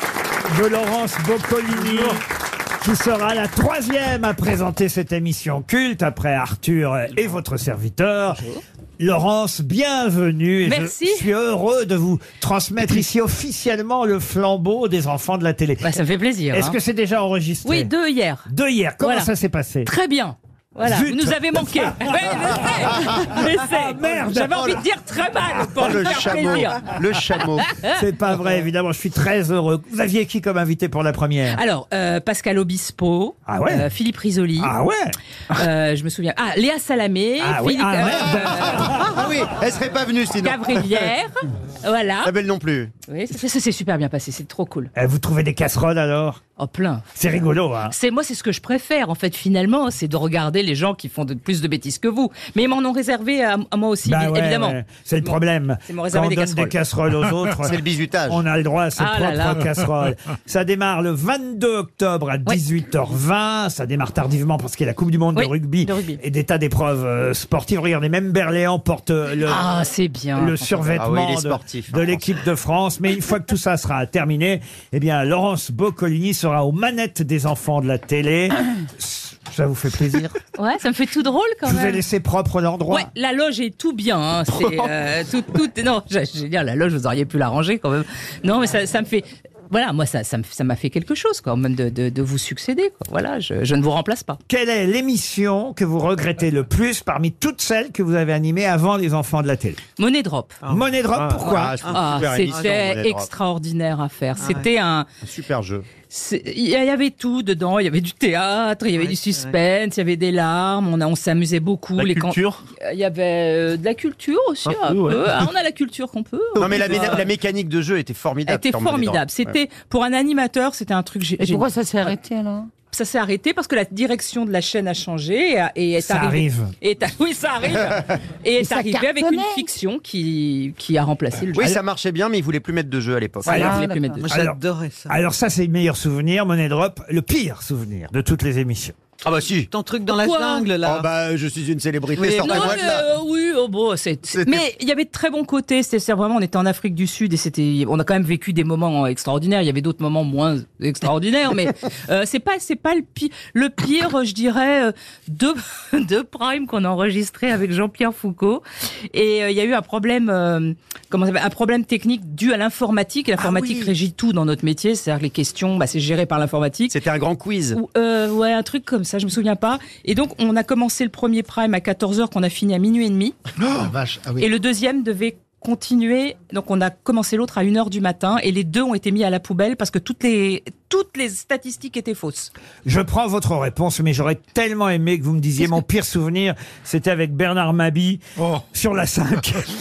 Speaker 2: de Laurence Boccolini, qui sera la troisième à présenter cette émission culte après Arthur et votre serviteur. Laurence, bienvenue. Et
Speaker 18: Merci.
Speaker 2: Je suis heureux de vous transmettre ici officiellement le flambeau des enfants de la télé.
Speaker 18: Bah, ça me fait plaisir.
Speaker 2: Est-ce
Speaker 18: hein.
Speaker 2: que c'est déjà enregistré?
Speaker 18: Oui, deux hier.
Speaker 2: Deux hier. Comment
Speaker 18: Voilà.
Speaker 2: ça s'est passé?
Speaker 18: Très bien. Voilà,
Speaker 2: Zut.
Speaker 18: vous nous avez manqué. Ouais, je sais. Je sais.
Speaker 2: Ah, merde.
Speaker 18: J'avais envie de dire très mal pour
Speaker 3: Oh,
Speaker 18: vous
Speaker 3: le
Speaker 18: faire
Speaker 3: chameau.
Speaker 18: plaisir.
Speaker 3: Le chameau.
Speaker 2: C'est pas vrai, évidemment. Je suis très heureux. Vous aviez qui comme invité pour la première?
Speaker 18: Alors, euh, Pascal Obispo,
Speaker 2: Ah ouais.
Speaker 18: euh, Philippe Risoli.
Speaker 2: Ah ouais.
Speaker 18: Euh, je me souviens. Ah, Léa Salamé.
Speaker 2: Ah oui.
Speaker 18: Philippe,
Speaker 2: Ah, merde.
Speaker 3: Ah oui, elle serait pas venue sinon.
Speaker 18: Gavrivière. Voilà.
Speaker 3: La belle non plus.
Speaker 18: Oui, ça, ça s'est super bien passé. C'est trop cool.
Speaker 2: Eh, Vous trouvez des casseroles alors?
Speaker 18: Oh, plein.
Speaker 2: C'est rigolo, hein?
Speaker 18: C'est moi, c'est ce que je préfère en fait finalement, c'est de regarder les gens qui font de, plus de bêtises que vous. Mais ils m'en ont réservé à, à moi aussi,
Speaker 2: Bah
Speaker 18: évi-
Speaker 2: ouais,
Speaker 18: évidemment.
Speaker 2: ouais. C'est le problème.
Speaker 18: C'est mon
Speaker 2: Quand
Speaker 18: réservé
Speaker 2: on
Speaker 18: des
Speaker 2: donne
Speaker 18: casseroles.
Speaker 2: des casseroles aux autres,
Speaker 3: C'est le bizutage.
Speaker 2: on a le droit à ses
Speaker 18: Ah là
Speaker 2: propres
Speaker 18: là.
Speaker 2: casseroles. Ça démarre le vingt-deux octobre à dix-huit heures vingt. Ça démarre tardivement parce qu'il y a la Coupe du Monde
Speaker 18: Oui,
Speaker 2: de rugby,
Speaker 18: de rugby.
Speaker 2: et des tas d'épreuves euh, sportives. Regardez, même Berléand porte euh, le,
Speaker 18: Ah, c'est bien.
Speaker 2: le survêtement
Speaker 3: Ah oui, il est
Speaker 2: de-
Speaker 3: sportif,
Speaker 2: de,
Speaker 3: hein,
Speaker 2: l'équipe de France. Mais une fois que tout ça sera terminé, eh bien, Laurence Boccolini sera aux manettes des enfants de la télé. Ça vous fait plaisir?
Speaker 18: Ouais, ça me fait tout drôle quand
Speaker 2: Je vous ai
Speaker 18: même.
Speaker 2: laissé propre l'endroit.
Speaker 18: Ouais, la loge est tout bien. Hein. C'est euh, tout, tout. Non, je je veux dire, la loge, vous auriez pu la ranger quand même. Non, mais ça, ça me fait. Voilà, moi, ça, ça me- ça m'a fait quelque chose, quand même, de, de, de vous succéder. Quoi. Voilà, je, je ne vous remplace pas.
Speaker 2: Quelle est l'émission que vous regrettez le plus parmi toutes celles que vous avez animées avant les enfants de la télé?
Speaker 18: Money Drop.
Speaker 2: Money Drop, pourquoi?
Speaker 3: Ah, je trouve
Speaker 18: Ah,
Speaker 3: super émission,
Speaker 18: c'était
Speaker 3: Money Drop.
Speaker 18: extraordinaire à faire. C'était un.
Speaker 3: Un super jeu.
Speaker 18: c'est- Il y avait tout dedans. Il y avait du théâtre, il y avait du suspense, il y avait des larmes. On, a, on s'amusait beaucoup.
Speaker 5: La
Speaker 18: Les can-
Speaker 5: culture.
Speaker 18: Il y avait euh, de la culture aussi,
Speaker 5: Un
Speaker 18: un
Speaker 5: peu,
Speaker 18: peu.
Speaker 5: ouais.
Speaker 18: Ah, on a la culture qu'on peut.
Speaker 3: Non mais la,
Speaker 18: Euh,
Speaker 3: la mécanique de jeu était formidable.
Speaker 18: était
Speaker 3: dans Money Drop.
Speaker 18: formidable. C'était pour un animateur, c'était un truc. gé-
Speaker 7: Et
Speaker 18: génial.
Speaker 7: pourquoi ça s'est arrêté alors?
Speaker 18: Ça s'est arrêté parce que la direction de la chaîne a changé et, a- et est
Speaker 2: Ça
Speaker 18: arrivé.
Speaker 2: arrive.
Speaker 18: Et est- oui, ça arrive. Et
Speaker 7: Mais
Speaker 18: est
Speaker 7: ça
Speaker 18: arrivé avec une
Speaker 7: cartonnait.
Speaker 18: fiction qui qui a remplacé le jeu.
Speaker 3: Oui, ça marchait bien, mais ils voulaient plus mettre de jeu à l'époque.
Speaker 18: Voilà,
Speaker 2: Alors-
Speaker 18: je voulais plus mettre de
Speaker 6: Moi,
Speaker 18: jeu.
Speaker 2: Alors-
Speaker 6: j'adorais ça.
Speaker 2: Alors ça, c'est le meilleur souvenir, Money Drop, le pire souvenir de toutes les émissions.
Speaker 3: Ah bah si.
Speaker 6: Ton truc dans la
Speaker 18: Pourquoi
Speaker 6: jungle, là.
Speaker 3: Oh bah je suis une célébrité,
Speaker 6: Oui,
Speaker 18: Non,
Speaker 3: sortez-moi
Speaker 18: mais,
Speaker 3: de là.
Speaker 18: euh, oui, oh, bon, c'est-
Speaker 3: C'était-
Speaker 18: mais il y avait de très bons côtés. C'était c'est vraiment, on était en Afrique du Sud et c'était, on a quand même vécu des moments extraordinaires. Il y avait d'autres moments moins extraordinaires, mais euh, c'est pas, c'est pas le pire. Le pire, je dirais, euh, deux, deux primes qu'on a enregistré avec Jean-Pierre Foucault. Et euh, il y a eu un problème, euh, comment ça s'appelle, un problème technique dû à l'informatique. Et L'informatique
Speaker 3: oui.
Speaker 18: régit tout dans notre métier. C'est-à-dire que les questions, bah, c'est géré par l'informatique.
Speaker 3: C'était un grand quiz.
Speaker 18: Ou, euh, ouais, un truc comme ça, je me souviens pas. Et donc, on a commencé le premier prime à quatorze heures, qu'on a fini à minuit et demi.
Speaker 4: Ah, vache. Ah oui.
Speaker 18: Et le deuxième devait continuer. Donc, on a commencé l'autre à une heure du matin. Et les deux ont été mis à la poubelle parce que toutes les, toutes les statistiques étaient fausses.
Speaker 2: Je prends votre réponse, mais j'aurais tellement aimé que vous me disiez mon pire souvenir, c'était avec Bernard Mabie
Speaker 4: Oh.
Speaker 2: sur la cinq.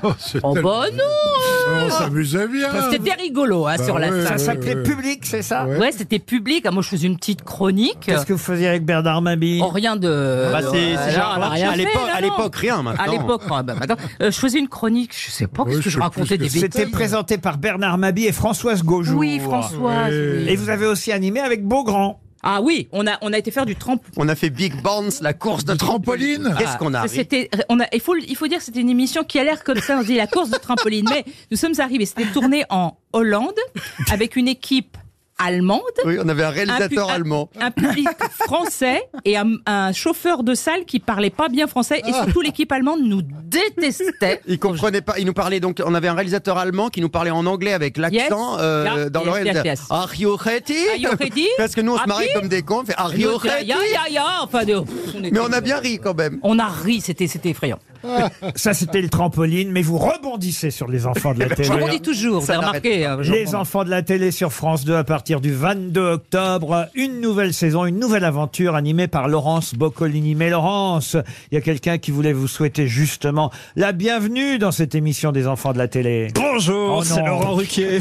Speaker 18: Oh bah non euh.
Speaker 4: On s'amusait bien.
Speaker 18: C'était rigolo hein,
Speaker 4: Bah
Speaker 18: sur la
Speaker 4: ouais,
Speaker 18: scène.
Speaker 2: Ça
Speaker 4: ouais,
Speaker 2: s'appelait
Speaker 4: ouais.
Speaker 2: Public, c'est ça?
Speaker 18: Ouais, c'était public. Ah, moi, je faisais une petite chronique.
Speaker 2: Qu'est-ce que vous faisiez avec Bernard Mabille?
Speaker 18: Oh, rien de.
Speaker 3: Bah, c'est-
Speaker 18: euh,
Speaker 3: c'est
Speaker 18: là,
Speaker 3: genre-
Speaker 18: on a rien
Speaker 3: à
Speaker 18: fait,
Speaker 3: l'époque-
Speaker 18: là,
Speaker 3: à
Speaker 18: non.
Speaker 3: l'époque, rien, maintenant.
Speaker 18: À l'époque, ah, bah, maintenant, euh, je faisais une chronique. Je sais pas, qu'est-ce
Speaker 4: Ouais,
Speaker 18: que
Speaker 4: je
Speaker 18: je
Speaker 4: sais
Speaker 18: racontais
Speaker 4: plus
Speaker 18: des
Speaker 4: ce que
Speaker 18: bêtises.
Speaker 2: C'était présenté par Bernard Mabille et Françoise Gaujour.
Speaker 18: Oui, Françoise. oui.
Speaker 2: Et vous avez aussi animé avec Beaugrand.
Speaker 18: Ah oui, on a, on a été faire du trampoline.
Speaker 3: On a fait Big Bounce, la course de trampoline. Qu'est-ce qu'on a ri.
Speaker 18: C'était, on a, il faut, il faut dire que c'était une émission qui a l'air comme ça, on dit la course de trampoline. Mais nous sommes arrivés, c'était tourné en Hollande avec une équipe allemande.
Speaker 3: Oui, on avait un
Speaker 18: un
Speaker 3: réalisateur
Speaker 18: pu- un-
Speaker 3: allemand.
Speaker 18: Un public français et un, un chauffeur de salle qui parlait pas bien français et surtout l'équipe allemande nous détestait.
Speaker 3: Il comprenait pas. Il nous parlait donc. On avait un réalisateur allemand qui nous parlait en anglais avec l'accent
Speaker 18: Yes.
Speaker 3: euh,
Speaker 18: Yeah.
Speaker 3: dans
Speaker 18: Yes,
Speaker 3: l'oreille.
Speaker 18: yes, yes.
Speaker 3: Are you ready?
Speaker 18: Are you ready?
Speaker 3: Parce que nous on se
Speaker 18: Happy?
Speaker 3: marrait comme des cons. On fait Are you ready?
Speaker 18: Ya, ya, ya, enfin, de- pff, on était-
Speaker 3: Mais on a bien ri quand même.
Speaker 18: On a ri, c'était, c'était effrayant.
Speaker 2: Ça, c'était le trampoline, mais vous rebondissez sur les enfants de la télé.
Speaker 18: Je rebondis toujours, vous
Speaker 3: Ça
Speaker 18: avez
Speaker 3: n'arrête
Speaker 18: remarqué. hein, je
Speaker 2: Les
Speaker 18: rebondis.
Speaker 2: enfants de la télé sur France deux à partir du vingt-deux octobre. Une nouvelle saison, une nouvelle aventure animée par Laurence Boccolini. Mais Laurence, il y a quelqu'un qui voulait vous souhaiter justement la bienvenue dans cette émission des enfants de la télé.
Speaker 19: Bonjour,
Speaker 2: Oh
Speaker 19: c'est
Speaker 2: non.
Speaker 19: Laurent Ruquier.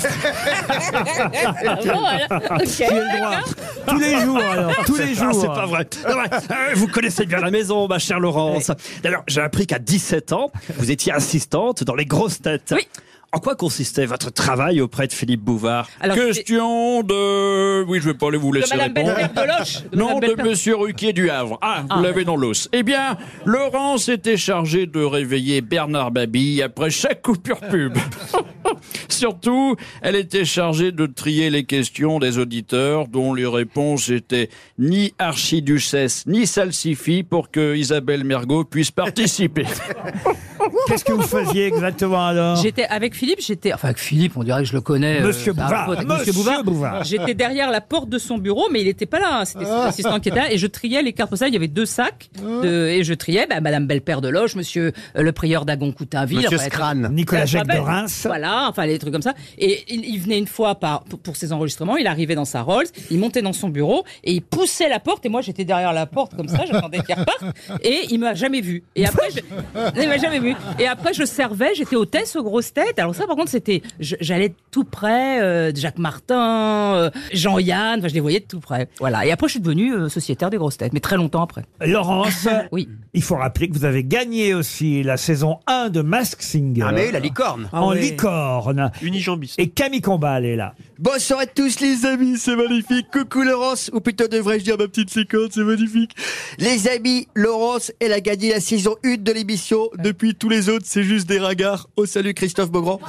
Speaker 2: Qui est le droit. Tous les jours, alors. Tous les
Speaker 19: Ah,
Speaker 2: jours.
Speaker 19: c'est pas vrai. C'est vrai. Euh, Vous connaissez bien la maison, ma chère Laurence. D'ailleurs, j'ai appris qu'à dix-sept ans, vous étiez assistante dans les grosses têtes.
Speaker 18: Oui.
Speaker 19: En quoi consistait votre travail auprès de Philippe Bouvard?
Speaker 18: Alors,
Speaker 19: Question de... Oui, je vais pas aller vous
Speaker 18: De
Speaker 19: laisser
Speaker 18: Madame
Speaker 19: répondre.
Speaker 18: Belper de Loche.
Speaker 19: Non,
Speaker 18: Madame
Speaker 19: de
Speaker 18: Belper.
Speaker 19: Monsieur Ruquier du Havre. Ah, vous
Speaker 18: Ah,
Speaker 19: l'avez dans l'os. Eh bien, Laurence était chargée de réveiller Bernard Mabille après chaque coupure pub. Surtout, elle était chargée de trier les questions des auditeurs dont les réponses étaient ni archiduchesse ni salsifie pour que Isabelle Mergo puisse participer.
Speaker 2: Qu'est-ce que vous faisiez exactement alors?
Speaker 18: J'étais avec Philippe, j'étais enfin avec Philippe, on dirait que je le connais. euh,
Speaker 2: Monsieur
Speaker 18: c'est un
Speaker 2: Bouvard.
Speaker 18: pote, avec
Speaker 2: Monsieur
Speaker 18: Monsieur Bouvard.
Speaker 2: Bouvard.
Speaker 18: J'étais derrière la porte de son bureau, mais il n'était pas là. hein. C'était son assistant qui était là et je triais les cartes postales. Il y avait deux sacs de, et je triais bah, Madame Belper de Loche, Monsieur euh, le prieur d'Agon-Coutainville,
Speaker 3: Monsieur
Speaker 18: enfin,
Speaker 3: Scrane.
Speaker 2: Nicolas
Speaker 18: Euh,
Speaker 2: Jacques
Speaker 18: bah,
Speaker 2: de
Speaker 18: ben,
Speaker 2: Reims.
Speaker 18: Voilà, enfin les trucs comme ça. Et il, il venait une fois par, pour, pour ses enregistrements, il arrivait dans sa Rolls, il montait dans son bureau et il poussait la porte et moi j'étais derrière la porte comme ça, j'attendais qu'il reparte et il m'a jamais vu. Et après, je, il m'a jamais vu. Et après je servais, j'étais hôtesse aux grosses têtes. Alors ça par contre c'était, je- j'allais tout près euh, de Jacques Martin, euh, Jean-Yann, enfin je les voyais de tout près. Voilà. Et après je suis devenue euh, sociétaire des grosses têtes, mais très longtemps après.
Speaker 2: Laurence,
Speaker 18: Oui.
Speaker 2: il faut rappeler que vous avez gagné aussi la saison un de Mask Singer.
Speaker 3: Ah mais oui, la licorne.
Speaker 2: En
Speaker 18: Ah ouais.
Speaker 2: licorne.
Speaker 5: Unijambiste.
Speaker 2: Et Camille Combal est là.
Speaker 20: Bonsoir à tous les amis, c'est magnifique. Coucou Laurence, ou plutôt devrais-je dire ma petite séquence, c'est magnifique. Les amis, Laurence, elle a gagné la saison un de l'émission. Depuis tous les autres, c'est juste des ragards. Oh salut Christophe Beaugrand.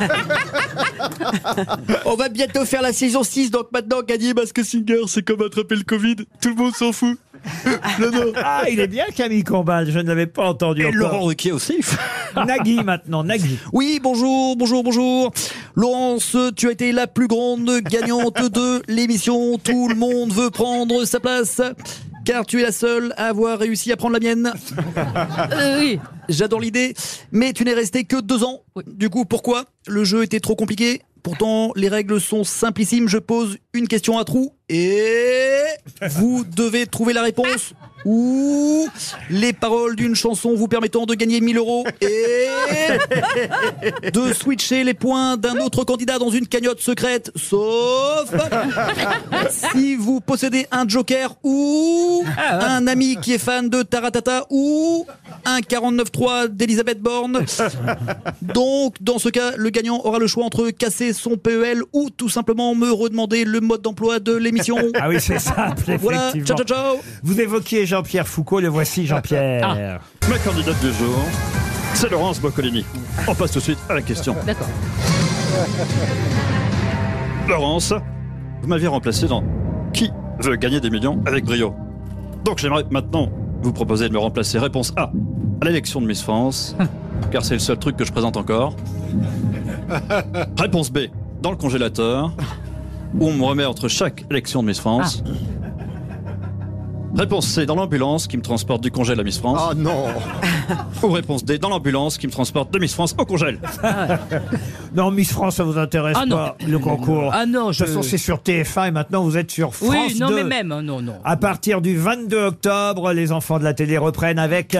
Speaker 20: On va bientôt faire la saison six, donc maintenant gagner Mask Singer, c'est comme attraper le Covid. Tout le monde s'en fout. Non, non.
Speaker 2: Ah, il est bien Camille Combal, je ne l'avais pas entendu
Speaker 19: Et
Speaker 2: encore.
Speaker 19: Laurent Ruquier aussi.
Speaker 2: Nagui maintenant, Nagui.
Speaker 20: Oui, bonjour, bonjour, bonjour. Laurence, tu as été la plus grande gagnante de l'émission. Tout le monde veut prendre sa place, car tu es la seule à avoir réussi à prendre la mienne.
Speaker 18: Euh, oui.
Speaker 20: J'adore l'idée, mais tu n'es resté que deux ans. Du coup, pourquoi? Le jeu était trop compliqué. Pourtant, les règles sont simplissimes. Je pose une question à trous et vous devez trouver la réponse ou les paroles d'une chanson vous permettant de gagner mille euros et de switcher les points d'un autre candidat dans une cagnotte secrète, sauf si vous possédez un joker ou un ami qui est fan de Taratata ou un quarante-neuf trois d'Elisabeth Borne. Donc, dans ce cas, le gagnant aura le choix entre casser son P E L ou tout simplement me redemander le mode d'emploi de l'émission.
Speaker 2: Ah oui, c'est simple,
Speaker 20: Voilà,
Speaker 2: effectivement.
Speaker 20: ciao, ciao, ciao.
Speaker 2: Vous évoquiez Jean-Pierre Foucault, le voici Jean-Pierre.
Speaker 19: Ma candidate du jour, c'est Laurence Boccolini. On passe tout de suite à la question.
Speaker 18: D'accord.
Speaker 19: Laurence, vous m'aviez remplacé dans Qui veut gagner des millions avec brio? Donc j'aimerais maintenant vous proposer de me remplacer réponse A à l'élection de Miss France, car c'est le seul truc que je présente encore. Réponse B dans le congélateur, où on me remet entre chaque élection de Miss France. Réponse C dans l'ambulance qui me transporte du congèle à Miss France.
Speaker 3: Oh non.
Speaker 19: Ou réponse D dans l'ambulance qui me transporte de Miss France au congèle.
Speaker 2: Non, Miss France, ça vous intéresse
Speaker 18: Ah non.
Speaker 2: pas, le concours.
Speaker 18: Ah non,
Speaker 2: De toute
Speaker 18: je-
Speaker 2: façon, c'est sur T F un et maintenant vous êtes sur France
Speaker 18: Oui, non
Speaker 2: deux.
Speaker 18: mais même, hein, non, non.
Speaker 2: À partir du vingt-deux octobre, les enfants de la télé reprennent avec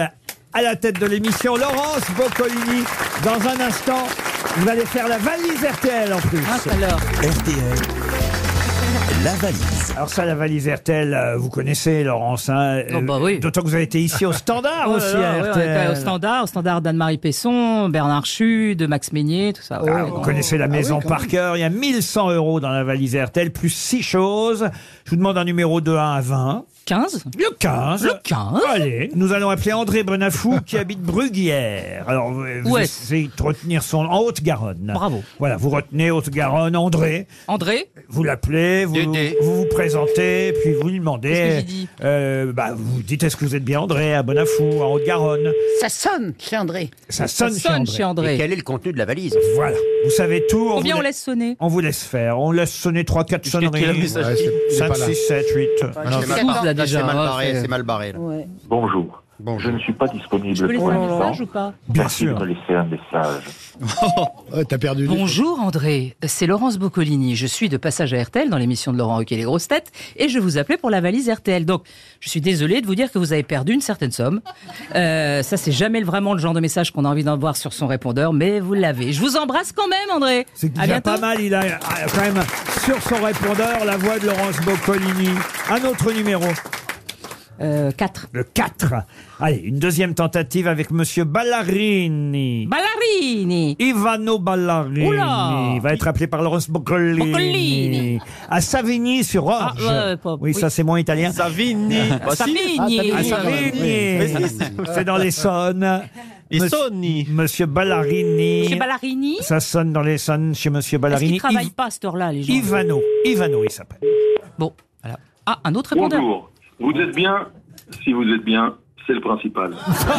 Speaker 2: à la tête de l'émission. Laurence Boccolini, dans un instant, vous allez faire la valise R T L en plus.
Speaker 18: Ah, alors.
Speaker 1: R T L, la valise.
Speaker 2: Alors ça, la valise R T L, euh, vous connaissez, Laurence. Hein,
Speaker 18: Oh, bah oui.
Speaker 2: D'autant que vous avez été ici au Standard
Speaker 18: Oh là
Speaker 2: aussi,
Speaker 18: là,
Speaker 2: à
Speaker 18: ouais,
Speaker 2: R T
Speaker 18: on était
Speaker 2: L.
Speaker 18: au standard, au standard d'Anne-Marie Pesson, Bernard Chu, de Max Meignier, tout ça.
Speaker 2: Ah,
Speaker 18: Ouais.
Speaker 2: vous connaissez la maison
Speaker 18: oui, quand
Speaker 2: par
Speaker 18: même.
Speaker 2: cœur. Il y a mille cent euros dans la valise R T L, plus six choses. Je vous demande un numéro de un à vingt.
Speaker 18: quinze
Speaker 2: Le quinze.
Speaker 18: Le quinze.
Speaker 2: Allez, nous allons appeler André Bonafou qui habite Bruguière. Alors, vous, vous
Speaker 18: Où est-ce
Speaker 2: essayez de retenir son... En Haute-Garonne.
Speaker 18: Bravo.
Speaker 2: Voilà, vous retenez Haute-Garonne, André.
Speaker 18: André
Speaker 2: Vous l'appelez, vous,
Speaker 3: Dédé.
Speaker 2: vous vous présentez, puis vous lui demandez...
Speaker 18: Qu'est-ce que j'ai dit
Speaker 2: euh, bah, Vous dites, est-ce que vous êtes bien André à Bonafou, en Haute-Garonne?
Speaker 7: Ça sonne chez André.
Speaker 2: Ça sonne,
Speaker 18: Ça sonne chez André.
Speaker 3: Et quel est le contenu de la valise?
Speaker 2: Voilà, vous savez tout.
Speaker 18: Combien
Speaker 2: vous
Speaker 18: on
Speaker 2: la-
Speaker 18: laisse sonner
Speaker 2: On vous laisse faire. On laisse sonner trois quatre
Speaker 5: Jusqu'à quelle
Speaker 2: sonneries.
Speaker 5: messagerie
Speaker 8: Ouais, c'est- il est
Speaker 2: cinq,
Speaker 8: pas là.
Speaker 2: six, sept, huit.
Speaker 3: C'est mal,
Speaker 18: douze, là,
Speaker 3: là,
Speaker 18: déjà,
Speaker 3: c'est mal
Speaker 18: hein,
Speaker 3: barré,
Speaker 18: c'est-
Speaker 3: c'est mal barré. Là.
Speaker 18: Ouais.
Speaker 15: Bonjour. Je ne suis pas
Speaker 18: Je
Speaker 15: disponible
Speaker 18: peux laisser
Speaker 15: pour
Speaker 18: un
Speaker 15: l'instant.
Speaker 18: message ou pas
Speaker 2: Bien
Speaker 15: Merci de
Speaker 2: sûr.
Speaker 15: me laisser un message.
Speaker 8: Ouais, t'as perdu. les-
Speaker 18: Bonjour André, c'est Laurence Boccolini. Je suis de passage à R T L dans l'émission de Laurent Ruquier Les Grosses Têtes et je vous appelais pour la valise R T L. Donc, je suis désolée de vous dire que vous avez perdu une certaine somme. Euh, ça, c'est jamais vraiment le genre de message qu'on a envie d'envoyer sur son répondeur, mais vous l'avez. Je vous embrasse quand même, André.
Speaker 2: C'est
Speaker 18: À
Speaker 2: déjà
Speaker 18: bientôt.
Speaker 2: pas mal. Il a ah, quand même sur son répondeur la voix de Laurence Boccolini. Un autre numéro.
Speaker 18: Euh, quatre.
Speaker 2: Le quatre. Allez, une deuxième tentative avec Monsieur Ballarini.
Speaker 18: Ballarini.
Speaker 2: Ivano Ballarini.
Speaker 18: Oula.
Speaker 2: Il va être appelé par Laurence Boccolini.
Speaker 18: Boccolini.
Speaker 2: À Savigny-sur-Orge.
Speaker 18: Ah, ouais, pas-
Speaker 2: oui,
Speaker 18: oui.
Speaker 2: ça c'est moins italien.
Speaker 5: Savigny. Bah, si.
Speaker 18: Savigny.
Speaker 2: À Savigny. C'est dans l'Essonne.
Speaker 5: Et
Speaker 2: Monsieur-
Speaker 5: Sony.
Speaker 2: Monsieur Ballarini.
Speaker 18: Monsieur Ballarini.
Speaker 2: Ça sonne dans l'Essonne chez Monsieur
Speaker 18: Est-ce
Speaker 2: Ballarini.
Speaker 18: qu'ils travaillent
Speaker 2: Iv-
Speaker 18: pas à cette heure-là, les gens
Speaker 2: Ivano. Ivano, il s'appelle.
Speaker 18: Bon, voilà. Ah, un autre répondeur.
Speaker 15: Bonjour. Vous êtes bien? Si vous êtes bien, c'est le principal.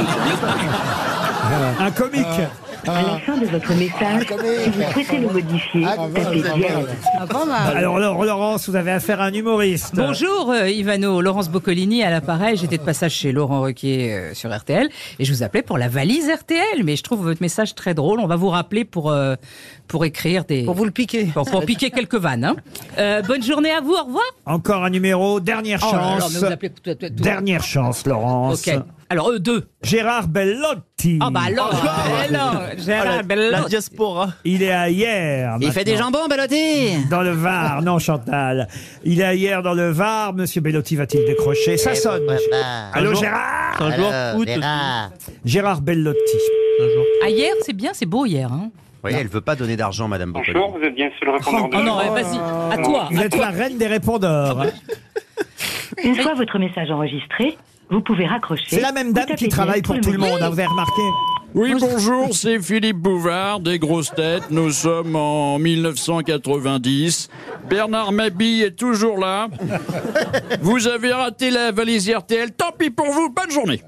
Speaker 2: Un comique.
Speaker 21: À la fin de votre message, si vous souhaitez le modifier, tapez dièse.
Speaker 7: Ah, pas mal.
Speaker 2: Alors, Laure- Laurence, vous avez affaire à un humoriste.
Speaker 18: Bonjour euh, Ivano, Laurence Boccolini à l'appareil. J'étais de passage chez Laurent Ruquier euh, sur R T L et je vous appelais pour la valise R T L. Mais je trouve votre message très drôle. On va vous rappeler pour euh, pour écrire des
Speaker 7: Pour vous le piquer.
Speaker 18: pour, pour piquer quelques vannes. Hein. Euh, bonne journée à vous. Au revoir.
Speaker 2: Encore un numéro, dernière
Speaker 18: Oh là là,
Speaker 2: chance.
Speaker 18: mais vous appelez tout- tout- tout-
Speaker 2: Dernière chance, Laurence.
Speaker 18: Ok. Alors eux deux.
Speaker 2: Gérard Bellotti.
Speaker 18: Ah bah alors, eh non, Gérard Bellotti.
Speaker 5: La diaspora.
Speaker 2: Il est à hier.
Speaker 6: Il fait des
Speaker 2: maintenant.
Speaker 6: jambons, Bellotti.
Speaker 2: Dans le Var, non Chantal. Il est à hier dans le Var. Monsieur Bellotti va-t-il décrocher? Ça sonne. Allô
Speaker 5: Un jour-
Speaker 2: Gérard
Speaker 5: C'est un joueur foot aussi.
Speaker 2: Gérard Bellotti.
Speaker 5: Un jour.
Speaker 18: Ah, hier, c'est bien, c'est beau hier. Hein.
Speaker 3: Vous voyez, elle veut pas donner d'argent, Madame Boccolini.
Speaker 11: Bonjour, vous êtes bien sur le répondeur de
Speaker 18: Oh non, eh, vas-y, à toi.
Speaker 2: Vous
Speaker 18: à
Speaker 2: êtes
Speaker 18: toi.
Speaker 2: la reine des répondeurs.
Speaker 21: Une fois votre message enregistré, vous pouvez raccrocher.
Speaker 2: C'est la même dame
Speaker 21: ou
Speaker 2: qui
Speaker 21: taper
Speaker 2: travaille
Speaker 21: dièse
Speaker 2: pour
Speaker 21: le
Speaker 2: tout le
Speaker 21: mot.
Speaker 2: monde, hein, vous avez remarqué?
Speaker 19: Oui, bonjour, c'est Philippe Bouvard des Grosses Têtes. Nous sommes en mille neuf cent quatre-vingt-dix. Bernard Mabille est toujours là. Vous avez raté la valise R T L. Tant pis pour vous, bonne journée.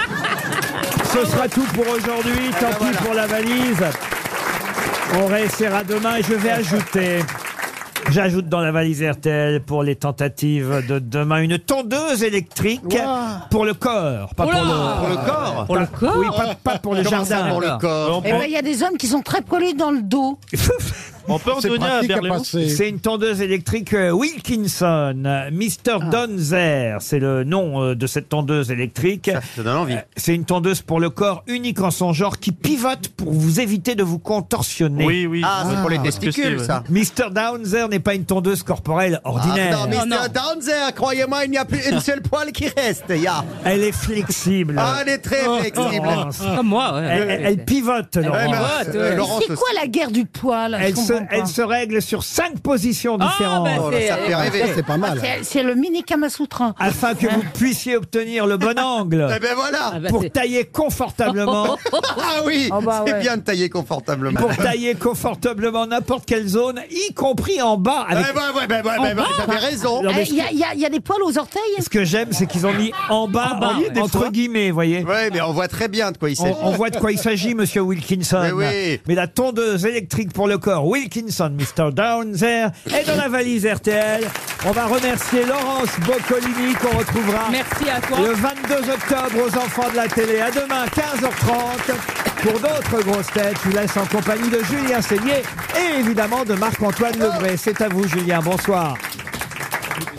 Speaker 2: Ce sera tout pour aujourd'hui. Tant pis pour la valise. On réessayera demain et je vais ajouter. J'ajoute dans la valise R T L pour les tentatives de demain une tondeuse électrique pour le corps, pas pour
Speaker 18: Oula.
Speaker 2: le
Speaker 3: Pour le corps.
Speaker 18: Pour le corps.
Speaker 2: Oui, pas, pas pour le
Speaker 3: Comment ça,
Speaker 2: jardin.
Speaker 3: pour le corps?
Speaker 7: Eh ben, il y a des hommes qui sont très polis dans le dos.
Speaker 5: On peut en
Speaker 4: C'est
Speaker 5: donner à
Speaker 4: pratique à
Speaker 5: Berléo.
Speaker 4: passer.
Speaker 2: C'est une tondeuse électrique euh, Wilkinson, euh, mister Donzer, c'est le nom euh, de cette tondeuse électrique.
Speaker 3: Ça, ça donne envie.
Speaker 2: Euh, C'est une tondeuse pour le corps unique en son genre qui pivote pour vous éviter de vous contorsionner.
Speaker 5: Oui, oui.
Speaker 3: Ah, c'est pour les
Speaker 5: Parce que c'est,
Speaker 3: testicules,
Speaker 5: ouais.
Speaker 3: ça.
Speaker 2: mister Downzer n'est pas une tondeuse corporelle ordinaire.
Speaker 3: Ah, non,
Speaker 18: Oh, non.
Speaker 3: mister Downzer, croyez-moi, il n'y a plus une seule poil qui reste. Ya.
Speaker 2: Elle est flexible.
Speaker 3: Ah, elle est très flexible.
Speaker 2: Laurence.
Speaker 18: Comme moi. Ouais.
Speaker 2: Elle, elle- elle pivote, Laurence.
Speaker 3: Ouais, mais,
Speaker 18: pivote,
Speaker 3: euh,
Speaker 18: ouais.
Speaker 3: Laurence
Speaker 7: C'est quoi la guerre du poil? Je
Speaker 2: Elle se,
Speaker 7: comprends pas.
Speaker 2: elle se règle sur cinq positions
Speaker 18: Ah,
Speaker 2: différentes.
Speaker 18: bah,
Speaker 3: Oh là, ça
Speaker 18: c'est-
Speaker 3: fait rêver.
Speaker 8: C'est pas mal.
Speaker 7: C'est- C'est le mini Kamasutra.
Speaker 2: afin que vous puissiez obtenir le bon angle
Speaker 3: Eh ben voilà.
Speaker 18: Ah, bah,
Speaker 2: pour
Speaker 18: c'est-
Speaker 2: tailler confortablement.
Speaker 3: Ah oui,
Speaker 7: Oh bah
Speaker 3: c'est
Speaker 7: ouais.
Speaker 3: bien de tailler confortablement.
Speaker 2: Pour tailler confortablement n'importe quelle zone, y compris en bas.
Speaker 3: Eh
Speaker 2: Avec...
Speaker 3: ben, ouais, ben, ben, ben, ben, j'avais raison.
Speaker 2: Non, mais
Speaker 7: Il y, a- y a- y a des poils aux orteils?
Speaker 2: Ce que j'aime, c'est qu'ils ont mis en bas,
Speaker 18: En bas,
Speaker 2: en-
Speaker 18: ouais. Des
Speaker 2: entre
Speaker 18: fois.
Speaker 2: guillemets, vous voyez.
Speaker 3: Ouais, mais on voit très bien de quoi il s'agit.
Speaker 2: On, on voit de quoi il s'agit, monsieur Wilkinson.
Speaker 3: Oui, oui.
Speaker 2: Mais la tondeuse électrique pour le corps Wilkinson, mister Downzer, est dans la valise R T L. On va remercier Laurence Boccolini qu'on retrouvera
Speaker 18: Merci à toi.
Speaker 2: le vingt-deux octobre aux enfants de la télé. À demain, quinze heures trente. Pour d'autres grosses têtes, je vous laisse en compagnie de Julien Seigné et évidemment de Marc-Antoine Lebré. C'est à vous, Julien. Bonsoir.